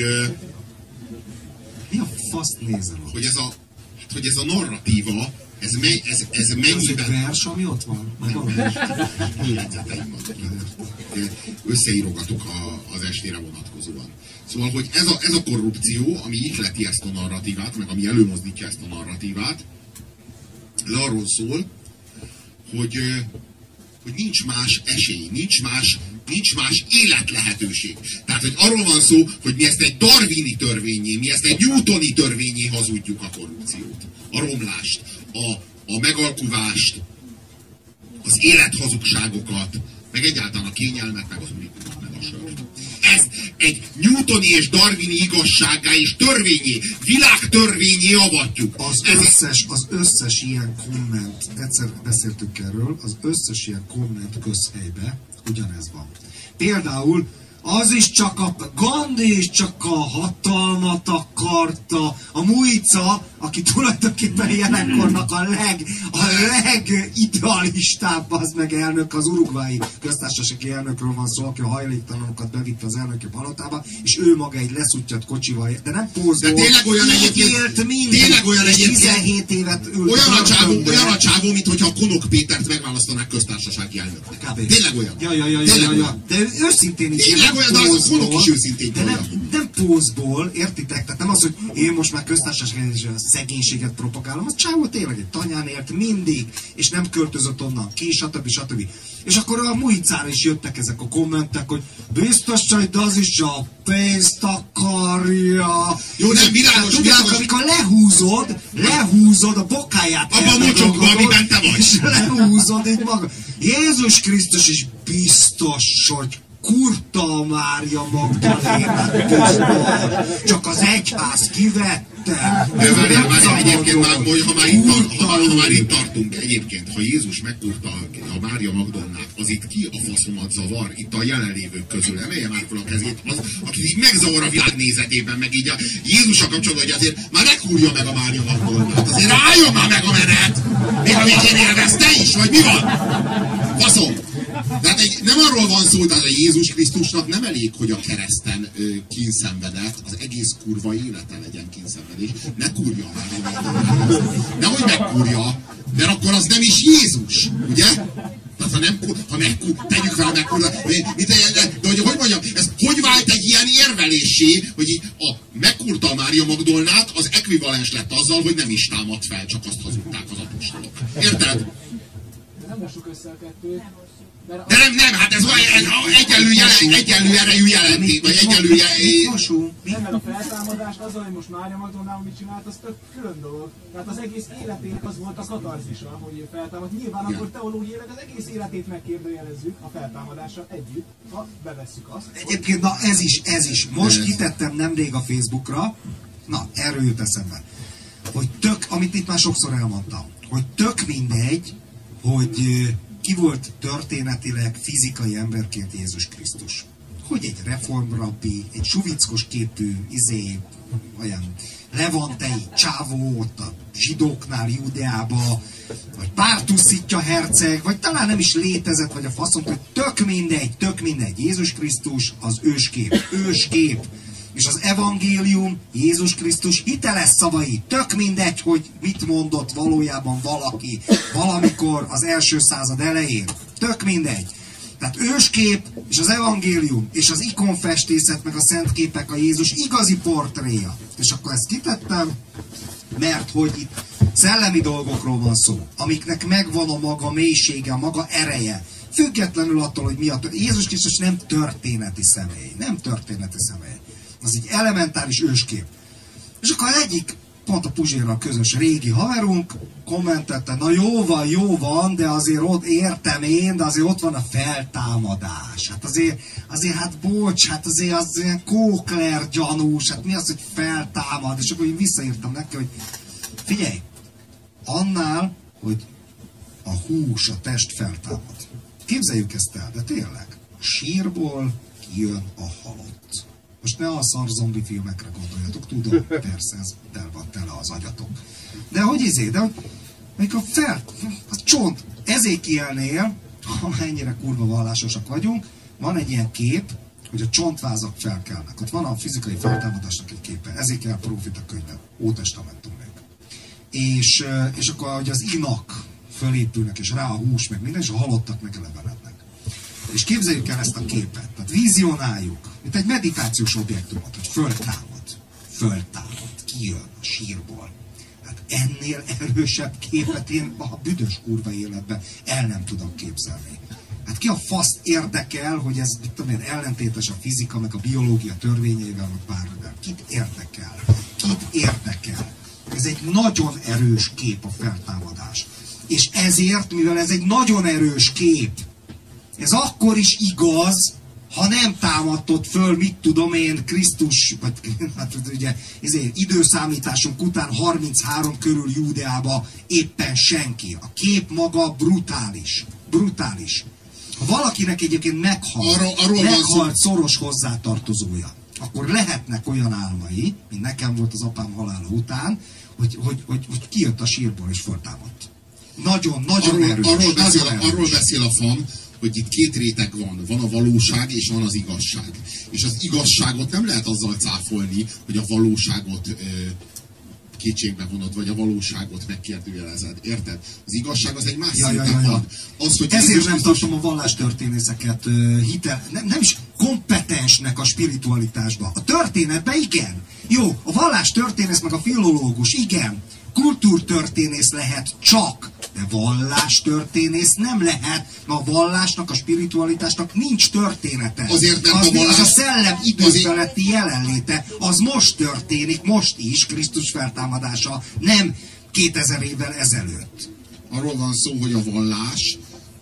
Speaker 2: Mi a faszt nézel?
Speaker 1: Hogy ez a narratíva, ez mennyiben...
Speaker 2: Ez egy vers, ami ott van?
Speaker 1: Jegyzeteim összeírogatok az estére vonatkozóan. Szóval, hogy ez a korrupció, ami ihleti ezt a narratívát, meg ami előmozdítja ezt a narratívát, ez arról szól, hogy nincs más esély, nincs más életlehetőség. Tehát, hogy arról van szó, hogy mi ezt egy darwini törvényé, mi ezt egy newtoni törvényé hazudjuk a korrupciót, a romlást, a megalkuvást, az élethazugságokat, meg egyáltalán a kényelmet, meg az unikumot, meg a sört. Ez egy newtoni és darwini igazsággá és törvényé, világtörvényé avatjuk.
Speaker 2: Az összes ilyen komment, egyszer beszéltünk erről, az összes ilyen komment közhelybe ugyanez van. Például az is csak Gandhi is csak a hatalmat akarta, a Mujica, aki tulajdonképpen jelenkornak a legidealistább az meg elnök, az uruguayi köztársasági elnökről van szó, aki a hajléktalanokat bevitte az elnöki palotába, és ő maga egy leszuttyat kocsival, de nem pózol.
Speaker 1: De tényleg olyan egyébként,
Speaker 2: 17 évet ült.
Speaker 1: Olyan a csávó, mint hogyha a Konok Pétert megválasztanák köztársasági elnöknek. Tényleg olyan.
Speaker 2: Ja. De őszintén is.
Speaker 1: Tényleg olyan, de az a Konok is őszintén
Speaker 2: de nem pózból, értitek? Tehát nem az, hogy én most már köztársasági szegénységet propagálom, az csávó tényleg egy tanyán élt mindig, és nem költözött onnan ki, stb. És akkor a Muhicára is jöttek ezek a kommentek, hogy biztos csaj, de az is a pénzt akarja.
Speaker 1: Jó, nem, világos.
Speaker 2: Amikor lehúzod a bokáját.
Speaker 1: Abban a mocsokban, amiben te vagy.
Speaker 2: És lehúzod így maga. Jézus Krisztus is biztos, hogy kurta a Mária Magdalénát közben. Csak az egyház kivette.
Speaker 1: Várjál, egyébként ha már itt tartunk, egyébként, ha Jézus megkurta a Mária Magdolnát, az itt ki a faszomat zavar, itt a jelenlévők közül, emelje már fel a kezét, az, aki így megzavar a világ nézetében, meg így a Jézussal kapcsolatban, hogy azért már ne kurja meg a Mária Magdolnát, azért álljon már meg a menet! Még a végén élvez te is, vagy mi van? Faszom! Tehát nem arról van szó, hogy a Jézus Krisztusnak nem elég, hogy a kereszten kínszenvedett, az egész kurva élete legyen kínszenvedés. Ne kurja a Mária Magdolnát. Nehogy megkurja, mert akkor az nem is Jézus, ugye? Tehát tegyük fel a megkurva. De hogy mondjam, ez hogy vált egy ilyen érvelésé, hogy így megkurta a Mária Magdolnát, az ekvivalens lett azzal, hogy nem is támad fel, csak azt hazudták az apostolok. Érted?
Speaker 3: Nem mossuk össze a kettőt.
Speaker 1: De nem, hát ez egyenlő erejű jelentés, vagy egyenlő
Speaker 3: Nem, mert a feltámadást azzal, hogy most Mária Magdolnával mit csinált, az tök külön dolog. Tehát az egész életének az volt a katarzisa, hogy ő feltámad. Nyilván akkor teológiailag az egész életét megkérdőjelezzük a feltámadással együtt, ha bevesszük azt.
Speaker 2: Egyébként, na ez is. Most kitettem nemrég a Facebookra, na erről jut eszembe, hogy amit itt már sokszor elmondtam, hogy tök mindegy, hogy ki volt történetileg, fizikai emberként Jézus Krisztus. Hogy egy reformrabbi, egy suvickos képű, olyan levantei csávó ott a zsidóknál, Judeába, vagy Pártuszitja herceg, vagy talán nem is létezett, vagy a faszom, hogy tök mindegy. Jézus Krisztus az őskép. És az evangélium, Jézus Krisztus hiteles szavai, tök mindegy, hogy mit mondott valójában valaki valamikor az első század elején. Tök mindegy. Tehát őskép és az evangélium és az ikonfestészet meg a szent képek a Jézus igazi portréja. És akkor ezt kitettem, mert hogy itt szellemi dolgokról van szó, amiknek megvan a maga mélysége, a maga ereje. Függetlenül attól, hogy mi a Jézus Krisztus nem történeti személy. Az egy elementáris őskép. És akkor egyik, pont a Puzsérral közös régi haverunk kommentette, na jó van, de azért ott értem én, de azért ott van a feltámadás. Hát azért hát bocs, hát azért az ilyen Kókler gyanús, hát mi az, hogy feltámad? És akkor én visszaírtam neki, hogy figyelj, annál, hogy a hús, a test feltámad. Képzeljük ezt el, de tényleg, a sírból kijön a halott. Most ne a szar zombi filmekre gondoljatok, tudom, persze, ez van tele az agyatok. De hogy amikor a csont, Ezékielnél, amennyire kurva vallásosak vagyunk, van egy ilyen kép, hogy a csontvázak felkelnek. Ott van a fizikai feltámadásnak egy képe, Ezékiel prófita könyve, Ótestamentum még. És akkor, hogy az inak fölépülnek, és rá a hús, meg minden, és a halottak megelevenednek. És képzeljük el ezt a képet, tehát vizionáljuk, mint egy meditációs objektumot, hogy föltámad, kijön a sírból. Hát ennél erősebb képet én a büdös kurva életben el nem tudom képzelni. Hát ki a faszt érdekel, hogy ez ellentétes a fizika, meg a biológia törvényeivel, meg bármivel. Kit érdekel? Ez egy nagyon erős kép a feltámadás. És ezért, mivel ez egy nagyon erős kép, ez akkor is igaz, ha nem támadtott föl, mit tudom én, Krisztus, vagy hát ugye időszámításunk után 33 körül Júdeába éppen senki. A kép maga brutális. Ha valakinek egyébként meghalt szoros hozzátartozója, akkor lehetnek olyan álmai, mint nekem volt az apám halála után, hogy kijött a sírból és föltámadt. Nagyon erős.
Speaker 1: Arról beszél a FAM, hogy itt két réteg van. Van a valóság és van az igazság. És az igazságot nem lehet azzal cáfolni, hogy a valóságot kétségbe vonod, vagy a valóságot megkérdőjelezed. Érted? Az igazság az egy más szinten van. Az, hogy
Speaker 2: ezért nem tartom a vallástörténészeket nem is kompetensnek a spiritualitásba. A történetben igen. Jó, a vallástörténész meg a filológus, igen. Kultúrtörténész lehet csak, de vallástörténész nem lehet, mert a vallásnak, a spiritualitásnak nincs története.
Speaker 1: Azért nem
Speaker 2: az,
Speaker 1: a vallás...
Speaker 2: az a szellem időfeletti jelenléte, az most történik, most is, Krisztus feltámadása, nem 2000 évvel ezelőtt.
Speaker 1: Arról van szó, hogy a vallás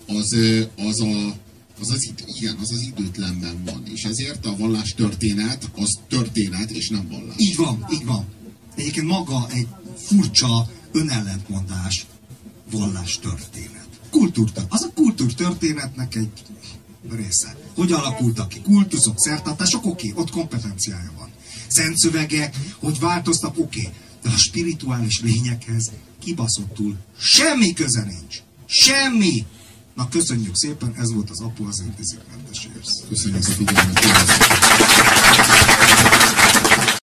Speaker 1: az időtlenben van, és ezért a vallás történet, az történet, és nem vallás.
Speaker 2: Így van, így van. Egyébként maga egy furcsa önellentmondás, vallástörténet. Az a kultúrtörténetnek egy része. Hogy alakultak ki? Kultuszok, szertartások, oké, ott kompetenciája van. Szent szövegek, hogy változtak, oké. De a spirituális lényekhez kibaszottul semmi köze nincs. Semmi! Na köszönjük szépen, ez volt az Apu azért iszik, mentesérsz.
Speaker 1: Köszönjük a figyelmet.